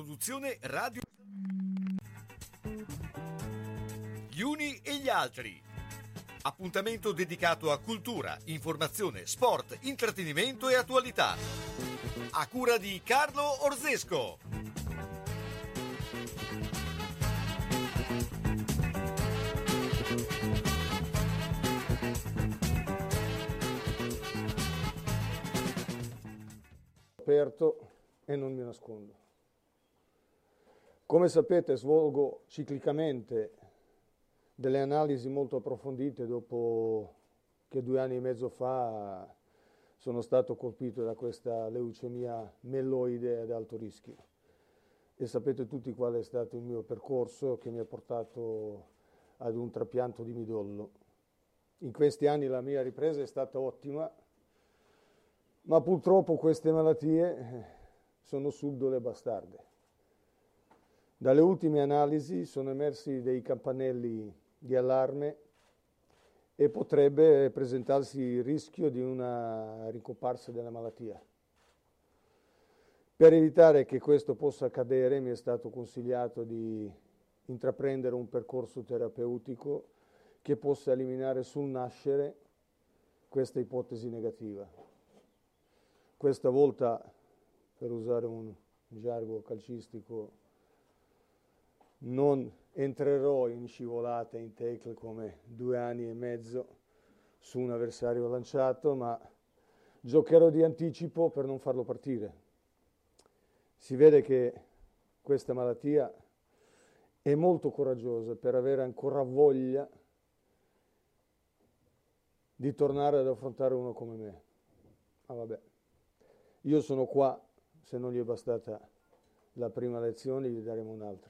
produzione radio Gli uni e gli altri. Appuntamento dedicato a cultura, informazione, sport, intrattenimento e attualità. A cura di Carlo Orzesco. Aperto e non mi nascondo. Come sapete, svolgo ciclicamente delle analisi molto approfondite dopo che 2 anni e mezzo fa sono stato colpito da questa leucemia mieloide ad alto rischio. E sapete tutti qual è stato il mio percorso che mi ha portato ad un trapianto di midollo. In questi anni la mia ripresa è stata ottima, ma purtroppo queste malattie sono subdole e bastarde. Dalle ultime analisi sono emersi dei campanelli di allarme e potrebbe presentarsi il rischio di una ricomparsa della malattia. Per evitare che questo possa accadere mi è stato consigliato di intraprendere un percorso terapeutico che possa eliminare sul nascere questa ipotesi negativa. Questa volta, per usare un gergo calcistico, non entrerò in scivolata, in tackle come 2 anni e mezzo su un avversario lanciato, ma giocherò di anticipo per non farlo partire. Si vede che questa malattia è molto coraggiosa per avere ancora voglia di tornare ad affrontare uno come me. Ma vabbè, io sono qua, se non gli è bastata la prima lezione gli daremo un'altra.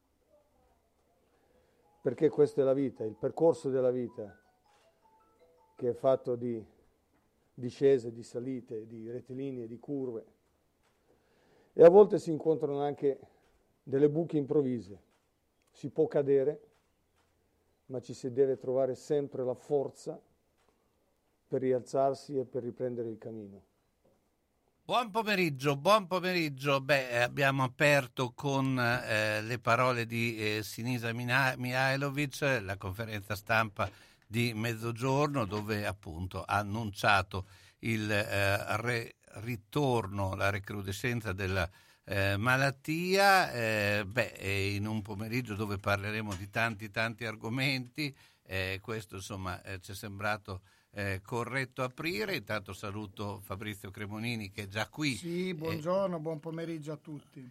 Perché questa è la vita, il percorso della vita, che è fatto di discese, di salite, di rettilinei, di curve. E a volte si incontrano anche delle buche improvvise. Si può cadere, ma ci si deve trovare sempre la forza per rialzarsi e per riprendere il cammino. Buon pomeriggio. Abbiamo aperto con le parole di Sinisa Mihajlović, la conferenza stampa di mezzogiorno, dove appunto ha annunciato il ritorno, la recrudescenza della malattia, in un pomeriggio dove parleremo di tanti argomenti. Questo insomma ci è sembrato corretto aprire. Intanto saluto Fabrizio Cremonini che è già qui. Sì, buongiorno, buon pomeriggio a tutti.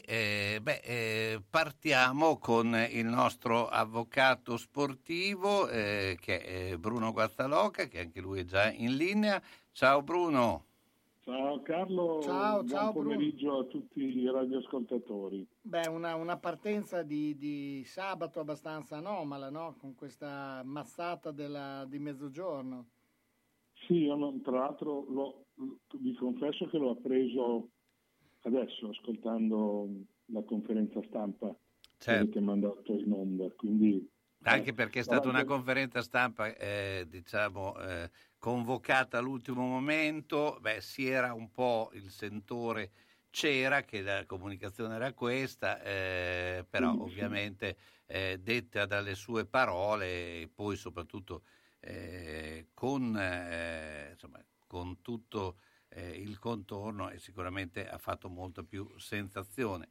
Partiamo con il nostro avvocato sportivo che è Bruno Guazzaloca, che anche lui è già in linea. Ciao Bruno. Ciao Carlo, ciao buon pomeriggio Bruno. A tutti i radioascoltatori. Una partenza di sabato abbastanza anomala, no? Con questa mazzata di mezzogiorno. Sì, io tra l'altro vi confesso che l'ho appreso adesso, ascoltando la conferenza stampa che avete mandato in onda, quindi... Anche perché è stata una conferenza stampa, convocata all'ultimo momento, si era un po' il sentore, c'era che la comunicazione era questa, però ovviamente detta dalle sue parole e poi soprattutto con tutto il contorno, e sicuramente ha fatto molta più sensazione.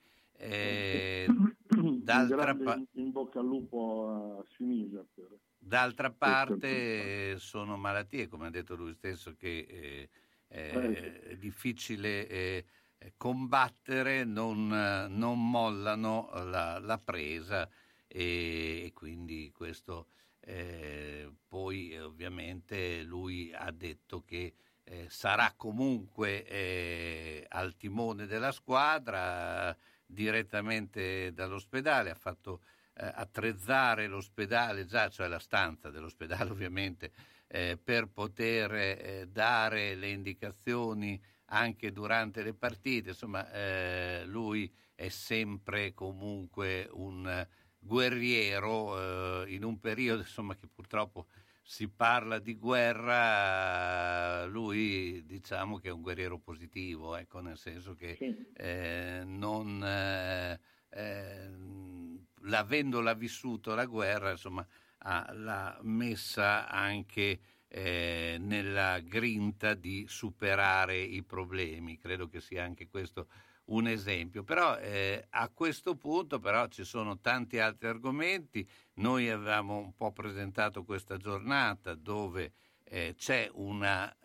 In bocca al lupo a Sinisa. D'altra parte sono malattie, come ha detto lui stesso, che è difficile combattere, non mollano la presa, e quindi questo poi ovviamente lui ha detto che sarà comunque al timone della squadra direttamente dall'ospedale. Ha fatto attrezzare l'ospedale già, cioè la stanza dell'ospedale ovviamente, per poter dare le indicazioni anche durante le partite. Insomma, lui è sempre comunque un guerriero in un periodo insomma che purtroppo si parla di guerra, lui diciamo che è un guerriero positivo, ecco, nel senso che non avendola vissuto la guerra, insomma, l'ha messa anche nella grinta di superare i problemi. Credo che sia anche questo un esempio, però a questo punto però ci sono tanti altri argomenti. Noi avevamo un po' presentato questa giornata dove c'è una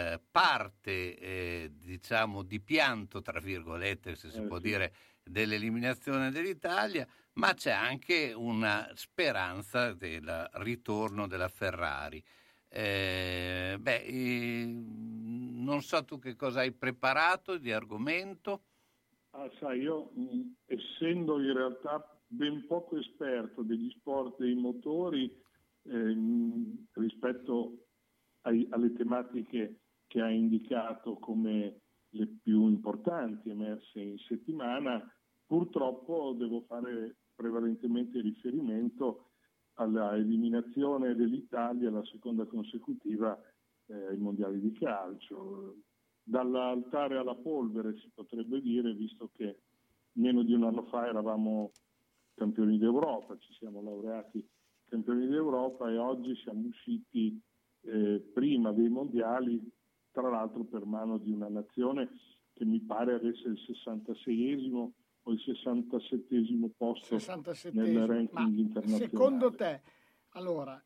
parte diciamo di pianto, tra virgolette, se si può dire, dell'eliminazione dell'Italia, ma c'è anche una speranza del ritorno della Ferrari. Non so tu che cosa hai preparato di argomento. Sai, io essendo in realtà ben poco esperto degli sport dei motori rispetto alle tematiche che hai indicato come le più importanti emerse in settimana, purtroppo devo fare prevalentemente riferimento alla eliminazione dell'Italia, la seconda consecutiva ai mondiali di calcio. Dall'altare alla polvere si potrebbe dire, visto che meno di un anno fa eravamo campioni d'Europa, ci siamo laureati campioni d'Europa e oggi siamo usciti prima dei mondiali, tra l'altro per mano di una nazione che mi pare avesse il 66esimo o il 67esimo posto 67esimo. Nel ranking internazionale. Secondo te, allora,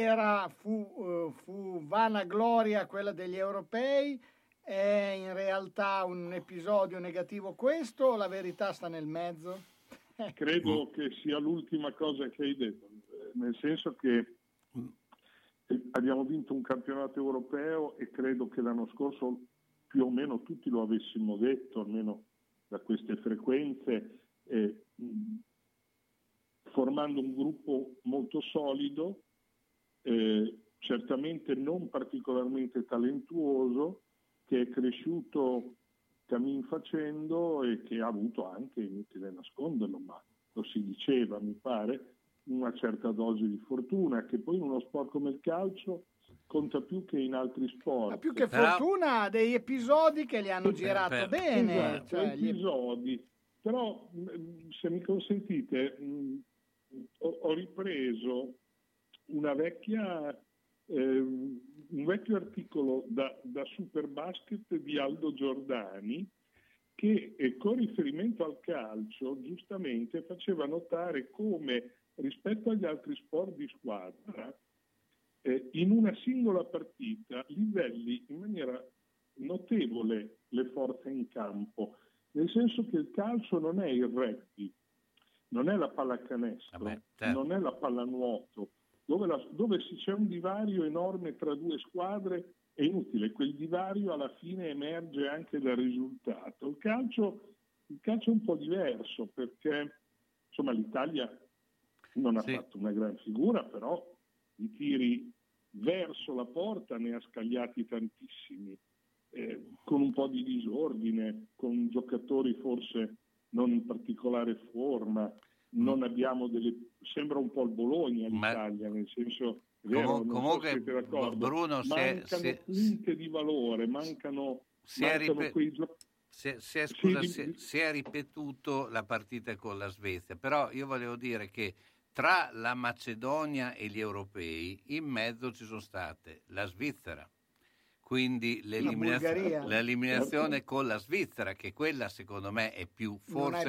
fu vanagloria quella degli europei? È in realtà un episodio negativo questo o la verità sta nel mezzo? Credo che sia l'ultima cosa che hai detto, nel senso che abbiamo vinto un campionato europeo e credo che l'anno scorso più o meno tutti lo avessimo detto, almeno da queste frequenze, formando un gruppo molto solido, certamente non particolarmente talentuoso, che è cresciuto cammin facendo e che ha avuto anche, inutile nasconderlo, ma lo si diceva, mi pare, una certa dose di fortuna, che poi in uno sport come il calcio conta più che in altri sport. Ma più che fortuna, degli episodi che li hanno girato bene. Esatto, cioè, episodi. Però, se mi consentite, ho ripreso un vecchio articolo da Superbasket di Aldo Giordani che con riferimento al calcio giustamente faceva notare come rispetto agli altri sport di squadra in una singola partita livelli in maniera notevole le forze in campo, nel senso che il calcio non è il rugby, non è la pallacanestro, non è la pallanuoto, dove c'è un divario enorme tra due squadre. È inutile, quel divario alla fine emerge anche dal risultato. Il calcio è un po' diverso perché insomma l'Italia non ha fatto una gran figura, però i tiri verso la porta ne ha scagliati tantissimi, con un po' di disordine, con giocatori forse non in particolare forma. Non abbiamo sembra un po' il Bologna l'Italia, nel senso vero, comunque siete d'accordo, Bruno mancano punte di valore, mancano quei giocatori. Si è ripetuto la partita con la Svezia, però io volevo dire che tra la Macedonia e gli europei in mezzo ci sono state la Svizzera, quindi l'eliminazione con la Svizzera, che quella secondo me è più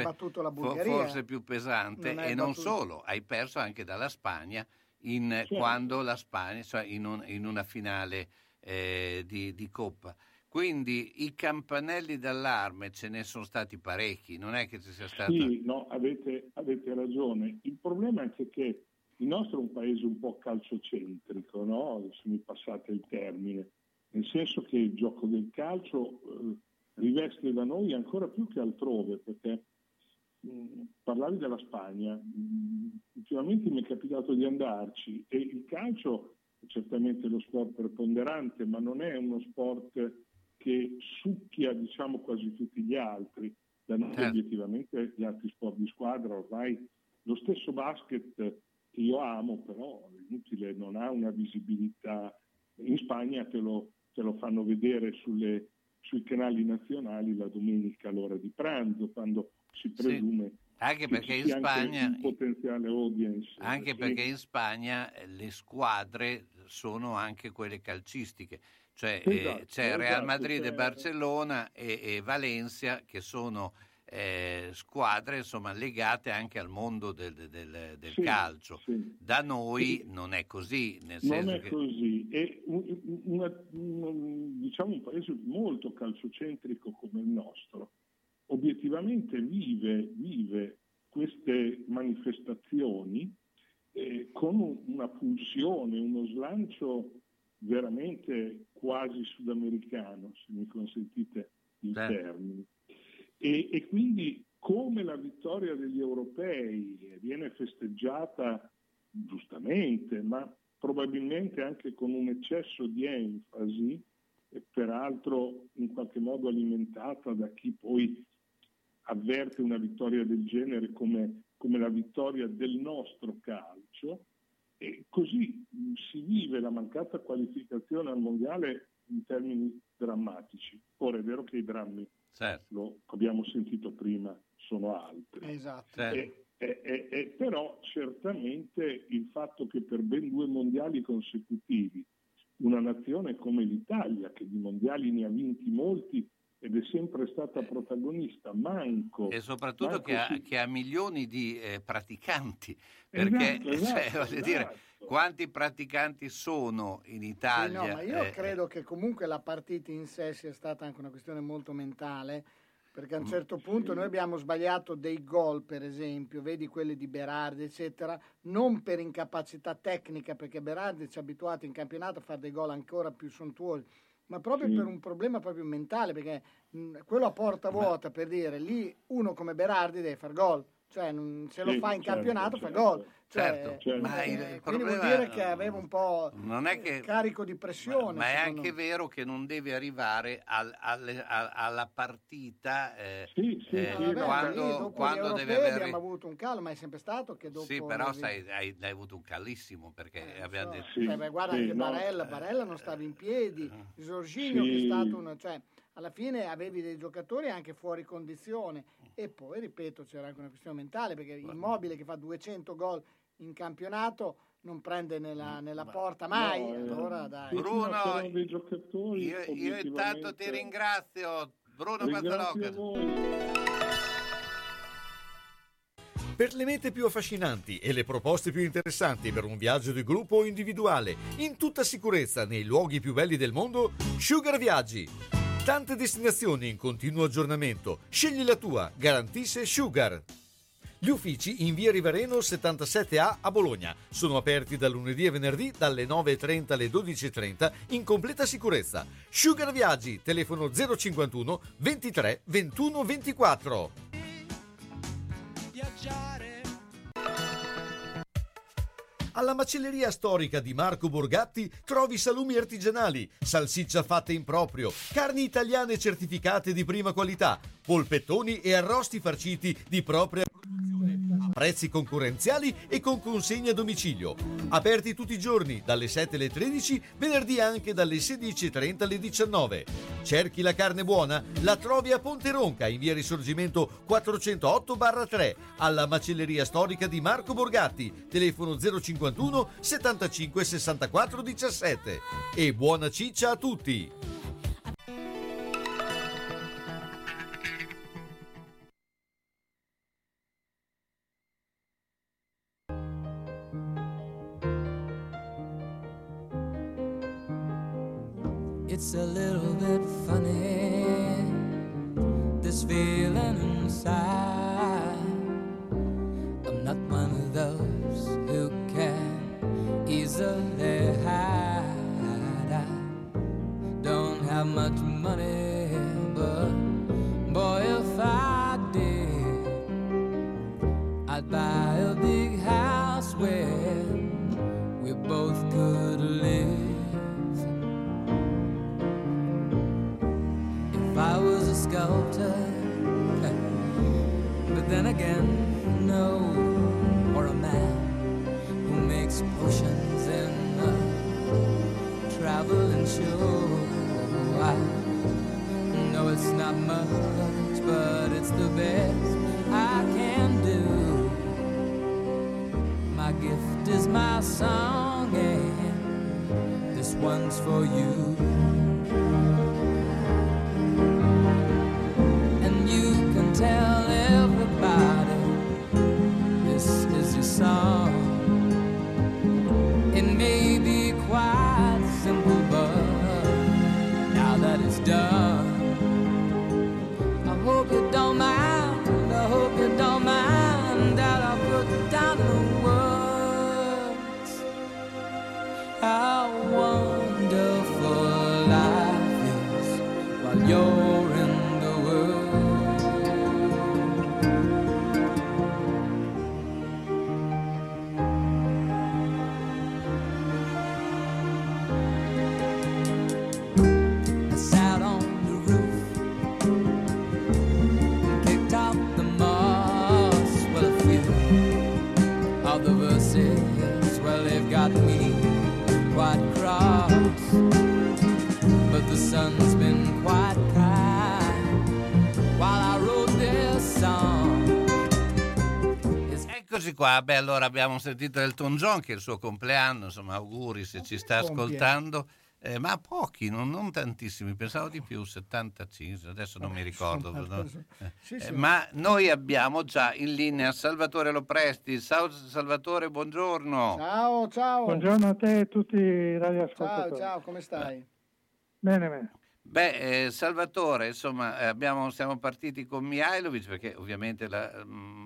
forse più pesante, e non solo, hai perso anche dalla Spagna quando la Spagna, cioè in una finale di Coppa. Quindi i campanelli d'allarme ce ne sono stati parecchi, non è che ci sia stato... Sì, no, avete ragione. Il problema è che il nostro è un paese un po' calciocentrico, no? Se mi passate il termine, nel senso che il gioco del calcio riveste da noi ancora più che altrove, perché parlavi della Spagna, ultimamente mi è capitato di andarci e il calcio è certamente lo sport preponderante, ma non è uno sport che succhia, diciamo, quasi tutti gli altri. Da noi obiettivamente gli altri sport di squadra ormai, lo stesso basket, che io amo, però è inutile, non ha una visibilità. In Spagna te lo fanno vedere sui canali nazionali la domenica all'ora di pranzo, quando si presume anche perché in Spagna un potenziale audience. Anche perché in Spagna le squadre sono anche quelle calcistiche, cioè c'è Real Madrid e Barcellona e Valencia, che sono squadre insomma legate anche al mondo del calcio. Sì. Da noi non è così, nel senso non è così. È diciamo un paese molto calciocentrico come il nostro. Obiettivamente vive queste manifestazioni con una pulsione, uno slancio veramente quasi sudamericano, se mi consentite il termine. E quindi, come la vittoria degli europei viene festeggiata giustamente, ma probabilmente anche con un eccesso di enfasi, e peraltro in qualche modo alimentata da chi poi avverte una vittoria del genere come la vittoria del nostro calcio, e così si vive la mancata qualificazione al mondiale in termini drammatici. Ora è vero che i drammi, lo abbiamo sentito prima, sono altri. Esatto. Però certamente il fatto che per ben 2 mondiali consecutivi una nazione come l'Italia, che di mondiali ne ha vinti molti ed è sempre stata protagonista, e soprattutto che ha milioni di praticanti, perché voglio dire, quanti praticanti sono in Italia? Sì, no, ma io credo che comunque la partita in sé sia stata anche una questione molto mentale, perché a un certo punto noi abbiamo sbagliato dei gol, per esempio, vedi quelli di Berardi eccetera, non per incapacità tecnica, perché Berardi ci ha abituato in campionato a fare dei gol ancora più sontuosi, ma proprio per un problema proprio mentale, perché quello a porta vuota, per dire, lì uno come Berardi deve far gol, cioè se lo fa in campionato fa gol. Ma il quindi problema vuol dire che aveva un po' non è che, carico di pressione. Ma è anche vero che non deve arrivare alla partita quando deve avere. Abbiamo avuto un calo, ma è sempre stato che dopo. Sì, però hai avuto un calissimo, perché abbiamo detto. Guarda anche Barella non stava in piedi, Jorginho che è stato cioè alla fine avevi dei giocatori anche fuori condizione, e poi ripeto c'era anche una questione mentale, perché Immobile che fa 200 gol in campionato non prende nella porta mai. Allora dai. Bruno, io intanto ti ringrazio. Bruno Mazzarocca. Per le mete più affascinanti e le proposte più interessanti per un viaggio di gruppo o individuale, in tutta sicurezza nei luoghi più belli del mondo, Sugar Viaggi. Tante destinazioni in continuo aggiornamento. Scegli la tua, garantisce Sugar. Gli uffici in via Rivareno 77A a Bologna sono aperti dal lunedì e venerdì dalle 9.30 alle 12.30 in completa sicurezza. Sugar Viaggi, telefono 051 23 21 24. Alla macelleria storica di Marco Borgatti trovi salumi artigianali, salsiccia fatta in proprio, carni italiane certificate di prima qualità, polpettoni e arrosti farciti di propria produzione, a prezzi concorrenziali e con consegna a domicilio. Aperti tutti i giorni dalle 7 alle 13, venerdì anche dalle 16.30 alle 19. Cerchi la carne buona? La trovi a Ponte Ronca in via Risorgimento 408/3 alla macelleria storica di Marco Borgatti, telefono 051 75 64 17. E buona ciccia a tutti! It's a little bit funny, this feeling inside. I'm not one of those who can easily hide. I don't have much money, but boy, if I did, I'd buy a big house where we both could live. I was a sculptor, but then again, no, or a man who traveling show. I know it's not much, but it's the best I can do. My gift is my song, and this one's for you. And you can tell everybody this is your song. It may be quite simple, but now that it's done, I hope you don't mind, I hope you don't mind that I put down the words. How wonderful life is while you're in the world. I sat on the roof and kicked out the moss. Well, a few of the verses, well, they've got me quite cross, but the sun's been quite kind while I wrote this song. Eccoci qua, beh, allora abbiamo sentito Elton John, che è il suo compleanno, insomma, auguri se ci sta ascoltando, ma pochi, non tantissimi, pensavo di più, 75, adesso non mi ricordo. Sì. Ma noi abbiamo già in linea Salvatore Lopresti. Ciao Salvatore, buongiorno. Ciao. Buongiorno a te e a tutti i radioascoltatori. Ciao, come stai? Bene. Beh, Salvatore, insomma, siamo partiti con Mihajlović perché ovviamente la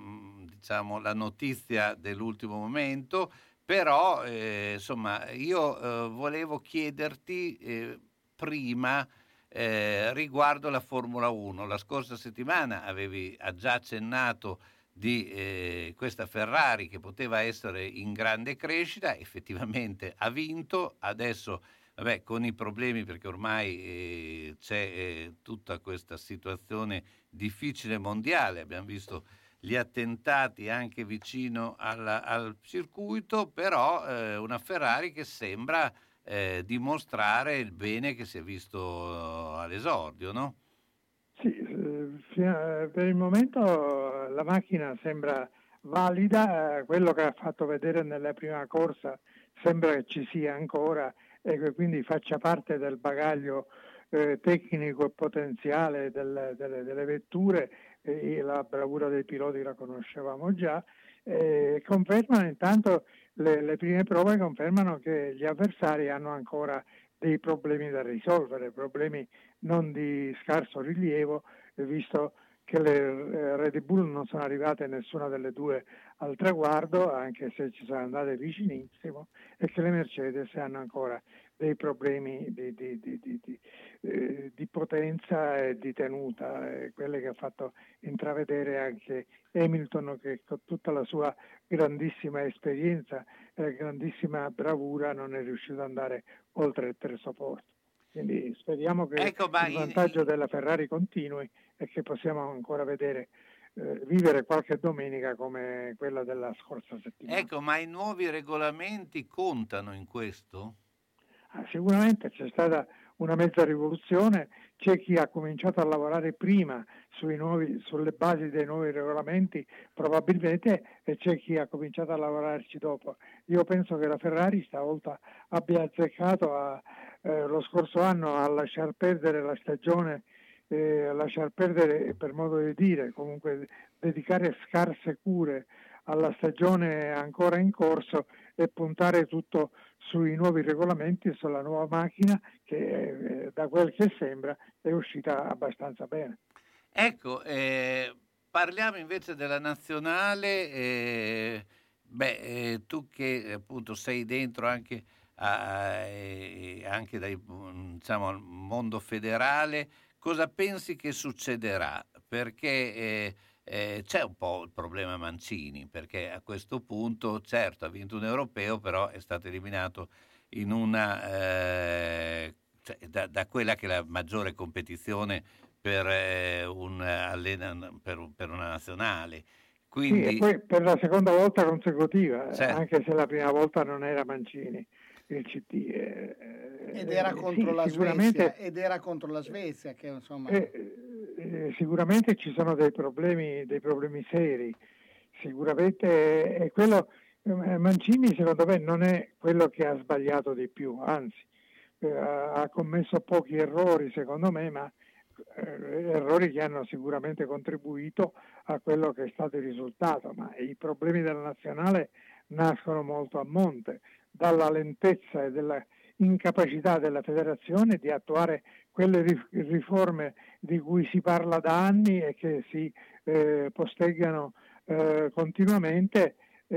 notizia dell'ultimo momento, però insomma io volevo chiederti prima riguardo la Formula 1. La scorsa settimana avevi già accennato di questa Ferrari che poteva essere in grande crescita, effettivamente ha vinto, adesso vabbè, con i problemi perché ormai c'è tutta questa situazione difficile mondiale, abbiamo visto gli attentati anche vicino al circuito, però una Ferrari che sembra dimostrare il bene che si è visto all'esordio, no? Sì, per il momento la macchina sembra valida, quello che ha fatto vedere nella prima corsa sembra che ci sia ancora e che quindi faccia parte del bagaglio tecnico e potenziale delle vetture. La bravura dei piloti la conoscevamo già, confermano intanto le prime prove confermano che gli avversari hanno ancora dei problemi da risolvere, problemi non di scarso rilievo, visto che le Red Bull non sono arrivate nessuna delle due al traguardo, anche se ci sono andate vicinissimo, e che le Mercedes hanno ancora dei problemi di potenza e di tenuta, quelle che ha fatto intravedere anche Hamilton, che con tutta la sua grandissima esperienza e grandissima bravura non è riuscito ad andare oltre il terzo posto. Quindi speriamo che il vantaggio della Ferrari continui e che possiamo ancora vivere qualche domenica come quella della scorsa settimana. Ecco, ma i nuovi regolamenti contano in questo? Sicuramente c'è stata una mezza rivoluzione, c'è chi ha cominciato a lavorare prima sulle basi dei nuovi regolamenti probabilmente, e c'è chi ha cominciato a lavorarci dopo. Io penso che la Ferrari stavolta abbia azzeccato lo scorso anno a lasciar perdere la stagione, lasciar perdere, per modo di dire, comunque dedicare scarse cure alla stagione ancora in corso e puntare tutto sui nuovi regolamenti e sulla nuova macchina che da quel che sembra è uscita abbastanza bene. Ecco, parliamo invece della nazionale, tu che appunto sei dentro anche al mondo federale, cosa pensi che succederà? Perché c'è un po' il problema Mancini, perché a questo punto certo ha vinto un europeo, però è stato eliminato in una da quella che è la maggiore competizione per una nazionale. Quindi... Sì, e poi per la seconda volta consecutiva, certo. Anche se la prima volta non era Mancini il CT, ed era contro la Svezia, che insomma... Sicuramente ci sono dei problemi seri, sicuramente è quello. Mancini secondo me non è quello che ha sbagliato di più, anzi ha commesso pochi errori secondo me, ma errori che hanno sicuramente contribuito a quello che è stato il risultato, ma i problemi della nazionale nascono molto a monte dalla lentezza e della incapacità della federazione di attuare quelle riforme di cui si parla da anni e che si postergano continuamente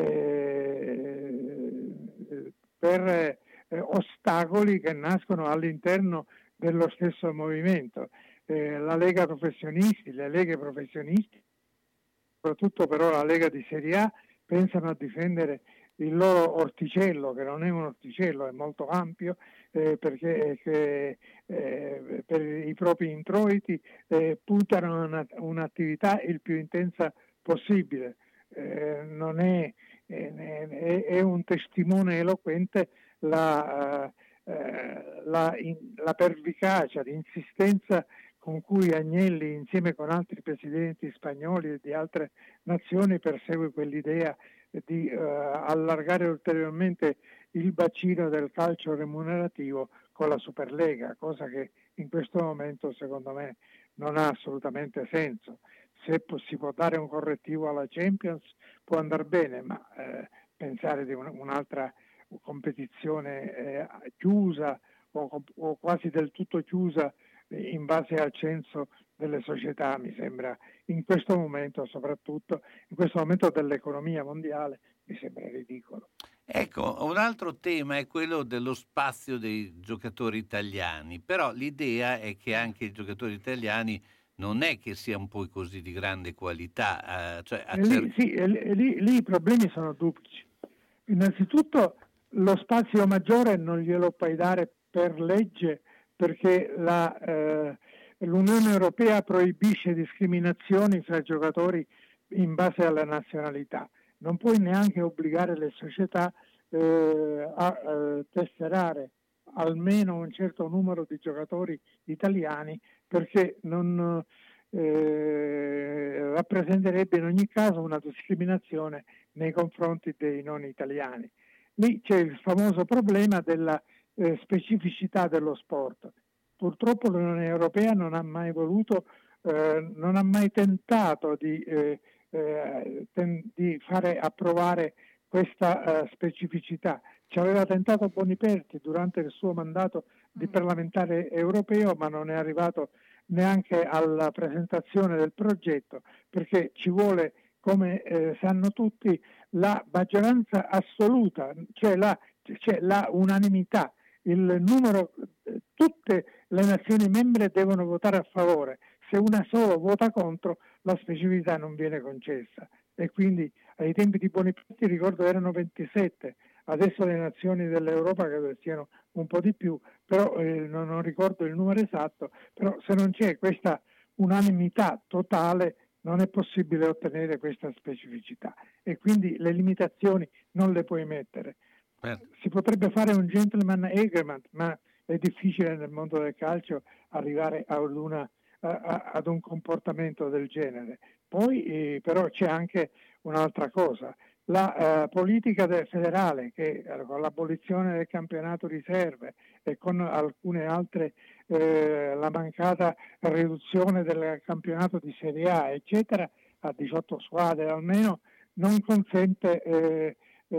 per ostacoli che nascono all'interno dello stesso movimento. La Lega Professionisti, le leghe professionisti, soprattutto però la Lega di Serie A, pensano a difendere il loro orticello, che non è un orticello, è molto ampio, perché per i propri introiti puntano a un'attività il più intensa possibile. Non è un testimone eloquente la pervicacia, l'insistenza con cui Agnelli, insieme con altri presidenti spagnoli e di altre nazioni, persegue quell'idea di allargare ulteriormente il bacino del calcio remunerativo con la Superlega, cosa che in questo momento secondo me non ha assolutamente senso. Se si può dare un correttivo alla Champions può andare bene, ma pensare di un'altra competizione chiusa o quasi del tutto chiusa in base al censo delle società mi sembra, in questo momento, soprattutto in questo momento dell'economia mondiale, mi sembra ridicolo. Ecco, un altro tema è quello dello spazio dei giocatori italiani, però l'idea è che anche i giocatori italiani non è che siano poi così di grande qualità. Lì i problemi sono duplici. Innanzitutto lo spazio maggiore non glielo puoi dare per legge, perché l'Unione Europea proibisce discriminazioni fra giocatori in base alla nazionalità. Non puoi neanche obbligare le società a tesserare almeno un certo numero di giocatori italiani, perché non rappresenterebbe in ogni caso una discriminazione nei confronti dei non italiani. Lì c'è il famoso problema della specificità dello sport. Purtroppo l'Unione Europea non ha mai tentato di fare approvare questa specificità. Ci aveva tentato Boniperti durante il suo mandato di parlamentare europeo, ma non è arrivato neanche alla presentazione del progetto, perché ci vuole, come sanno tutti, la maggioranza assoluta, cioè la unanimità. Tutte le nazioni membre devono votare a favore. Se una sola vota contro, la specificità non viene concessa. E quindi ai tempi di Boniperti, ricordo, erano 27, adesso le nazioni dell'Europa credo siano un po' di più, però non ricordo il numero esatto, però se non c'è questa unanimità totale non è possibile ottenere questa specificità e quindi le limitazioni non le puoi mettere. Si potrebbe fare un gentleman agreement, ma è difficile nel mondo del calcio arrivare ad un comportamento del genere. Poi però c'è anche un'altra cosa, la politica federale che con l'abolizione del campionato riserve e con alcune altre, la mancata riduzione del campionato di Serie A eccetera a 18 squadre almeno, non consente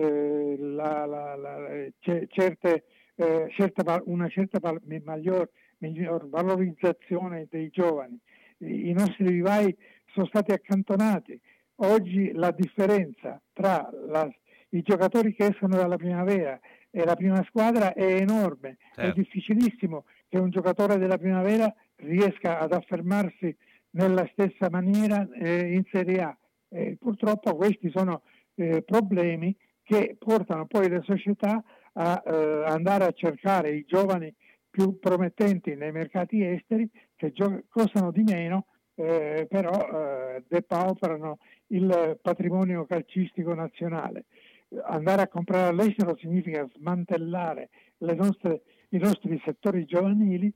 una certa miglior valorizzazione dei giovani. I nostri vivai sono stati accantonati. Oggi la differenza tra i giocatori che escono dalla primavera e la prima squadra è enorme. Certo. È difficilissimo che un giocatore della primavera riesca ad affermarsi nella stessa maniera in Serie A. Purtroppo questi sono problemi che portano poi le società a andare a cercare i giovani più promettenti nei mercati esteri che costano di meno, però depauperano il patrimonio calcistico nazionale. Andare a comprare all'estero significa smantellare le nostre i nostri settori giovanili,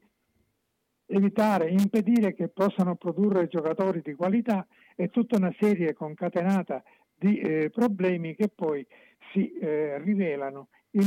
impedire che possano produrre giocatori di qualità, e tutta una serie concatenata di problemi che poi si rivelano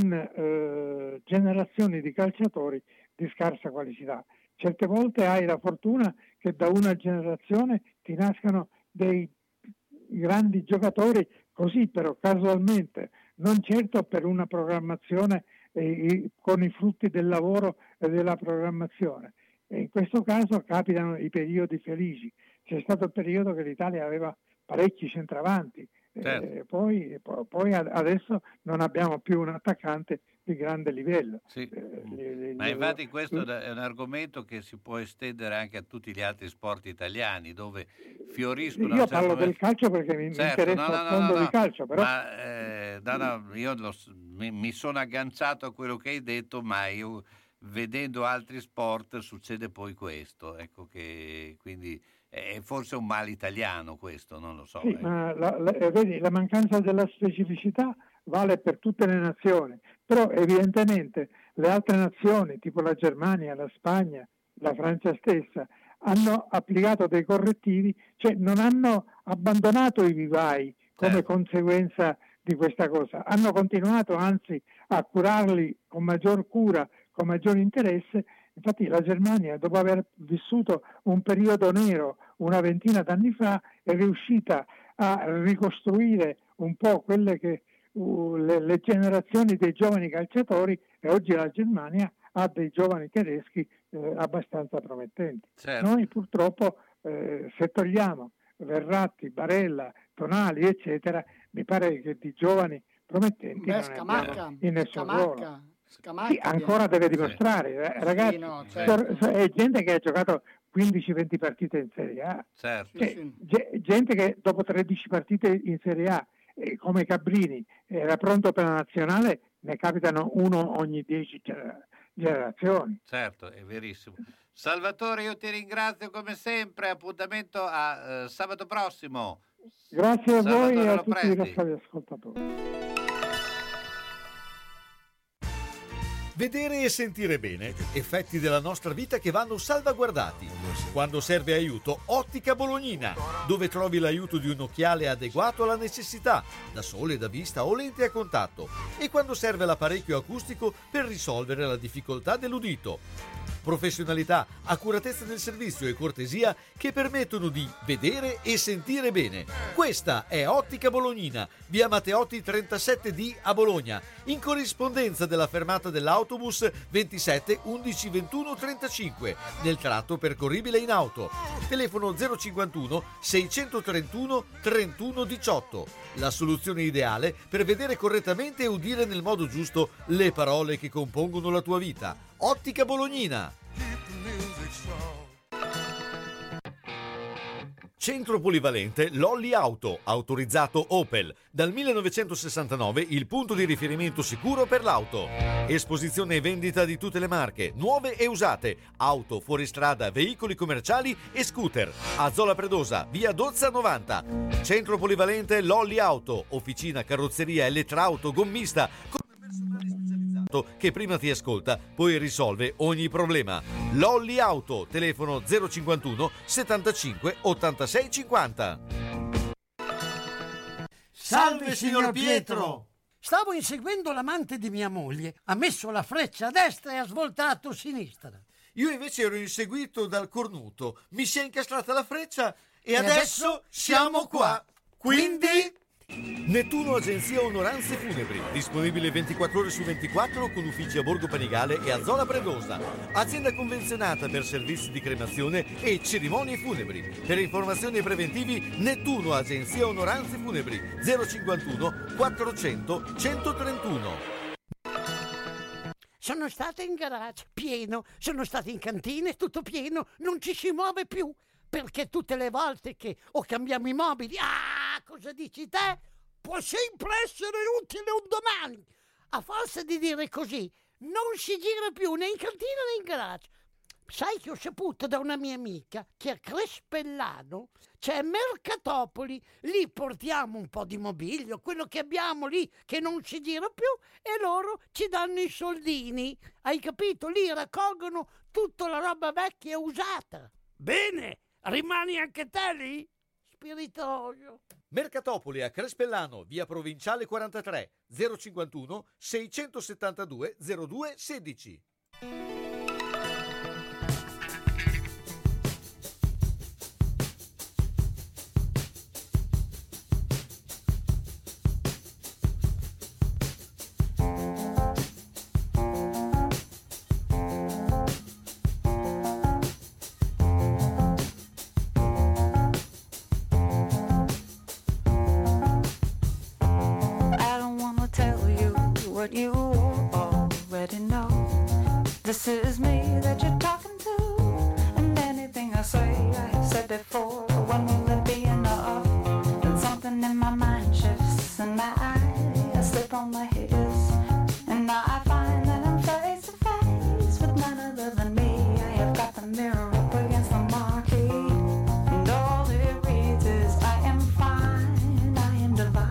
in generazioni di calciatori di scarsa qualità. Certe volte hai la fortuna che da una generazione ti nascano dei grandi giocatori, così però casualmente, non certo per una programmazione con i frutti del lavoro e della programmazione. E in questo caso capitano i periodi felici. C'è stato il periodo che l'Italia aveva parecchi centravanti, certo. Poi adesso non abbiamo più un attaccante di grande livello. Sì. Ma infatti questo è un argomento che si può estendere anche a tutti gli altri sport italiani, dove fioriscono... Io parlo del calcio perché mi interessa il mondo di calcio, però... io mi sono agganciato a quello che hai detto, ma io vedendo altri sport succede poi questo, ecco, che quindi è forse un male italiano questo, non lo so. Sì, ma vedi, la mancanza della specificità vale per tutte le nazioni, però evidentemente le altre nazioni, tipo la Germania, la Spagna, la Francia stessa, hanno applicato dei correttivi, cioè non hanno abbandonato i vivai come conseguenza di questa cosa, hanno continuato anzi a curarli con maggior cura, con maggior interesse. Infatti la Germania, dopo aver vissuto un periodo nero una ventina d'anni fa, è riuscita a ricostruire un po' quelle che le generazioni dei giovani calciatori, e oggi la Germania ha dei giovani tedeschi abbastanza promettenti. Certo. Noi purtroppo se togliamo Verratti, Barella, Tonali eccetera, mi pare che di giovani promettenti non abbiamo in nessun ruolo. Sì, ancora deve dimostrare, ragazzi, certo. È gente che ha giocato 15-20 partite in Serie A, certo. Gente che dopo 13 partite in Serie A, come Cabrini, era pronto per la nazionale, ne capitano uno ogni 10 generazioni. Certo, è verissimo. Salvatore, io ti ringrazio come sempre, appuntamento a sabato prossimo. Grazie a voi e a tutti i nostri ascoltatori. Vedere e sentire bene, effetti della nostra vita che vanno salvaguardati. Quando serve aiuto, Ottica Bolognina, dove trovi l'aiuto di un occhiale adeguato alla necessità, da sole, da vista o lente a contatto, e quando serve l'apparecchio acustico per risolvere la difficoltà dell'udito. Professionalità, accuratezza del servizio e cortesia che permettono di vedere e sentire bene. Questa è Ottica Bolognina, via Matteotti 37D a Bologna, in corrispondenza della fermata dell'autobus 27 11 21 35, nel tratto percorribile in auto. Telefono 051 631 31 18. La soluzione ideale per vedere correttamente e udire nel modo giusto le parole che compongono la tua vita. Ottica Bolognina. Centro polivalente Lolli Auto, autorizzato Opel. Dal 1969 il punto di riferimento sicuro per l'auto. Esposizione e vendita di tutte le marche, nuove e usate, auto, fuoristrada, veicoli commerciali e scooter. A Zola Predosa, via Dozza 90. Centro polivalente Lolli Auto, officina, carrozzeria, elettrauto, gommista, che prima ti ascolta, poi risolve ogni problema. Lolli Auto, telefono 051 75 86 50. Salve signor Pietro! Stavo inseguendo l'amante di mia moglie, ha messo la freccia a destra e ha svoltato a sinistra. Io invece ero inseguito dal cornuto, mi si è incastrata la freccia e adesso siamo qua. Quindi... Nettuno Agenzia Onoranze Funebri, disponibile 24 ore su 24 con uffici a Borgo Panigale e a Zola Predosa. Azienda convenzionata per servizi di cremazione e cerimonie funebri. Per informazioni e preventivi Nettuno Agenzia Onoranze Funebri 051 400 131. Sono stata in garage, pieno, sono stata in cantina, tutto pieno, non ci si muove più. Perché tutte le volte che cambiamo i mobili, cosa dici te? Può sempre essere utile un domani. A forza di dire così, non si gira più né in cantina né in garage. sai che ho saputo da una mia amica che a Crespellano c'è Mercatopoli, lì portiamo un po' di mobilio, quello che abbiamo lì che non si gira più, e loro ci danno i soldini, hai capito? Lì raccolgono tutta la roba vecchia e usata. Bene, rimani anche te lì? Spiritoso. Mercatopoli a Crespellano, via Provinciale 43, 051 672 02 16. You already know this is me that you're talking to, and anything I say I have said before. But when will it be enough? Then something in my mind shifts and my eyes slip on my hips, and now I find that I'm face to face with none other than me. I have got the mirror up against the marquee, and all it reads is I am fine, I am divine.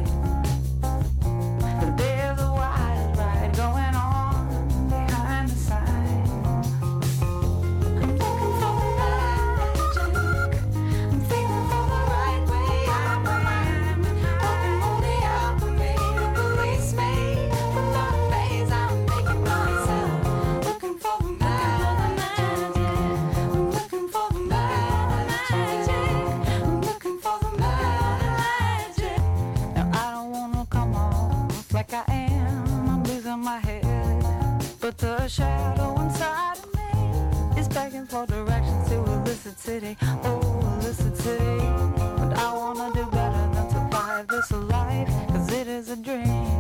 But the shadow inside of me is begging for directions to illicit city, oh illicit city. But I wanna do better than survive this life, cause it is a dream.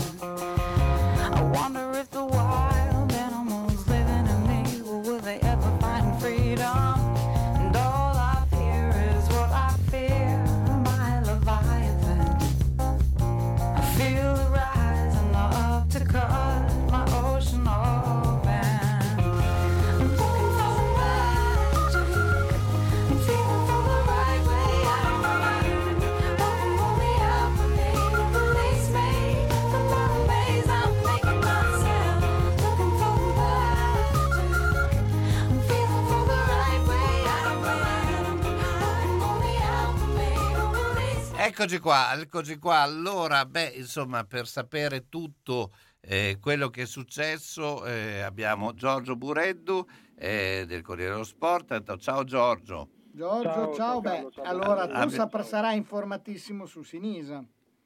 I wonder if the wild animals living in me, well, will they ever find freedom? And all I fear is what I fear, my Leviathan. I feel it rising up to cut my ocean open. I'm looking for the magic, I'm feeling for the right way out of mind. Hoping only out for me to release me from the maze I'm making myself. Looking for the magic, I'm feeling for the right way out of mind. Hoping only out for me to release me. Eccoci qua. Allora, insomma, per sapere tutto quello che è successo abbiamo Giorgio Bureddu del Corriere dello Sport. Ciao Giorgio. Giorgio, ciao. Carlo, ciao. Allora tu sarai informatissimo su Sinisa.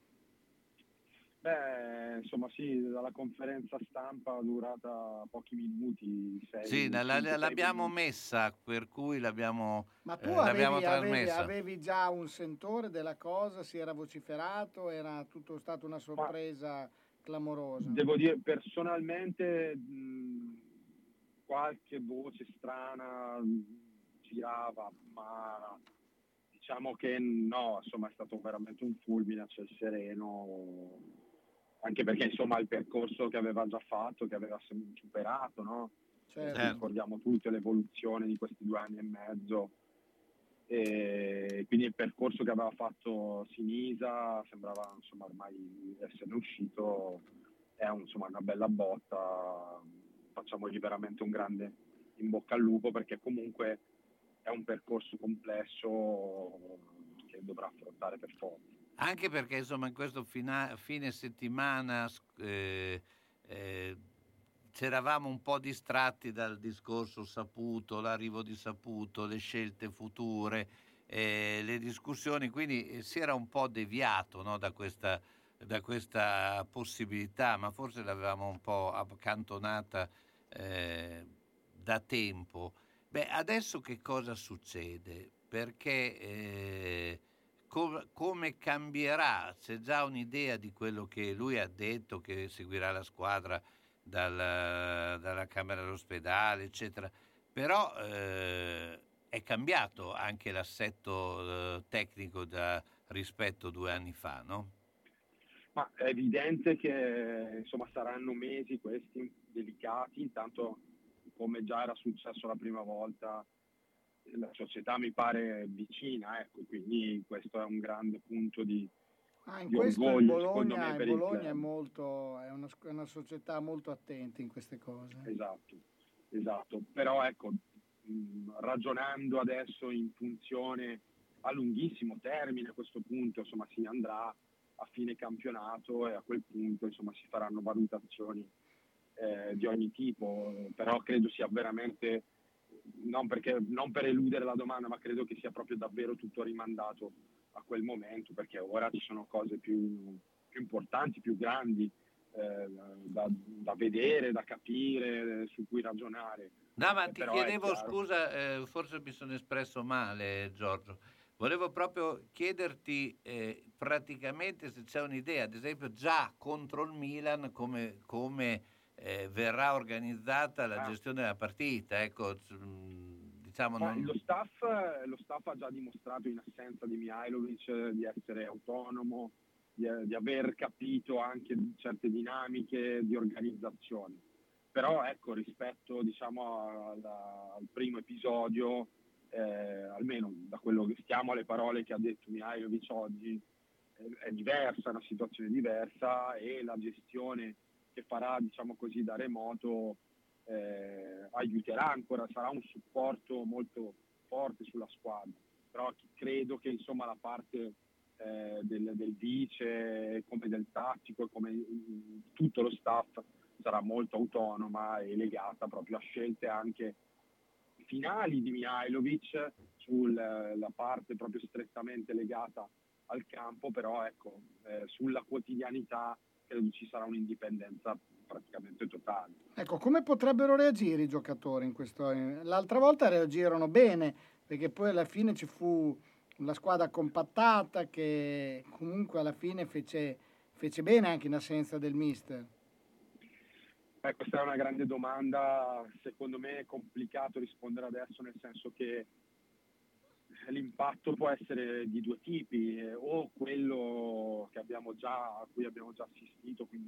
Insomma sì, dalla conferenza stampa durata pochi minuti. Sì, l'abbiamo messa, per cui l'abbiamo Ma tu trasmessa. avevi già un sentore della cosa, si era vociferato, era tutto stato una sorpresa clamorosa? Devo dire, personalmente qualche voce strana girava, ma diciamo che no, insomma è stato veramente un fulmine a ciel sereno, anche perché insomma il percorso che aveva già fatto, che aveva superato, no? Certo. Ricordiamo tutte l'evoluzione di questi 2 anni e mezzo, e quindi il percorso che aveva fatto Sinisa sembrava insomma ormai esserne uscito. È insomma una bella botta, facciamogli veramente un grande in bocca al lupo, perché comunque è un percorso complesso che dovrà affrontare per forza. Anche perché insomma in questo fine settimana c'eravamo un po' distratti dal discorso Saputo, l'arrivo di Saputo, le scelte future, le discussioni, quindi si era un po' deviato, no, da questa possibilità, ma forse l'avevamo un po' accantonata da tempo. Adesso che cosa succede? Perché come cambierà? C'è già un'idea di quello che lui ha detto, che seguirà la squadra dalla camera dell'ospedale, eccetera, però è cambiato anche l'assetto tecnico rispetto a 2 anni fa, no? Ma è evidente che insomma saranno mesi questi delicati. Intanto come già era successo la prima volta, la società mi pare vicina, ecco, quindi questo è un grande punto di questo orgoglio, secondo me, per il Bologna club. è una società molto attenta in queste cose. Esatto, però ecco, ragionando adesso in funzione a lunghissimo termine, a questo punto insomma si andrà a fine campionato e a quel punto insomma si faranno valutazioni di ogni tipo, però credo sia veramente, non per eludere la domanda, ma credo che sia proprio davvero tutto rimandato a quel momento, perché ora ci sono cose più importanti, più grandi da vedere, da capire, su cui ragionare. No, ma ti Però chiedevo, è chiaro. scusa, forse mi sono espresso male, Giorgio. Volevo proprio chiederti praticamente se c'è un'idea, ad esempio già contro il Milan, come verrà organizzata la gestione della partita. Ecco, diciamo Lo staff ha già dimostrato, in assenza di Mihajlovic, di essere autonomo, di aver capito anche certe dinamiche di organizzazione. Però ecco, rispetto diciamo al primo episodio, almeno da quello che stiamo alle parole che ha detto Mihajlovic oggi, è diversa, è una situazione diversa, e la gestione che farà, diciamo così, da remoto aiuterà ancora, sarà un supporto molto forte sulla squadra. Però credo che insomma la parte del vice, come del tattico, come tutto lo staff, sarà molto autonoma e legata proprio a scelte anche finali di Mihajlovic sulla parte proprio strettamente legata al campo, però ecco, sulla quotidianità credo ci sarà un'indipendenza praticamente totale. Ecco, come potrebbero reagire i giocatori in questo? L'altra volta reagirono bene, perché poi alla fine ci fu la squadra compattata che comunque alla fine fece bene anche in assenza del mister. Questa è una grande domanda, secondo me è complicato rispondere adesso, nel senso che l'impatto può essere di due tipi, o quello che a cui abbiamo già assistito, quindi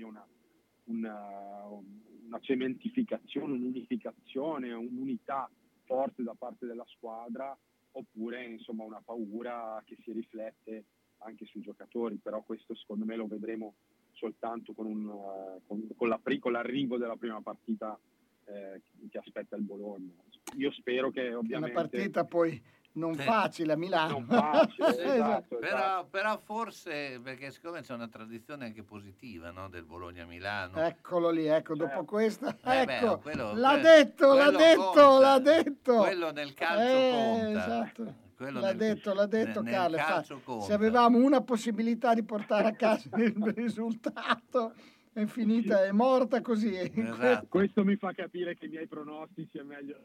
una cementificazione, un'unificazione, un'unità forte da parte della squadra, oppure insomma una paura che si riflette anche sui giocatori, però questo secondo me lo vedremo soltanto con l'arrivo della prima partita che aspetta il Bologna. Io spero che ovviamente... Una partita poi non facile a Milano. Non facile, esatto. Però forse, perché siccome c'è una tradizione anche positiva, no, del Bologna-Milano. Eccolo lì, ecco, dopo questa, ecco, l'ha detto. Quello nel calcio conta. Esatto. Quello l'ha detto Carlo. Se avevamo una possibilità di portare a casa il risultato, è finita, è morta così. Esatto. Questo mi fa capire che i miei pronostici è meglio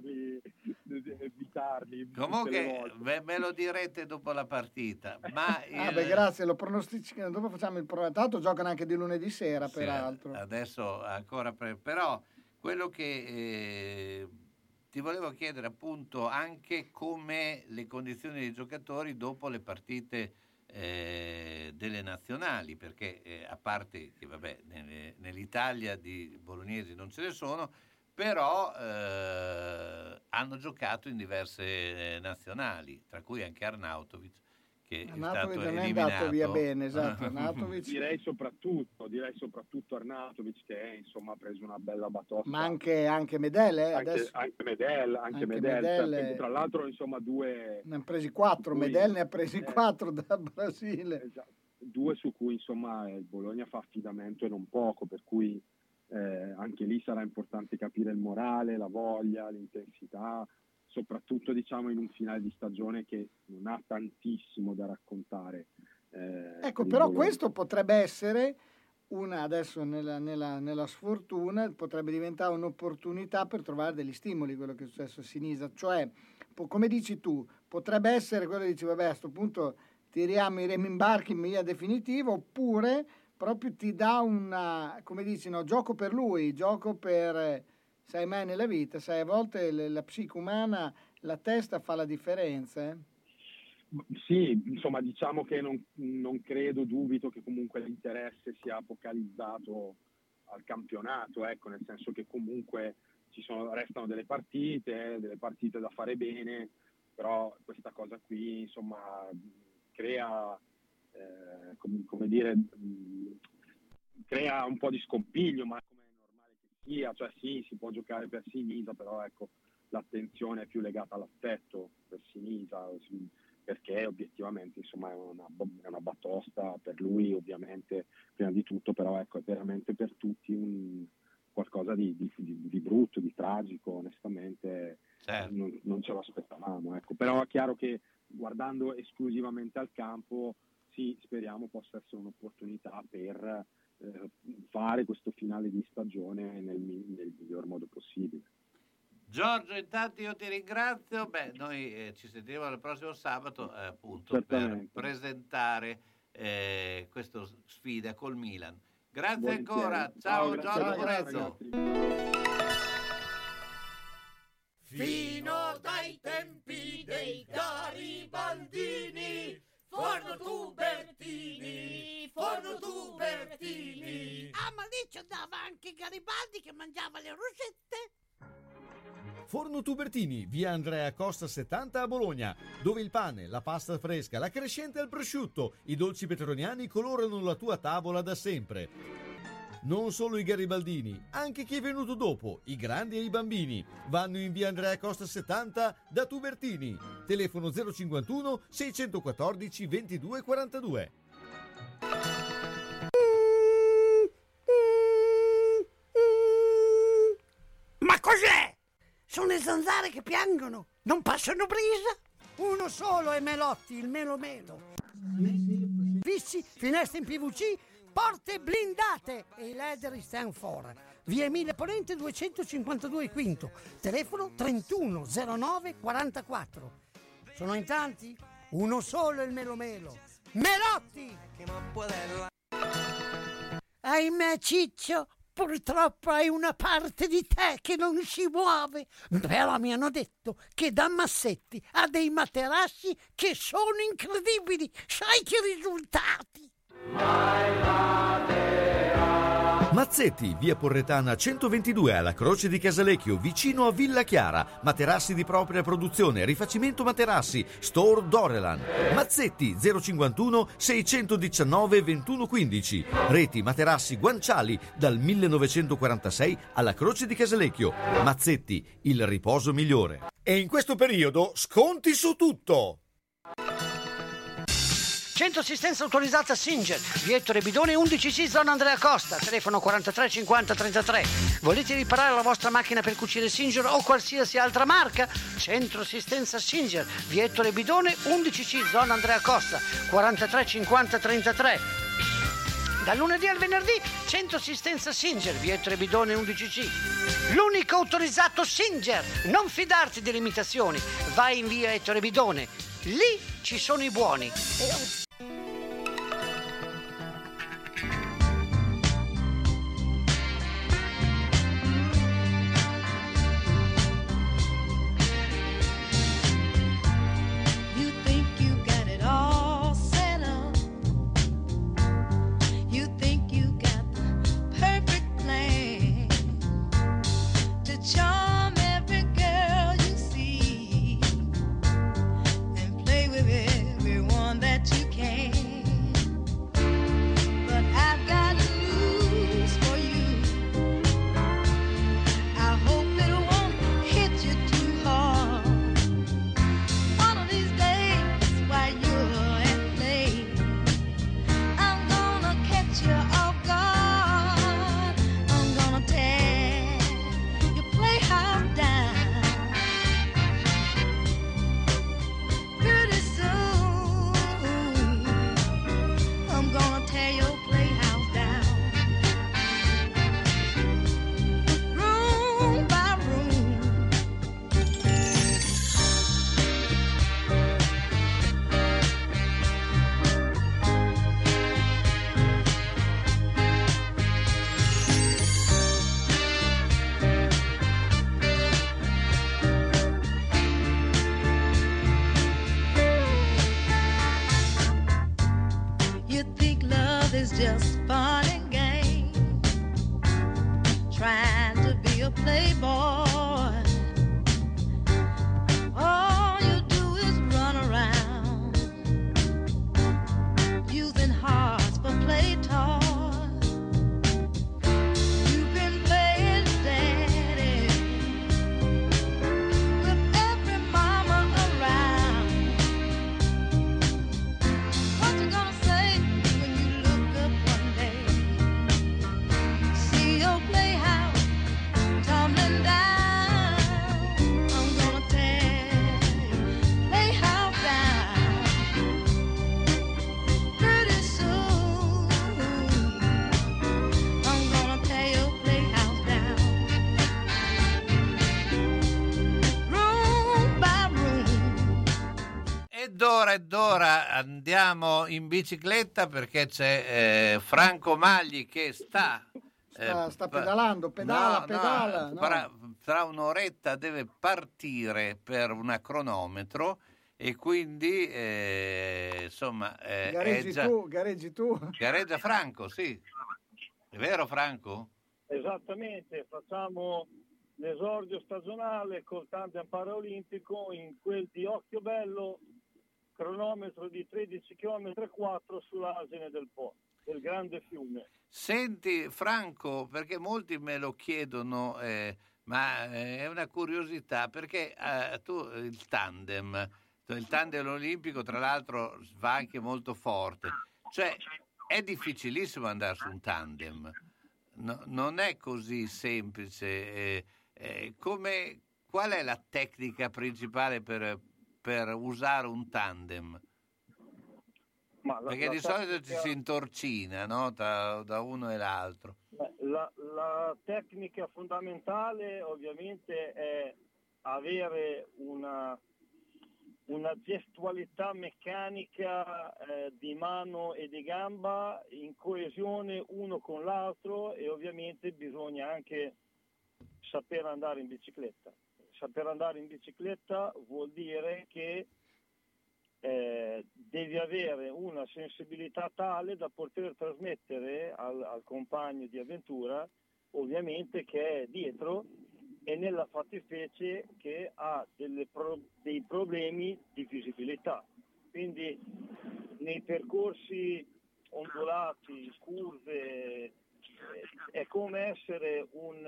evitarli. Comunque me lo direte dopo la partita. Ma grazie, lo pronostichiamo. Dopo facciamo il pronosticato, giocano anche di lunedì sera, sì, peraltro. Adesso ancora però quello che ti volevo chiedere appunto anche come le condizioni dei giocatori dopo le partite delle nazionali, perché a parte che vabbè nell'Italia di bolognesi non ce ne sono, però hanno giocato in diverse nazionali, tra cui anche Arnautovic, che è stato eliminato. È andato via bene, esatto. Arnautovic. direi soprattutto Arnautovic, che insomma ha preso una bella batosta. Ma anche Medel, adesso. Anche Medel. Tra l'altro insomma due... Ne ha presi 4, Medel ne ha presi 4 dal Brasile. Esatto. 2 su cui insomma il Bologna fa affidamento e non poco, per cui anche lì sarà importante capire il morale, la voglia, l'intensità, soprattutto diciamo in un finale di stagione che non ha tantissimo da raccontare. Ecco, però questo potrebbe essere adesso nella sfortuna, potrebbe diventare un'opportunità per trovare degli stimoli, quello che è successo a Sinisa, cioè come dici tu, potrebbe essere quello che dici, vabbè, a questo punto tiriamo i remi in barca in via definitiva, oppure proprio ti dà come dici, no, gioco per lui, gioco per... Sai mai nella vita, sai, a volte la psiche umana, la testa fa la differenza. Sì, insomma, diciamo che non credo, dubito che comunque l'interesse sia focalizzato al campionato, ecco, nel senso che comunque restano delle partite da fare bene, però questa cosa qui insomma crea come dire, crea un po' di scompiglio, ma come è normale che sia, cioè sì, si può giocare per Sinisa, però ecco, l'attenzione è più legata all'aspetto per Sinisa, perché obiettivamente insomma è una batosta per lui ovviamente prima di tutto, però ecco, è veramente per tutti qualcosa di brutto, di tragico, onestamente. Certo. Non ce lo aspettavamo, ecco. Però è chiaro che guardando esclusivamente al campo, sì, speriamo possa essere un'opportunità per fare questo finale di stagione nel miglior modo possibile. Giorgio, intanto io ti ringrazio. Noi ci sentiremo il prossimo sabato appunto per presentare questa sfida col Milan. Grazie ancora. Ciao Giorgio Corezzo. Fino dai tempi dei Garibaldini, Forno Tubertini. Ah, ma lì c'andava anche Garibaldi che mangiava le rosette. Forno Tubertini, via Andrea Costa 70 a Bologna, dove il pane, la pasta fresca, la crescente al prosciutto, i dolci petroniani colorano la tua tavola da sempre. Non solo i garibaldini, anche chi è venuto dopo, i grandi e i bambini, vanno in via Andrea Costa 70 da Tubertini. Telefono 051 614 22 42. Ma cos'è? Sono le zanzare che piangono, non passano brisa. Uno solo è Melotti, il Melo. Vissi, finestre in PVC, porte blindate e i leder stand for. Via Emile Ponente 252 Quinto, telefono 31 09 44. Sono in tanti? Uno solo è il Melo. Melotti! Ahimè Ciccio, purtroppo hai una parte di te che non si muove, però mi hanno detto che da Massetti ha dei materassi che sono incredibili. Sai che risultati? Mazzetti, via Porretana 122 alla Croce di Casalecchio, vicino a Villa Chiara. Materassi di propria produzione, rifacimento materassi, Store Dorelan. Mazzetti 051 619 2115. Reti materassi guanciali dal 1946 alla Croce di Casalecchio. Mazzetti, il riposo migliore. E in questo periodo sconti su tutto. Centro assistenza autorizzata Singer, via Ettore Bidone 11C, zona Andrea Costa, telefono 43 50 33. Volete riparare la vostra macchina per cucire Singer o qualsiasi altra marca? Centro assistenza Singer, via Ettore Bidone 11C, zona Andrea Costa, 43 50 33. Dal lunedì al venerdì, centro assistenza Singer, via Ettore Bidone 11C. L'unico autorizzato Singer. Non fidarti delle imitazioni. Vai in via Ettore Bidone. Lì ci sono i buoni. That you can a playboy. All you do is run around using hearts for play toys. You've been playing daddy with every mama around. What you gonna say when you look up one day, see your playhouse tumbling down? I'm gonna tear your playhouse down pretty soon. I'm gonna tear your playhouse down room by room. Ed ora andiamo in bicicletta perché c'è Franco Magli che sta pedalando, pedala. No. Tra un'oretta deve partire per una cronometro e quindi insomma gareggi tu. Gareggia Franco, sì. È vero Franco? Esattamente, facciamo l'esordio stagionale col tandem paraolimpico in quel di Occhiobello, cronometro di 13 km e 4 sull'Asine del Po, del grande fiume. Senti Franco, perché molti me lo chiedono, ma è una curiosità, perché tu il tandem olimpico tra l'altro va anche molto forte, cioè è difficilissimo andare su un tandem, non è così semplice. Qual è la tecnica principale per usare un tandem? Perché di solito ci si intorcina, no? da uno e l'altro. La tecnica fondamentale ovviamente è avere una gestualità meccanica di mano e di gamba in coesione uno con l'altro, e ovviamente bisogna anche saper andare in bicicletta. Saper andare in bicicletta vuol dire che devi avere una sensibilità tale da poter trasmettere al compagno di avventura, ovviamente, che è dietro e nella fattispecie che ha dei problemi di visibilità. Quindi nei percorsi ondulati, curve, è come essere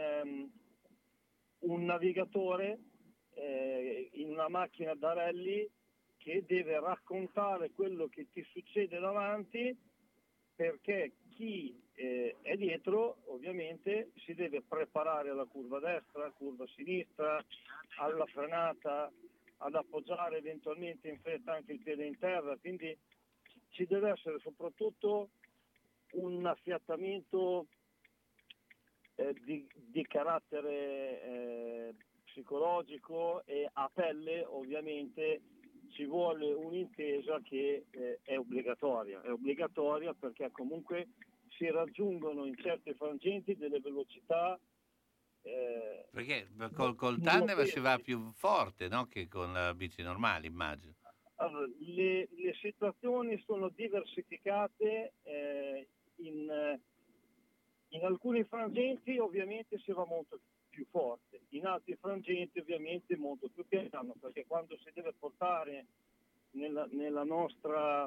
un navigatore in una macchina da rally che deve raccontare quello che ti succede davanti, perché chi è dietro ovviamente si deve preparare alla curva destra, curva sinistra, alla frenata, ad appoggiare eventualmente in fretta anche il piede in terra, quindi ci deve essere soprattutto un affiatamento di carattere psicologico, e a pelle ovviamente ci vuole un'intesa che è obbligatoria perché comunque si raggiungono in certi frangenti delle velocità perché col tandem si va più forte, no? Che con la bici normale, immagino. Allora, le situazioni sono diversificate, in alcuni frangenti ovviamente si va molto più forte, in altri frangenti ovviamente molto più piano, perché quando si deve portare nella nostra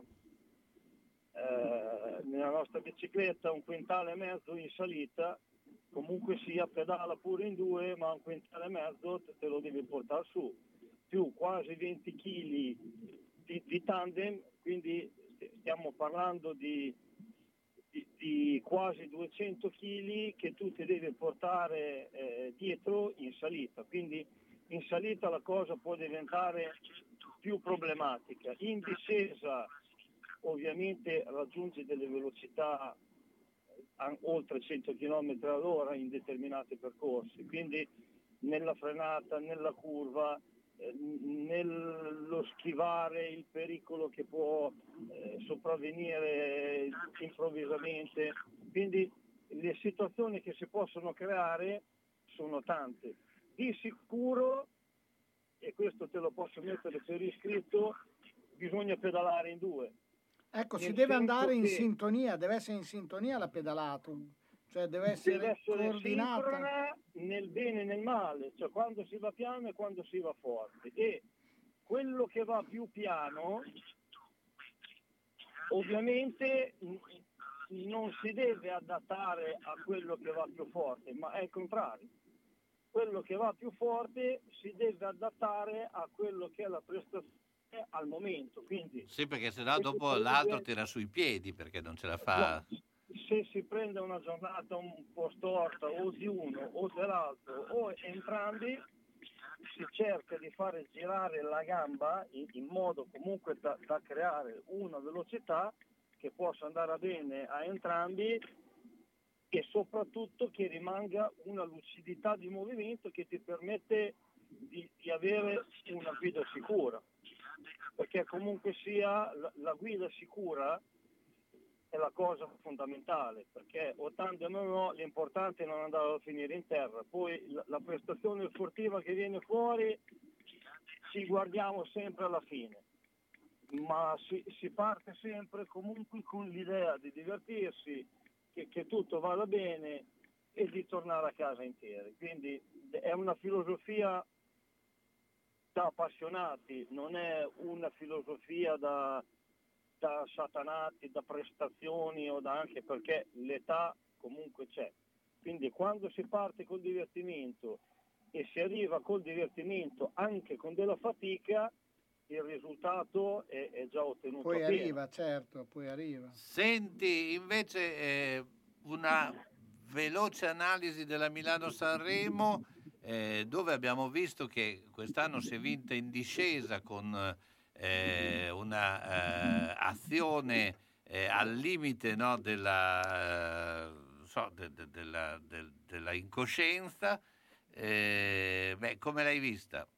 bicicletta 1,5 quintali in salita, comunque sia pedala pure in due, ma 1,5 quintali te lo devi portare su, più quasi 20 kg di tandem, quindi stiamo parlando di quasi 200 kg che tu ti devi portare dietro in salita, quindi in salita la cosa può diventare più problematica. In discesa ovviamente raggiungi delle velocità oltre 100 km all'ora in determinati percorsi, quindi nella frenata, nella curva, nello schivare il pericolo che può sopravvenire improvvisamente, quindi le situazioni che si possono creare sono tante. Di sicuro, e questo te lo posso mettere per iscritto, bisogna pedalare in due. Ecco, si deve andare in sintonia, deve essere in sintonia la pedalata, Cioè deve essere coordinata sincrona nel bene e nel male, cioè quando si va piano e quando si va forte. E quello che va più piano ovviamente non si deve adattare a quello che va più forte, ma è il contrario. Quello che va più forte si deve adattare a quello che è la prestazione al momento. Quindi, sì, perché sennò dopo l'altro tira sui piedi perché non ce la fa. No, se si prende una giornata un po' storta o di uno o dell'altro o entrambi, si cerca di fare girare la gamba in modo comunque da creare una velocità che possa andare bene a entrambi e soprattutto che rimanga una lucidità di movimento che ti permette di avere una guida sicura, perché comunque sia la guida sicura è la cosa fondamentale, perché o tanto o no l'importante è non andare a finire in terra. Poi la prestazione sportiva che viene fuori ci guardiamo sempre alla fine, ma si parte sempre comunque con l'idea di divertirsi, che tutto vada bene e di tornare a casa interi. Quindi è una filosofia da appassionati, non è una filosofia da satanati, da prestazioni o anche perché l'età comunque c'è. Quindi quando si parte col divertimento e si arriva col divertimento anche con della fatica, il risultato è già ottenuto. Poi arriva, certo, poi arriva. Senti, invece una veloce analisi della Milano-Sanremo, dove abbiamo visto che quest'anno si è vinta in discesa con una azione al limite, no, della incoscienza. Come l'hai vista?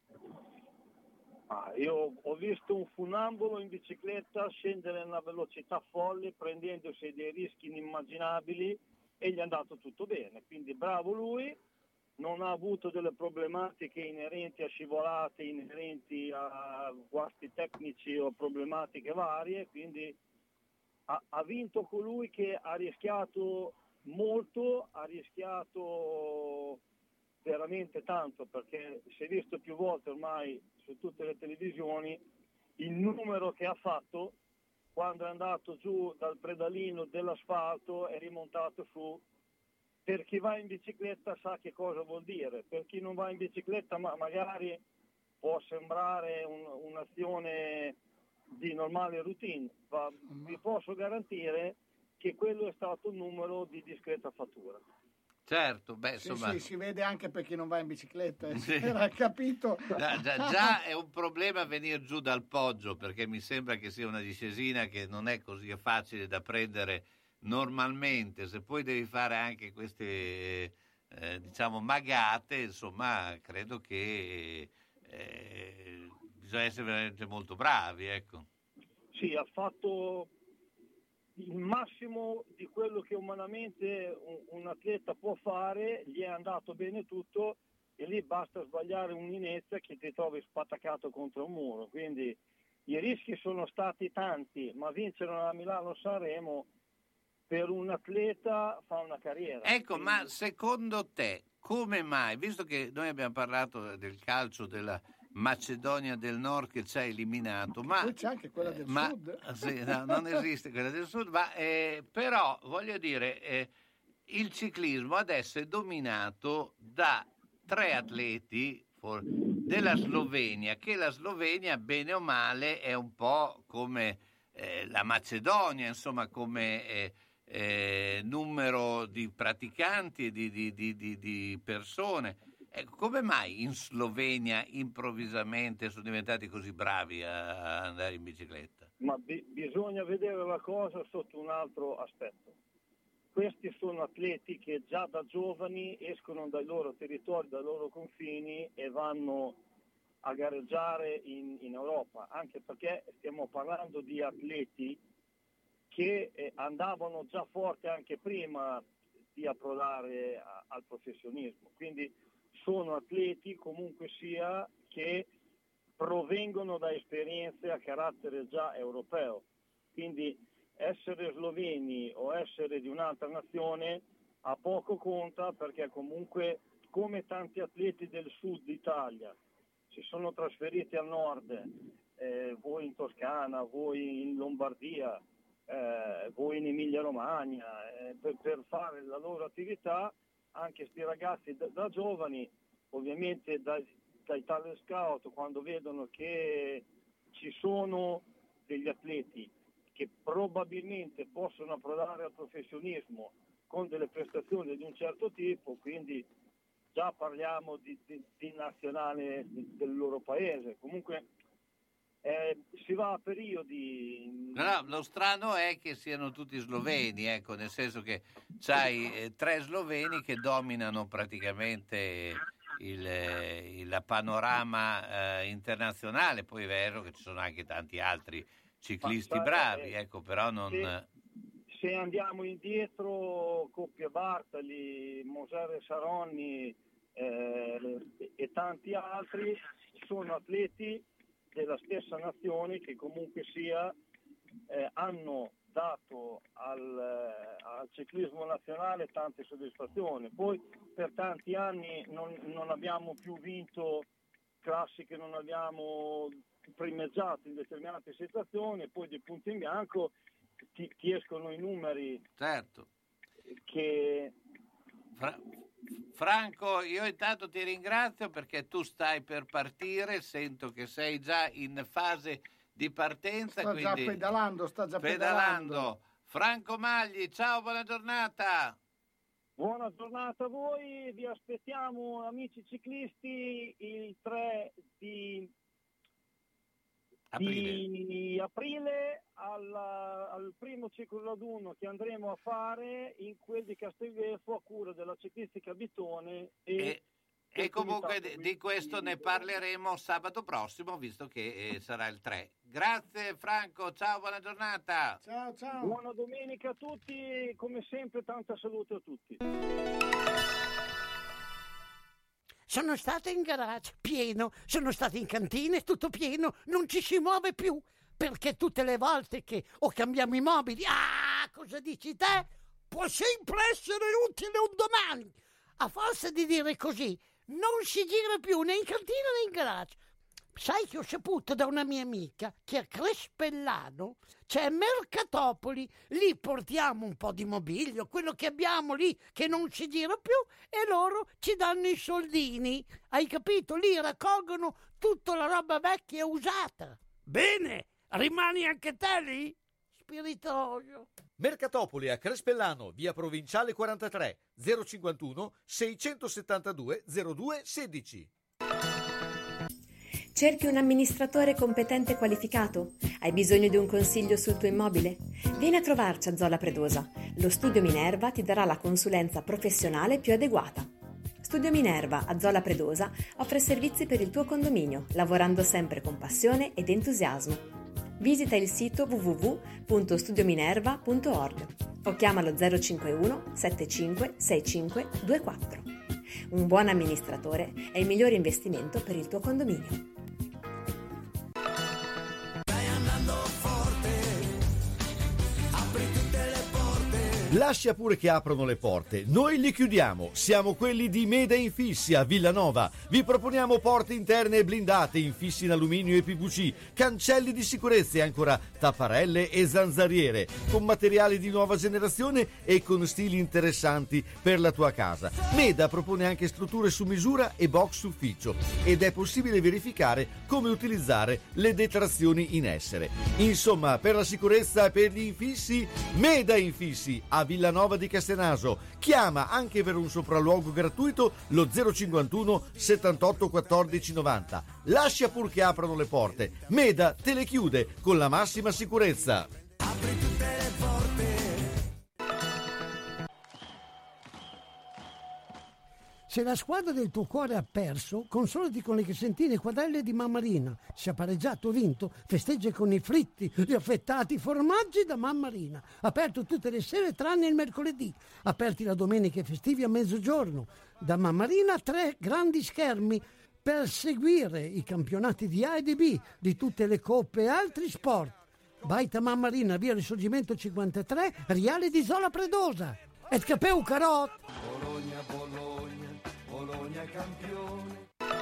Io ho visto un funambolo in bicicletta scendere a una velocità folle prendendosi dei rischi inimmaginabili e gli è andato tutto bene, quindi bravo lui. Non ha avuto delle problematiche inerenti a scivolate, inerenti a guasti tecnici o problematiche varie, quindi ha vinto colui che ha rischiato molto, ha rischiato veramente tanto, perché si è visto più volte ormai su tutte le televisioni il numero che ha fatto quando è andato giù dal pedalino dell'asfalto e rimontato su. Per chi va in bicicletta sa che cosa vuol dire, per chi non va in bicicletta magari può sembrare un'azione di normale routine, ma vi posso garantire che quello è stato un numero di discreta fattura. Certo, insomma. Sì, si vede anche per chi non va in bicicletta, sì. Era capito. Già è un problema venire giù dal Poggio, perché mi sembra che sia una discesina che non è così facile da prendere normalmente. Se poi devi fare anche queste magate, insomma, credo che bisogna essere veramente molto bravi, ecco. Sì, ha fatto il massimo di quello che umanamente un atleta può fare, gli è andato bene tutto e lì basta sbagliare un'inezia che ti trovi spattaccato contro un muro. Quindi i rischi sono stati tanti, ma vincere la Milano-Sanremo per un atleta fa una carriera. Ecco, quindi... ma secondo te come mai, visto che noi abbiamo parlato del calcio della Macedonia del Nord che ci ha eliminato, ma poi c'è anche quella del Sud. Sì, no, non esiste quella del Sud, ma però voglio dire, il ciclismo adesso è dominato da 3 atleti della Slovenia, che la Slovenia bene o male è un po' come la Macedonia, insomma, come numero di praticanti e di persone. Come mai in Slovenia improvvisamente sono diventati così bravi a andare in bicicletta? Ma bisogna vedere la cosa sotto un altro aspetto. Questi sono atleti che già da giovani escono dai loro territori, dai loro confini e vanno a gareggiare in Europa, anche perché stiamo parlando di atleti che andavano già forte anche prima di approdare al professionismo. Quindi sono atleti comunque sia che provengono da esperienze a carattere già europeo. Quindi essere sloveni o essere di un'altra nazione a poco conta, perché comunque come tanti atleti del sud Italia si sono trasferiti al nord, voi in Toscana, voi in Lombardia, voi in Emilia Romagna, per fare la loro attività, anche sti ragazzi da giovani, ovviamente dai talent scout, quando vedono che ci sono degli atleti che probabilmente possono approdare al professionismo con delle prestazioni di un certo tipo, quindi già parliamo di nazionale del loro paese. Comunque si va a periodi. No, lo strano è che siano tutti sloveni, ecco, nel senso che c'hai 3 sloveni che dominano praticamente il panorama internazionale. Poi è vero che ci sono anche tanti altri ciclisti bravi, ecco, però non... Se andiamo indietro, Coppia Bartali, Moser Saronni e tanti altri sono atleti della stessa nazione che comunque sia hanno dato al ciclismo nazionale tante soddisfazioni. Poi per tanti anni non abbiamo più vinto classi, che non abbiamo primeggiato in determinate situazioni, e poi di punto in bianco ti escono i numeri. Certo. Che Franco, io intanto ti ringrazio perché tu stai per partire, sento che sei già in fase di partenza. Sta già pedalando. Franco Magli, ciao, buona giornata. Buona giornata a voi, vi aspettiamo amici ciclisti il 3 di aprile al primo ciclo raduno che andremo a fare in quel di Castelvefo a cura della Ciclistica Bitone e comunque di questo ne parleremo sabato prossimo, visto che sarà il 3. Grazie Franco, ciao, buona giornata. Ciao. Buona domenica a tutti, come sempre tanta salute a tutti. Sono stato in garage, pieno, sono stato in cantina, tutto pieno, non ci si muove più, perché tutte le volte che o cambiamo i mobili, cosa dici te? Può sempre essere utile un domani. A forza di dire così, non si gira più né in cantina né in garage. Sai che ho saputo da una mia amica che a Crespellano c'è Mercatopoli, lì portiamo un po' di mobilio, quello che abbiamo lì che non si gira più, e loro ci danno i soldini, hai capito? Lì raccolgono tutta la roba vecchia e usata. Bene, rimani anche te lì? Spiritoso. Mercatopoli a Crespellano, via Provinciale 43, 051 672 02 16. Cerchi un amministratore competente e qualificato? Hai bisogno di un consiglio sul tuo immobile? Vieni a trovarci a Zola Predosa. Lo Studio Minerva ti darà la consulenza professionale più adeguata. Studio Minerva a Zola Predosa offre servizi per il tuo condominio, lavorando sempre con passione ed entusiasmo. Visita il sito www.studiominerva.org o chiamalo 051 75 65 24. Un buon amministratore è il migliore investimento per il tuo condominio. Lascia pure che aprono le porte, noi li chiudiamo. Siamo quelli di Meda Infissi a Villanova. Vi proponiamo porte interne e blindate, infissi in alluminio e PVC, cancelli di sicurezza e ancora tapparelle e zanzariere, con materiali di nuova generazione e con stili interessanti per la tua casa. Meda propone anche strutture su misura e box ufficio, ed è possibile verificare come utilizzare le detrazioni in essere. Insomma, per la sicurezza e per gli infissi, Meda Infissi a Villanova di Castenaso. Chiama anche per un sopralluogo gratuito lo 051 78 14 90. Lascia pur che aprano le porte. Meda te le chiude con la massima sicurezza. Apri tutte le porte. Se la squadra del tuo cuore ha perso, consolati con le crescentine quadrelle di Mamma Rina. Se ha pareggiato o vinto, festeggia con i fritti, gli affettati formaggi da Mamma Rina. Aperto tutte le sere tranne il mercoledì. Aperti la domenica e festivi a mezzogiorno. Da Mamma Rina 3 grandi schermi per seguire i campionati di A e di B, di tutte le coppe e altri sport. Baita Mamma Rina, via Risorgimento 53, Riale di Zola Predosa. E che peu carot. Bologna campione.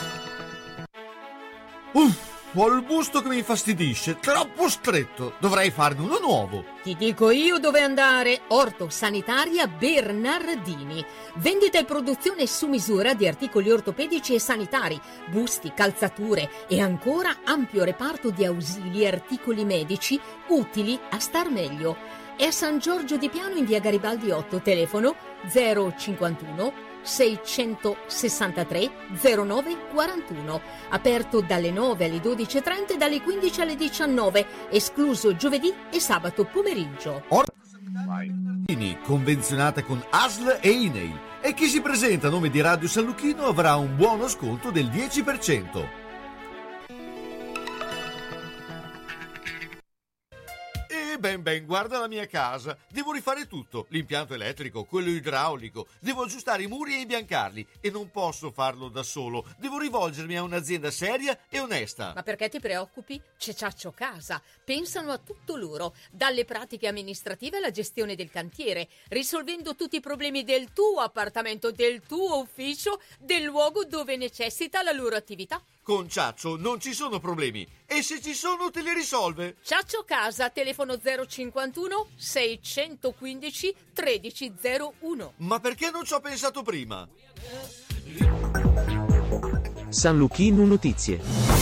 Ho il busto che mi infastidisce, troppo stretto, dovrei farne uno nuovo. Ti dico io dove andare. Orto Sanitaria Bernardini. Vendita e produzione su misura di articoli ortopedici e sanitari, busti, calzature e ancora ampio reparto di ausili e articoli medici utili a star meglio. È a San Giorgio di Piano in via Garibaldi 8, telefono 051 663 09 41, aperto dalle 9 alle 12.30 e dalle 15 alle 19, escluso giovedì e sabato pomeriggio. Convenzionata con ASL e INAIL, e chi si presenta a nome di Radio San Lucchino avrà un buono sconto del 10%. Ben, guarda la mia casa. Devo rifare tutto, l'impianto elettrico, quello idraulico, devo aggiustare i muri e imbiancarli, e non posso farlo da solo. Devo rivolgermi a un'azienda seria e onesta. Ma perché ti preoccupi? C'è Ciaccio Casa. Pensano a tutto loro, dalle pratiche amministrative alla gestione del cantiere, risolvendo tutti i problemi del tuo appartamento, del tuo ufficio, del luogo dove necessita la loro attività. Con Ciaccio non ci sono problemi, e se ci sono te li risolve. Ciaccio Casa, telefono 051 615 1301. Ma perché non ci ho pensato prima? San Lucchino Notizie.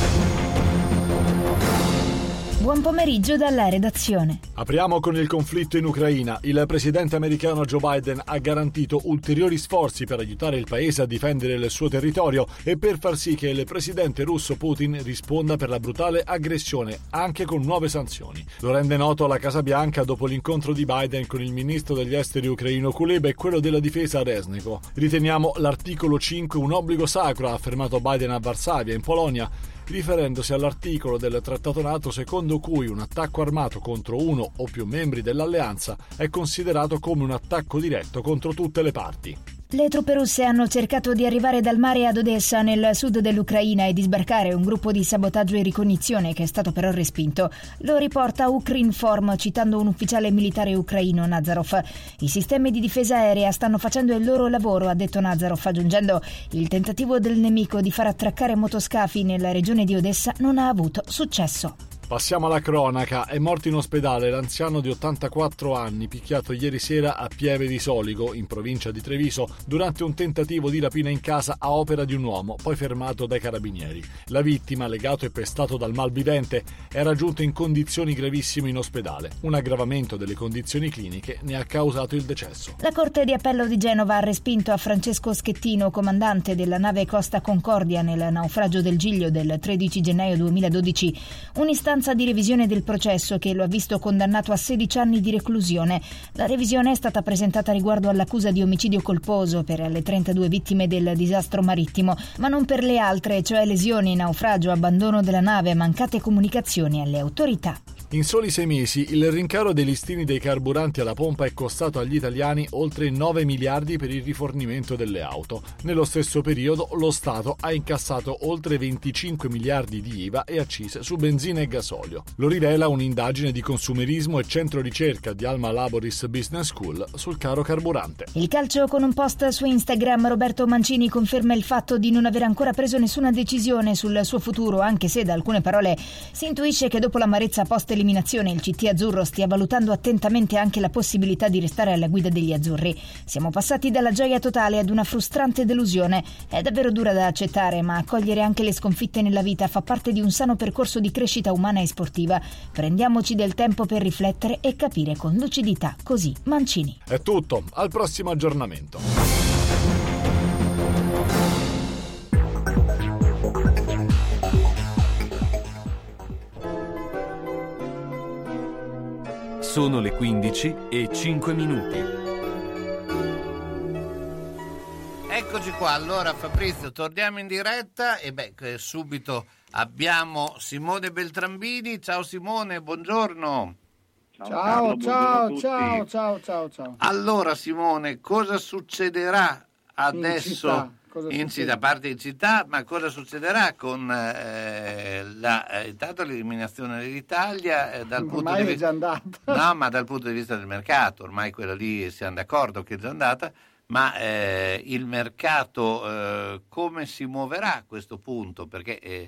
Buon pomeriggio dalla redazione. Apriamo con il conflitto in Ucraina. Il presidente americano Joe Biden ha garantito ulteriori sforzi per aiutare il paese a difendere il suo territorio e per far sì che il presidente russo Putin risponda per la brutale aggressione, anche con nuove sanzioni. Lo rende noto la Casa Bianca dopo l'incontro di Biden con il ministro degli esteri ucraino Kuleba e quello della difesa Resniko. Riteniamo l'articolo 5 un obbligo sacro, ha affermato Biden a Varsavia, in Polonia, riferendosi all'articolo del Trattato NATO secondo cui un attacco armato contro uno o più membri dell'alleanza è considerato come un attacco diretto contro tutte le parti. Le truppe russe hanno cercato di arrivare dal mare ad Odessa, nel sud dell'Ucraina, e di sbarcare un gruppo di sabotaggio e ricognizione che è stato però respinto. Lo riporta Ukrinform citando un ufficiale militare ucraino, Nazarov. I sistemi di difesa aerea stanno facendo il loro lavoro, ha detto Nazarov, aggiungendo: il tentativo del nemico di far attraccare motoscafi nella regione di Odessa non ha avuto successo. Passiamo alla cronaca. È morto in ospedale l'anziano di 84 anni, picchiato ieri sera a Pieve di Soligo, in provincia di Treviso, durante un tentativo di rapina in casa a opera di un uomo, poi fermato dai carabinieri. La vittima, legato e pestato dal malvivente, era giunto in condizioni gravissime in ospedale. Un aggravamento delle condizioni cliniche ne ha causato il decesso. La Corte di Appello di Genova ha respinto a Francesco Schettino, comandante della nave Costa Concordia nel naufragio del Giglio del 13 gennaio 2012, un'istanza di revisione del processo che lo ha visto condannato a 16 anni di reclusione. La revisione è stata presentata riguardo all'accusa di omicidio colposo per le 32 vittime del disastro marittimo, ma non per le altre, cioè lesioni, naufragio, abbandono della nave, mancate comunicazioni alle autorità. In soli 6 mesi il rincaro dei listini dei carburanti alla pompa è costato agli italiani oltre 9 miliardi per il rifornimento delle auto. Nello stesso periodo lo Stato ha incassato oltre 25 miliardi di IVA e accise su benzina e gasolio. Lo rivela un'indagine di consumerismo e centro ricerca di Alma Laboris Business School sul caro carburante. Il calcio, con un post su Instagram, Roberto Mancini conferma il fatto di non aver ancora preso nessuna decisione sul suo futuro, anche se da alcune parole si intuisce che dopo l'amarezza post-eliminazione il CT azzurro stia valutando attentamente anche la possibilità di restare alla guida degli azzurri. Siamo passati dalla gioia totale ad una frustrante delusione. È davvero dura da accettare, ma accogliere anche le sconfitte nella vita fa parte di un sano percorso di crescita umana e sportiva. Prendiamoci del tempo per riflettere e capire con lucidità. Così Mancini. È tutto, al prossimo aggiornamento. Sono le 15:05. Eccoci qua, allora Fabrizio, torniamo in diretta e subito abbiamo Simone Beltrambini. Ciao Simone, buongiorno. Ciao, ciao. Allora Simone, cosa succederà adesso da parte in città, ma cosa succederà con intanto l'eliminazione dell'Italia dal punto di vista... è già andata. No, ma dal punto di vista del mercato, ormai quello lì siamo d'accordo che è già andata, ma il mercato come si muoverà a questo punto? Perché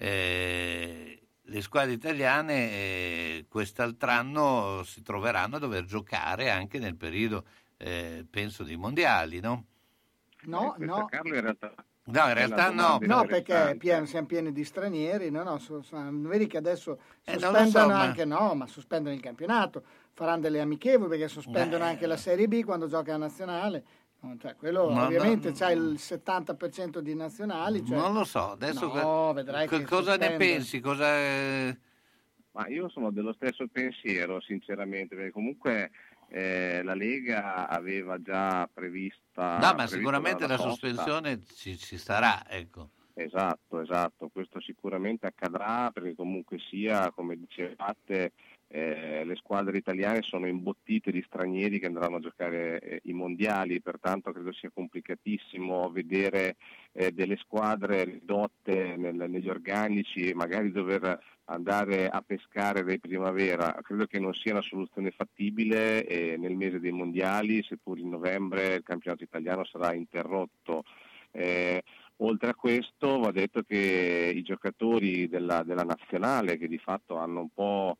le squadre italiane quest'altro anno si troveranno a dover giocare anche nel periodo, penso, dei mondiali, no? No. Carlo, in realtà... No, in realtà no. No, perché siamo pieni di stranieri, vedi che adesso sospendono il campionato, faranno delle amichevoli perché sospendono anche la Serie B quando gioca la nazionale. Cioè, quello ovviamente c'è il 70% di nazionali. Cioè... Non lo so, adesso vedrai cosa ne pensi? Ma io sono dello stesso pensiero, sinceramente, perché comunque la Lega aveva già prevista... No, ma sicuramente la sospensione ci sarà, ecco. Esatto, questo sicuramente accadrà, perché comunque sia, come dicevate, le squadre italiane sono imbottite di stranieri che andranno a giocare i mondiali, pertanto credo sia complicatissimo vedere delle squadre ridotte negli organici e magari dover andare a pescare dai primavera. Credo che non sia una soluzione fattibile nel mese dei mondiali, seppur in novembre il campionato italiano sarà interrotto. Oltre a questo va detto che i giocatori della nazionale, che di fatto hanno un po'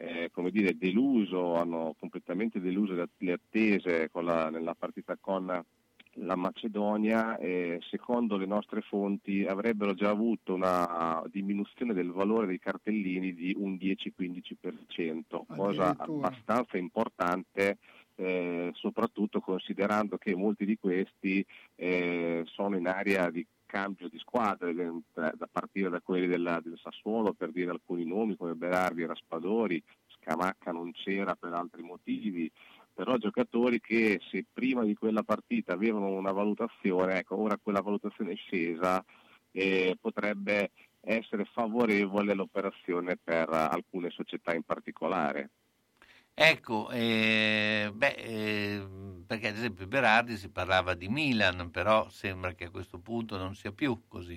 hanno completamente deluso le attese nella partita con la Macedonia, secondo le nostre fonti avrebbero già avuto una diminuzione del valore dei cartellini di un 10-15%, cosa abbastanza importante, soprattutto considerando che molti di questi sono in area di cambio di squadre, da partire da quelli del Sassuolo, per dire alcuni nomi come Berardi e Raspadori. Scamacca non c'era per altri motivi, però giocatori che se prima di quella partita avevano una valutazione, ecco, ora quella valutazione è scesa e potrebbe essere favorevole all'operazione per alcune società in particolare. Ecco, perché ad esempio Berardi si parlava di Milan, però sembra che a questo punto non sia più così.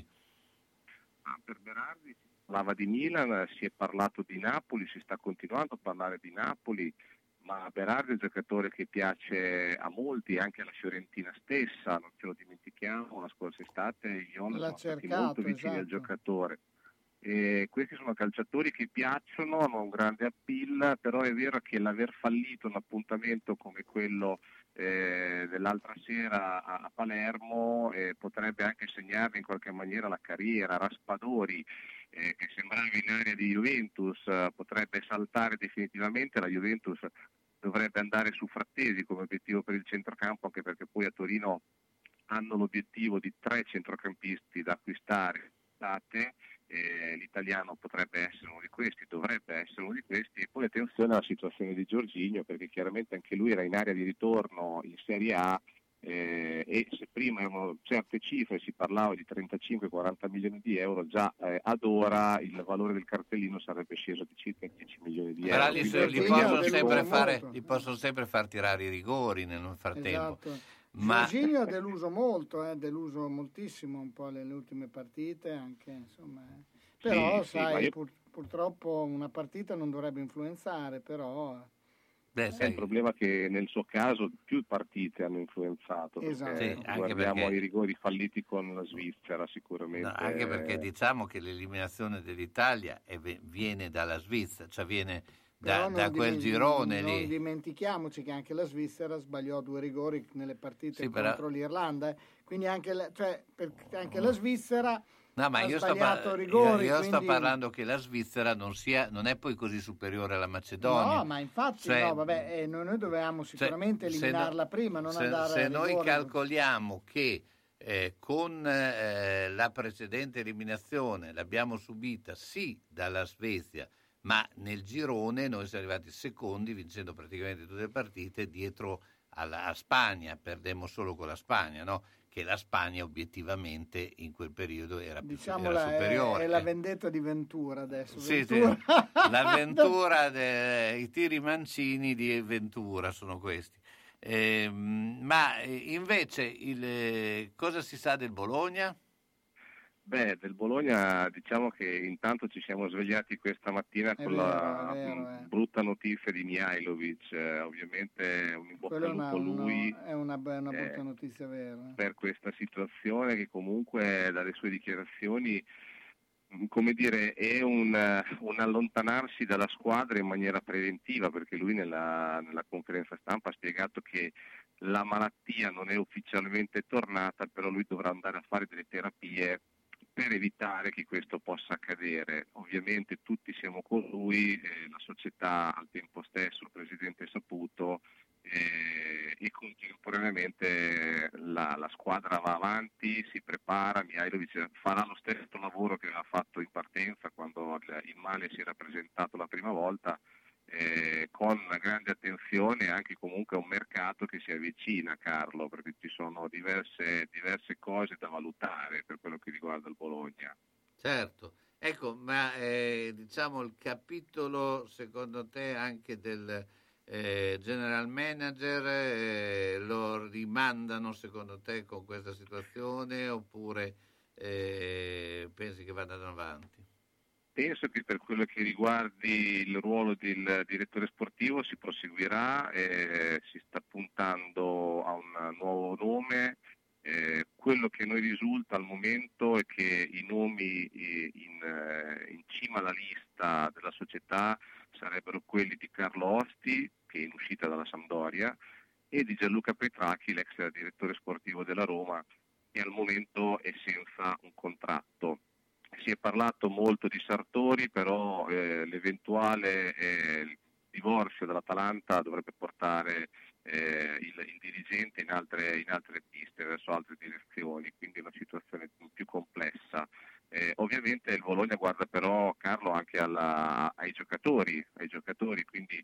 Per Berardi si parlava di Milan, si è parlato di Napoli, si sta continuando a parlare di Napoli, ma Berardi è un giocatore che piace a molti, anche alla Fiorentina stessa, non ce lo dimentichiamo, la scorsa estate i Lions sono stati molto vicini al giocatore. Questi sono calciatori che piacciono, hanno un grande appeal, però è vero che l'aver fallito un appuntamento come quello dell'altra sera a Palermo potrebbe anche segnarne in qualche maniera la carriera. Raspadori, che sembrava in area di Juventus, potrebbe saltare definitivamente. La Juventus dovrebbe andare su Frattesi come obiettivo per il centrocampo, anche perché poi a Torino hanno l'obiettivo di 3 centrocampisti da acquistare. L'italiano potrebbe essere uno di questi, dovrebbe essere uno di questi. E poi attenzione alla situazione di Jorginho, perché chiaramente anche lui era in area di ritorno in Serie A, e se prima erano certe cifre, si parlava di 35-40 milioni di euro, già ad ora il valore del cartellino sarebbe sceso di circa 10 milioni di euro. Però li possono sempre far tirare i rigori nel frattempo. Esatto. Jorginho ha deluso molto, deluso moltissimo un po' nelle ultime partite anche, insomma. Però purtroppo una partita non dovrebbe influenzare, però... È il problema che nel suo caso più partite hanno influenzato, perché guardiamo i rigori falliti con la Svizzera sicuramente. No, anche perché diciamo che l'eliminazione dell'Italia viene dalla Svizzera, cioè viene da quel girone lì. Non dimentichiamoci che anche la Svizzera sbagliò 2 rigori nelle partite contro l'Irlanda, quindi anche la Svizzera ha sbagliato rigori. Io sto parlando che la Svizzera non è poi così superiore alla Macedonia. No, ma infatti noi dovevamo sicuramente eliminarla prima, non andare se a rigore. Noi calcoliamo che con la precedente eliminazione l'abbiamo subita sì dalla Svezia, ma nel girone noi siamo arrivati secondi, vincendo praticamente tutte le partite, dietro a Spagna. Perdemmo solo con la Spagna, no? Che la Spagna obiettivamente in quel periodo era superiore. È la vendetta di Ventura adesso. Sì, la Ventura, i tiri mancini di Ventura sono questi. Ma invece cosa si sa del Bologna? Beh, del Bologna diciamo che intanto ci siamo svegliati questa mattina con la brutta notizia di Mihajlovic, ovviamente un in bocca al lupo a lui. È una brutta notizia vera. Per questa situazione che comunque dalle sue dichiarazioni, come dire, è un allontanarsi dalla squadra in maniera preventiva, perché lui nella conferenza stampa ha spiegato che la malattia non è ufficialmente tornata, però lui dovrà andare a fare delle terapie per evitare che questo possa accadere. Ovviamente tutti siamo con lui, la società al tempo stesso, il presidente Saputo, e contemporaneamente la squadra va avanti, si prepara. Mihajlovic farà lo stesso lavoro che aveva fatto in partenza quando il male si era presentato la prima volta, con una grande attenzione anche comunque a un mercato che si avvicina, Carlo, perché ci sono diverse cose da valutare per quello che riguarda il Bologna. Certo, ecco, ma diciamo il capitolo secondo te anche del general manager lo rimandano secondo te con questa situazione oppure pensi che vadano avanti? Penso che per quello che riguardi il ruolo del direttore sportivo si proseguirà, si sta puntando a un nuovo nome. Quello che a noi risulta al momento è che i nomi in cima alla lista della società sarebbero quelli di Carlo Osti, che è in uscita dalla Sampdoria, e di Gianluca Petracchi, l'ex direttore sportivo della Roma, che al momento è senza un contratto. Si è parlato molto di Sartori, però l'eventuale divorzio dall'Atalanta dovrebbe portare il dirigente in altre piste, verso altre direzioni, quindi è una situazione più complessa. Ovviamente il Bologna guarda però, Carlo, anche ai giocatori, quindi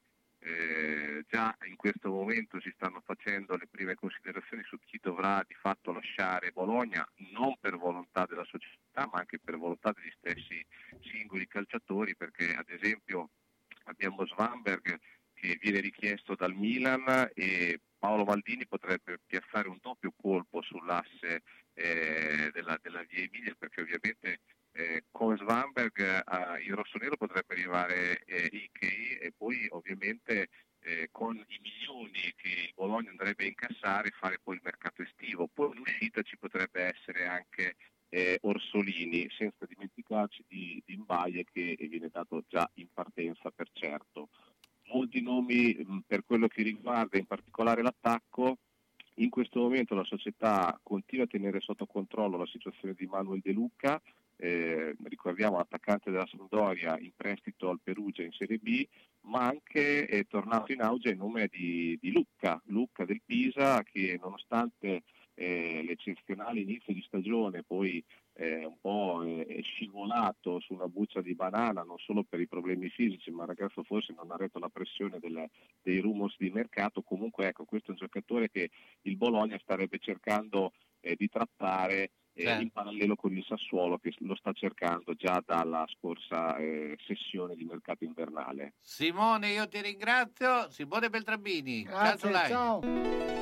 già in questo momento si stanno facendo le prime considerazioni su chi dovrà di fatto lasciare Bologna, non per volontà della società ma anche per volontà degli stessi singoli calciatori, perché ad esempio abbiamo Svanberg che viene richiesto dal Milan e Paolo Maldini potrebbe piazzare un doppio colpo sull'asse della Via Emilia, perché ovviamente come Svanberg il rossonero potrebbe arrivare Ikei, e poi ovviamente con i milioni che il Bologna andrebbe a incassare fare poi il mercato estivo. Poi in uscita ci potrebbe essere anche Orsolini, senza dimenticarci di Mbaye che viene dato già in partenza per certo. Molti nomi per quello che riguarda in particolare l'attacco. In questo momento la società continua a tenere sotto controllo la situazione di Manuel De Luca, ricordiamo l'attaccante della Sampdoria in prestito al Perugia in Serie B, ma anche è tornato in auge il nome di Lucca del Pisa, che nonostante l'eccezionale inizio di stagione poi un po' è scivolato su una buccia di banana, non solo per i problemi fisici, ma il ragazzo forse non ha retto la pressione dei rumors di mercato. Comunque ecco, questo è un giocatore che il Bologna starebbe cercando di trattare in parallelo con il Sassuolo, che lo sta cercando già dalla scorsa sessione di mercato invernale. Simone, io ti ringrazio. Simone Beltrambini. Grazie, ciao.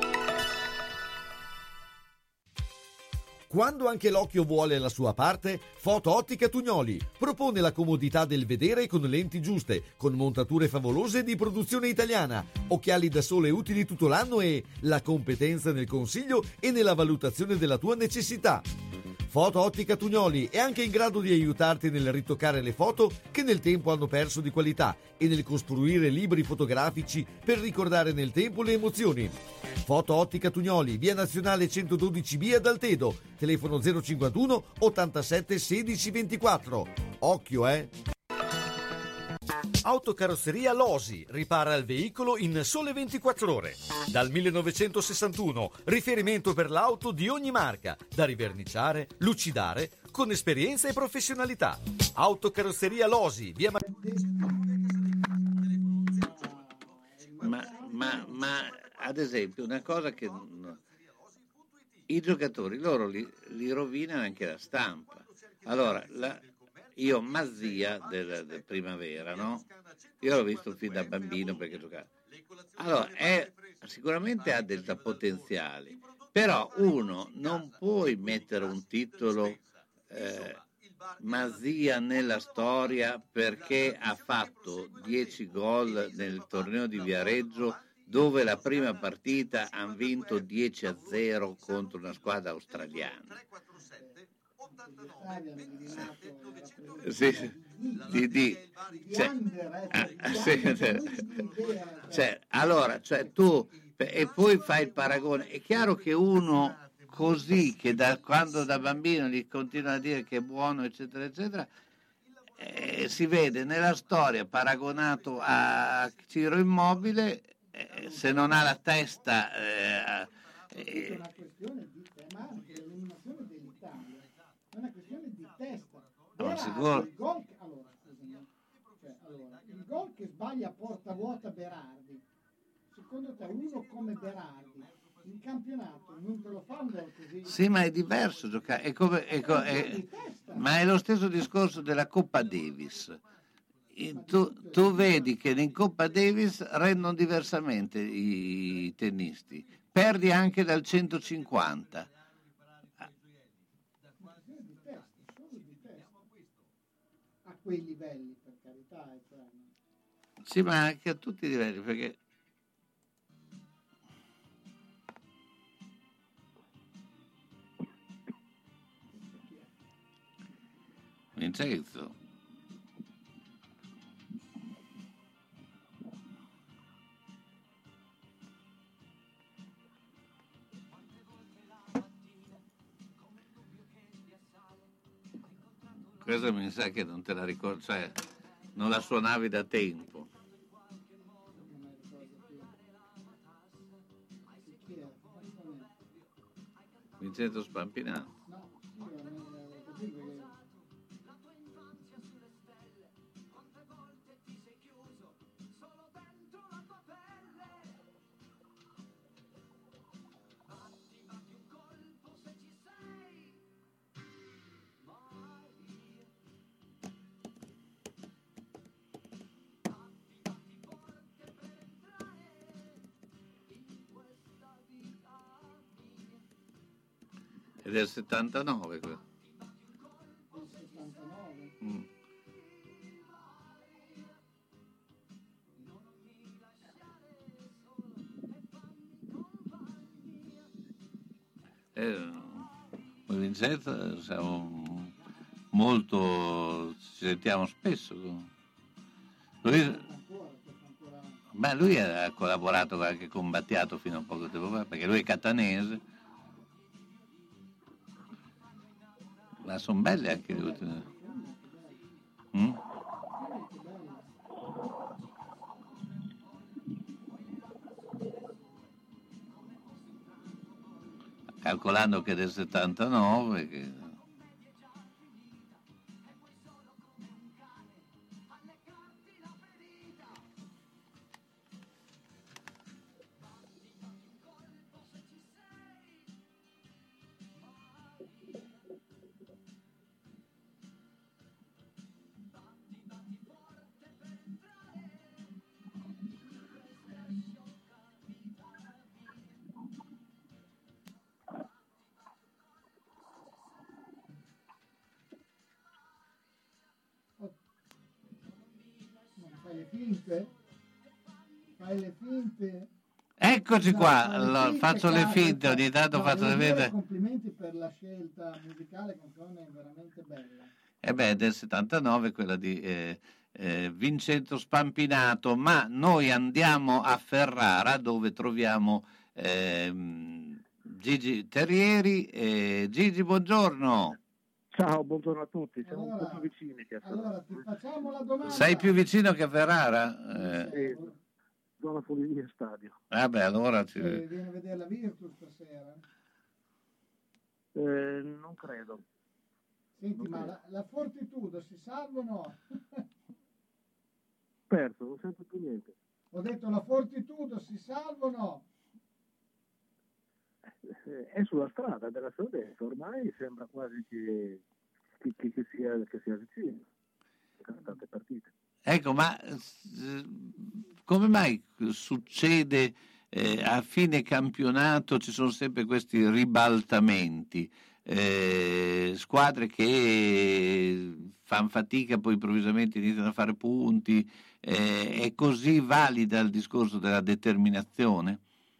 Quando anche l'occhio vuole la sua parte, Foto Ottica Tugnoli propone la comodità del vedere con lenti giuste, con montature favolose di produzione italiana, occhiali da sole utili tutto l'anno e la competenza nel consiglio e nella valutazione della tua necessità. Foto Ottica Tugnoli è anche in grado di aiutarti nel ritoccare le foto che nel tempo hanno perso di qualità e nel costruire libri fotografici per ricordare nel tempo le emozioni. Foto Ottica Tugnoli, via Nazionale 112B ad Altedo, telefono 051 87 16 24. Occhio, Autocarrozzeria Losi ripara il veicolo in sole 24 ore. Dal 1961, riferimento per l'auto di ogni marca, da riverniciare, lucidare, con esperienza e professionalità. Autocarrozzeria Losi, via Ma ad esempio una cosa che i giocatori loro li rovinano anche la stampa. Allora io Mazzia del Primavera, no? Io l'ho visto fin da bambino perché giocava. Allora è sicuramente ha del potenziale, però uno non puoi mettere un titolo Masia nella storia perché ha fatto 10 gol nel torneo di Viareggio, dove la prima partita hanno vinto 10-0 contro una squadra australiana. Tu e poi fai il paragone. È chiaro che uno così, che quando da bambino gli continua a dire che è buono eccetera eccetera, si vede nella storia paragonato a Ciro Immobile, se non ha la testa è una questione di l'eliminazione dell'Italia, è una questione di testa. Il gol che sbaglia a porta vuota Berardi, secondo te uno come Berardi in campionato non te lo fa un gol così? Sì, ma è diverso giocare, ma è lo stesso discorso della Coppa Davis. Tu vedi che in Coppa Davis rendono diversamente i tennisti, perdi anche dal 150. A quei livelli, per carità. Sì, ma anche a tutti i livelli, perché Vincenzo. Questo mi sa che non te la ricordo, cioè non la suonavi da tempo. Vincenzo Spampinato. È del 79 quello. Vincenzo siamo molto, ci sentiamo spesso. Lui ha collaborato anche con Battiato fino a poco tempo fa, perché lui è catanese. Ma sono belle anche le ultime. Calcolando che è del 79 che... Fai le finte. Eccoci qua, allora, faccio le finte, ogni tanto faccio le finte. Complimenti per la scelta musicale, canzone veramente bella. È del 79 quella di Vincenzo Spampinato, ma noi andiamo a Ferrara dove troviamo Gigi Terrieri. Gigi, buongiorno. Ciao, buongiorno a tutti, siamo un po' più vicini che a Ferrara. Allora, ti facciamo la domanda. Sei più vicino che a Ferrara? Sì, zona Folivia Stadio. Vabbè, allora vieni a vedere la Virtus stasera? Non credo. Senti, ma la Fortitudo si salva o no? Perso, non sento più niente. Ho detto la Fortitudo si salva o no? È sulla strada della salvezza, ormai sembra quasi che sia vicino, tante partite. Ecco, ma come mai succede a fine campionato ci sono sempre questi ribaltamenti, squadre che fanno fatica, poi improvvisamente iniziano a fare punti. È così valida il discorso della determinazione?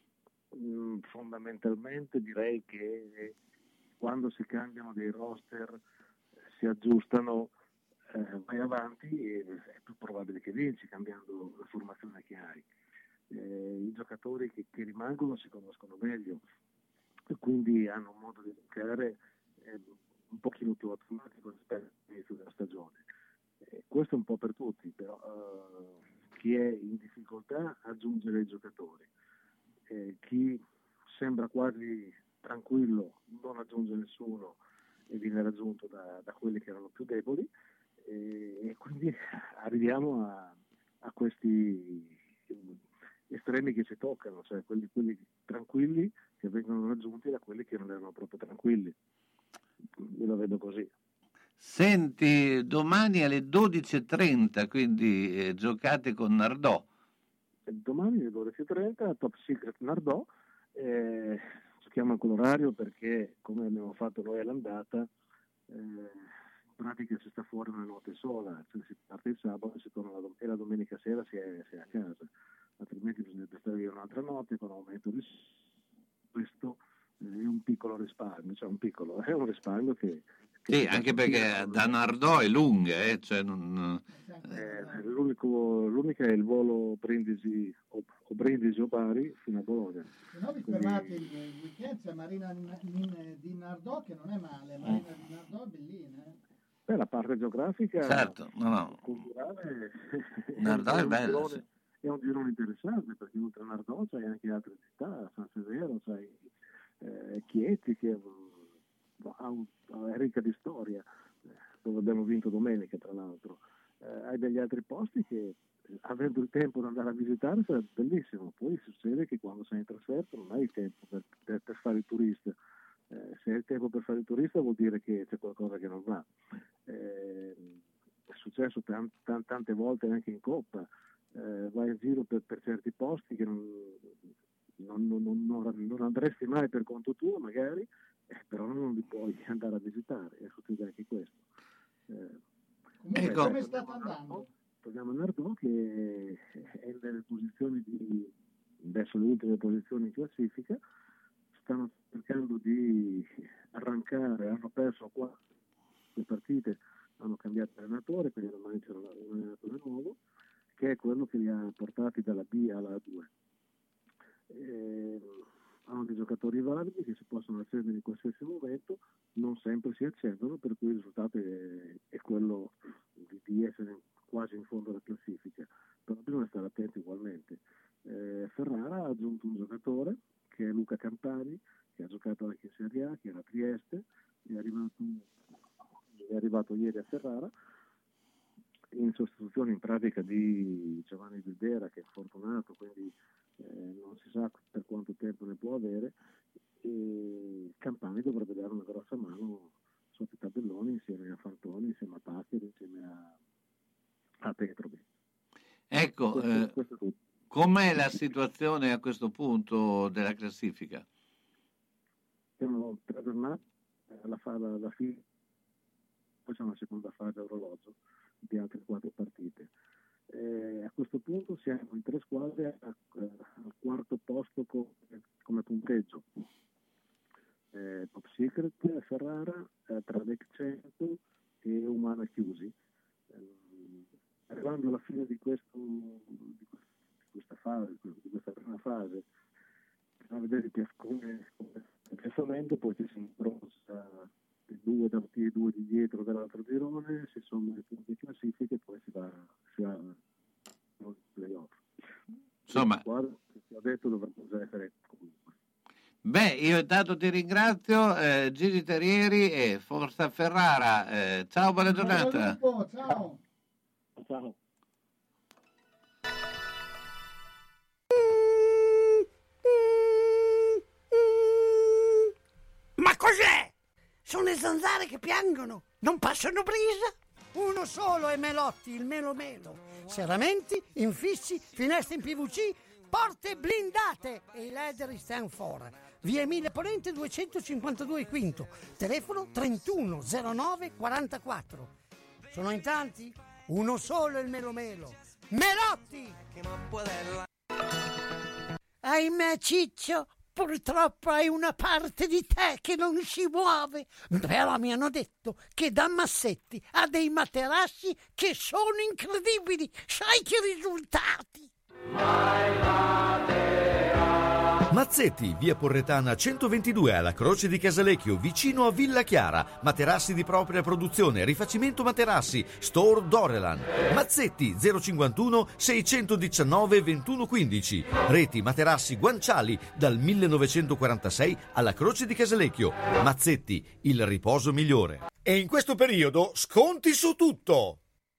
Fondamentalmente direi che quando si cambiano dei roster, si aggiustano, vai avanti e è più probabile che vinci cambiando la formazione che hai. I giocatori che rimangono si conoscono meglio e quindi hanno un modo di giocare un pochino più automatico rispetto all'inizio della stagione. Questo è un po' per tutti, però chi è in difficoltà aggiunge dei giocatori, chi sembra quasi tranquillo non aggiunge nessuno e viene raggiunto da quelli che erano più deboli, e quindi arriviamo a questi estremi che ci toccano, cioè quelli tranquilli che vengono raggiunti da quelli che non erano proprio tranquilli. Io la vedo così. Senti, domani alle 12.30, quindi giocate con Nardò. Domani alle 12.30 Top Secret Nardò, giochiamo con l'orario perché, come abbiamo fatto noi all'andata, in pratica si sta fuori una notte sola, cioè si parte il sabato e la domenica sera si è a casa, altrimenti bisognerebbe stare via un'altra notte con aumento di questo è un piccolo risparmio, cioè è un risparmio che sì, anche perché da Nardò è lunga, cioè non... l'unica è il volo Brindisi o Bari fino a Bologna. Se no vi fermate il weekend, c'è Marina di Nardò che non è male, Marina di Nardò è bellina. La parte geografica, certo, culturale, Nardò è bella. È un girone interessante perché oltre a Nardò c'hai anche altre città, San Severo, c'hai Chieti che è ricca di storia, dove abbiamo vinto domenica tra l'altro. Hai degli altri posti che avendo il tempo di andare a visitare sarebbe bellissimo, poi succede che quando sei in trasferta non hai il tempo per fare il turista, se hai il tempo per fare il turista vuol dire che c'è qualcosa che non va. È successo tante volte anche in Coppa, vai in giro per certi posti che non andresti mai per conto tuo magari, però non li puoi andare a visitare, e succede anche questo. Come è stato andando? Torniamo a Nardò che è nelle posizioni verso le ultime posizioni in classifica, stanno cercando di arrancare, hanno perso 4 partite, hanno cambiato allenatore, quindi domani c'era un allenatore nuovo che è quello che li ha portati dalla B alla A2. Hanno dei giocatori validi che si possono accendere in qualsiasi momento, non sempre si accendono, per cui il risultato è quello di essere quasi in fondo alla classifica, però bisogna stare attenti ugualmente. Ferrara ha aggiunto un giocatore che è Luca Campani, che ha giocato anche in Serie A, che era a Trieste, è arrivato ieri a Ferrara in sostituzione in pratica di Giovanni Vildera, che è fortunato, quindi non si sa per quanto tempo ne può avere, e Campani dovrebbe dare una grossa mano sotto i tabelloni insieme a Fantoni, insieme a Paccheri, insieme a Petrovi. Ecco, questo è tutto. Com'è la situazione a questo punto della classifica? Siamo 3 giornate alla fine, poi c'è una seconda fase a orologio di altre 4 partite. A questo punto siamo in 3 squadre al 4° posto come punteggio. Top Secret, Ferrara, Tradec 100 e Umana Chiusi. Arrivando alla fine di questa prima fase, a vedere come il piazzamento, poi ci si incrocia i 2 di dietro dall'altro girone, si sommano i punti di classifica e poi si va al playoff. Insomma, ho detto dovrebbe già essere comunque. Beh, io intanto ti ringrazio, Gigi Terrieri e Forza Ferrara. Ciao, buona giornata. Ciao. Ciao. Ma cos'è? Sono le zanzare che piangono, non passano brisa. Uno solo è Melotti, il Melo Melo. Serramenti, infissi, finestre in PVC, porte blindate e i leder stand for. Via Emile Ponente 252 Quinto, telefono 3109 44. Sono in tanti? Uno solo il Melomelo. Melotti! Ahimè Ciccio, purtroppo hai una parte di te che non si muove, però mi hanno detto che da Massetti ha dei materassi che sono incredibili. Sai che risultati? Mazzetti, via Porretana 122 alla Croce di Casalecchio, vicino a Villa Chiara. Materassi di propria produzione, rifacimento materassi, Store Dorelan. Mazzetti 051 619 2115. Reti materassi guanciali dal 1946 alla Croce di Casalecchio. Mazzetti, il riposo migliore. E in questo periodo sconti su tutto.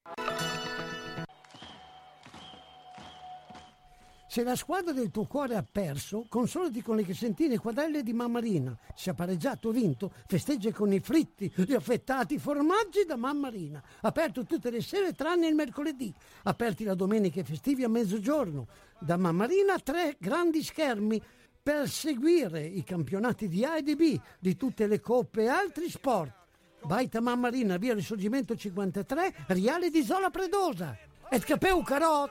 Se la squadra del tuo cuore ha perso, consolati con le crescentine quadrelle di Mamma Rina. Se ha pareggiato o vinto, festeggia con i fritti, gli affettati formaggi da Mamma Rina. Aperto tutte le sere tranne il mercoledì. Aperti la domenica e festivi a mezzogiorno. Da Mamma Rina 3 grandi schermi per seguire i campionati di A e di B, di tutte le coppe e altri sport. Baita Mamma Rina, via Risorgimento 53, Riale di Zola Predosa. Et capeu carot!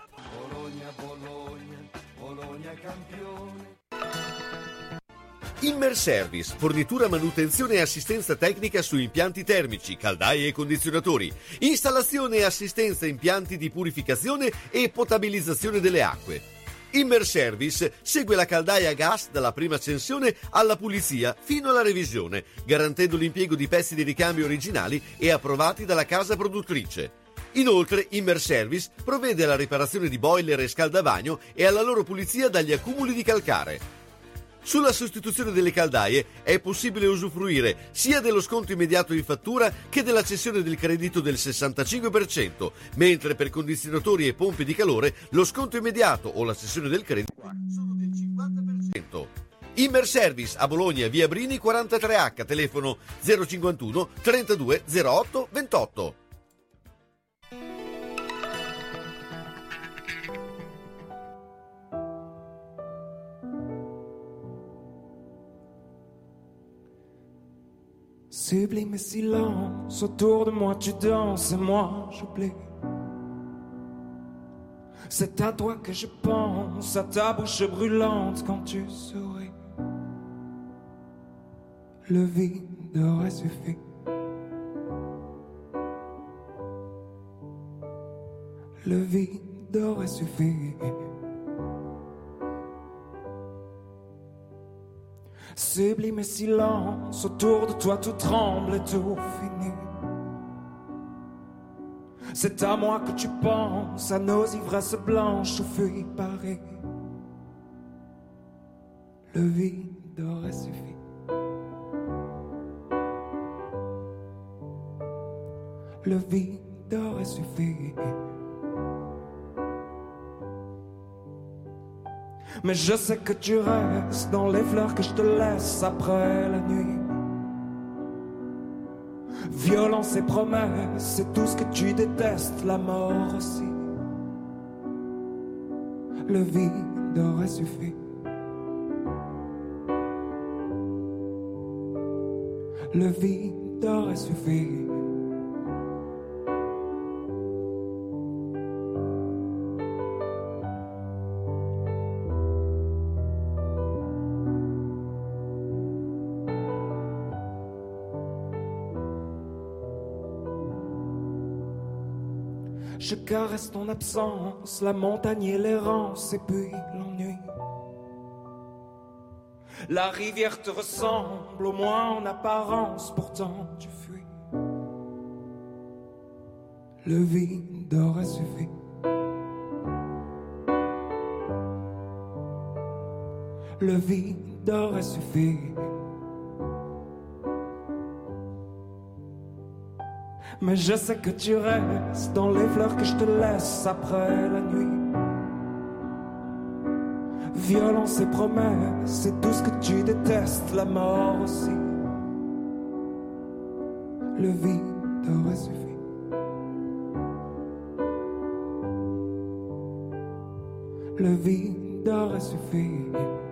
Bologna campione. Immerservice, fornitura, manutenzione e assistenza tecnica su impianti termici, caldaie e condizionatori, installazione e assistenza impianti di purificazione e potabilizzazione delle acque. Immerservice segue la caldaia a gas dalla prima accensione alla pulizia fino alla revisione, garantendo l'impiego di pezzi di ricambio originali e approvati dalla casa produttrice. Inoltre, Immerservice provvede alla riparazione di boiler e scaldabagno e alla loro pulizia dagli accumuli di calcare. Sulla sostituzione delle caldaie è possibile usufruire sia dello sconto immediato in fattura che della cessione del credito del 65%, mentre per condizionatori e pompe di calore lo sconto immediato o la cessione del credito sono del 50%. Immerservice a Bologna, via Brini 43H, telefono 051 32 08 28. Sublime silence, autour de moi tu danses et moi j'oublie. C'est à toi que je pense, à ta bouche brûlante quand tu souris. Le vide aurait suffi. Le vide aurait suffi. Sublime silence, autour de toi tout tremble et tout finit. C'est à moi que tu penses, à nos ivresses blanches où fuit Paris. Le vide aurait suffi. Le vide aurait suffi. Mais je sais que tu restes dans les fleurs que je te laisse après la nuit. Violence et promesses, c'est tout ce que tu détestes, la mort aussi. Le vide aurait suffi. Le vide aurait suffi. Je caresse ton absence, la montagne et l'errance, et puis l'ennui. La rivière te ressemble, au moins en apparence, pourtant tu fuis. Le vide aurait suffi. Le vide aurait suffi. Mais je sais que tu restes dans les fleurs que je te laisse après la nuit. Violence et promesses, c'est tout ce que tu détestes, la mort aussi. Le vide aurait suffi. Le vide minutes d'aurait suffi.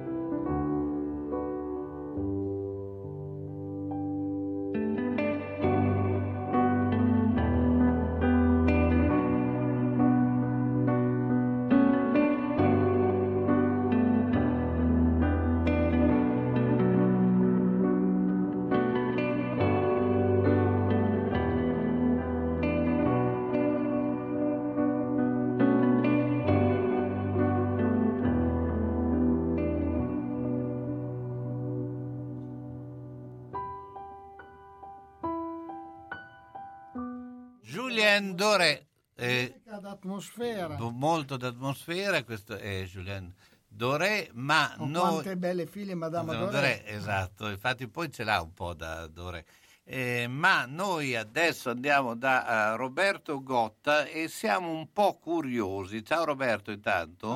Julien Doré, d'atmosfera. Molto d'atmosfera, questo è Julien Doré, ma quante belle figlie Madame Doré. Esatto, infatti poi ce l'ha un po' da Doré. Ma noi adesso andiamo da Roberto Gotta e siamo un po' curiosi. Ciao Roberto, intanto.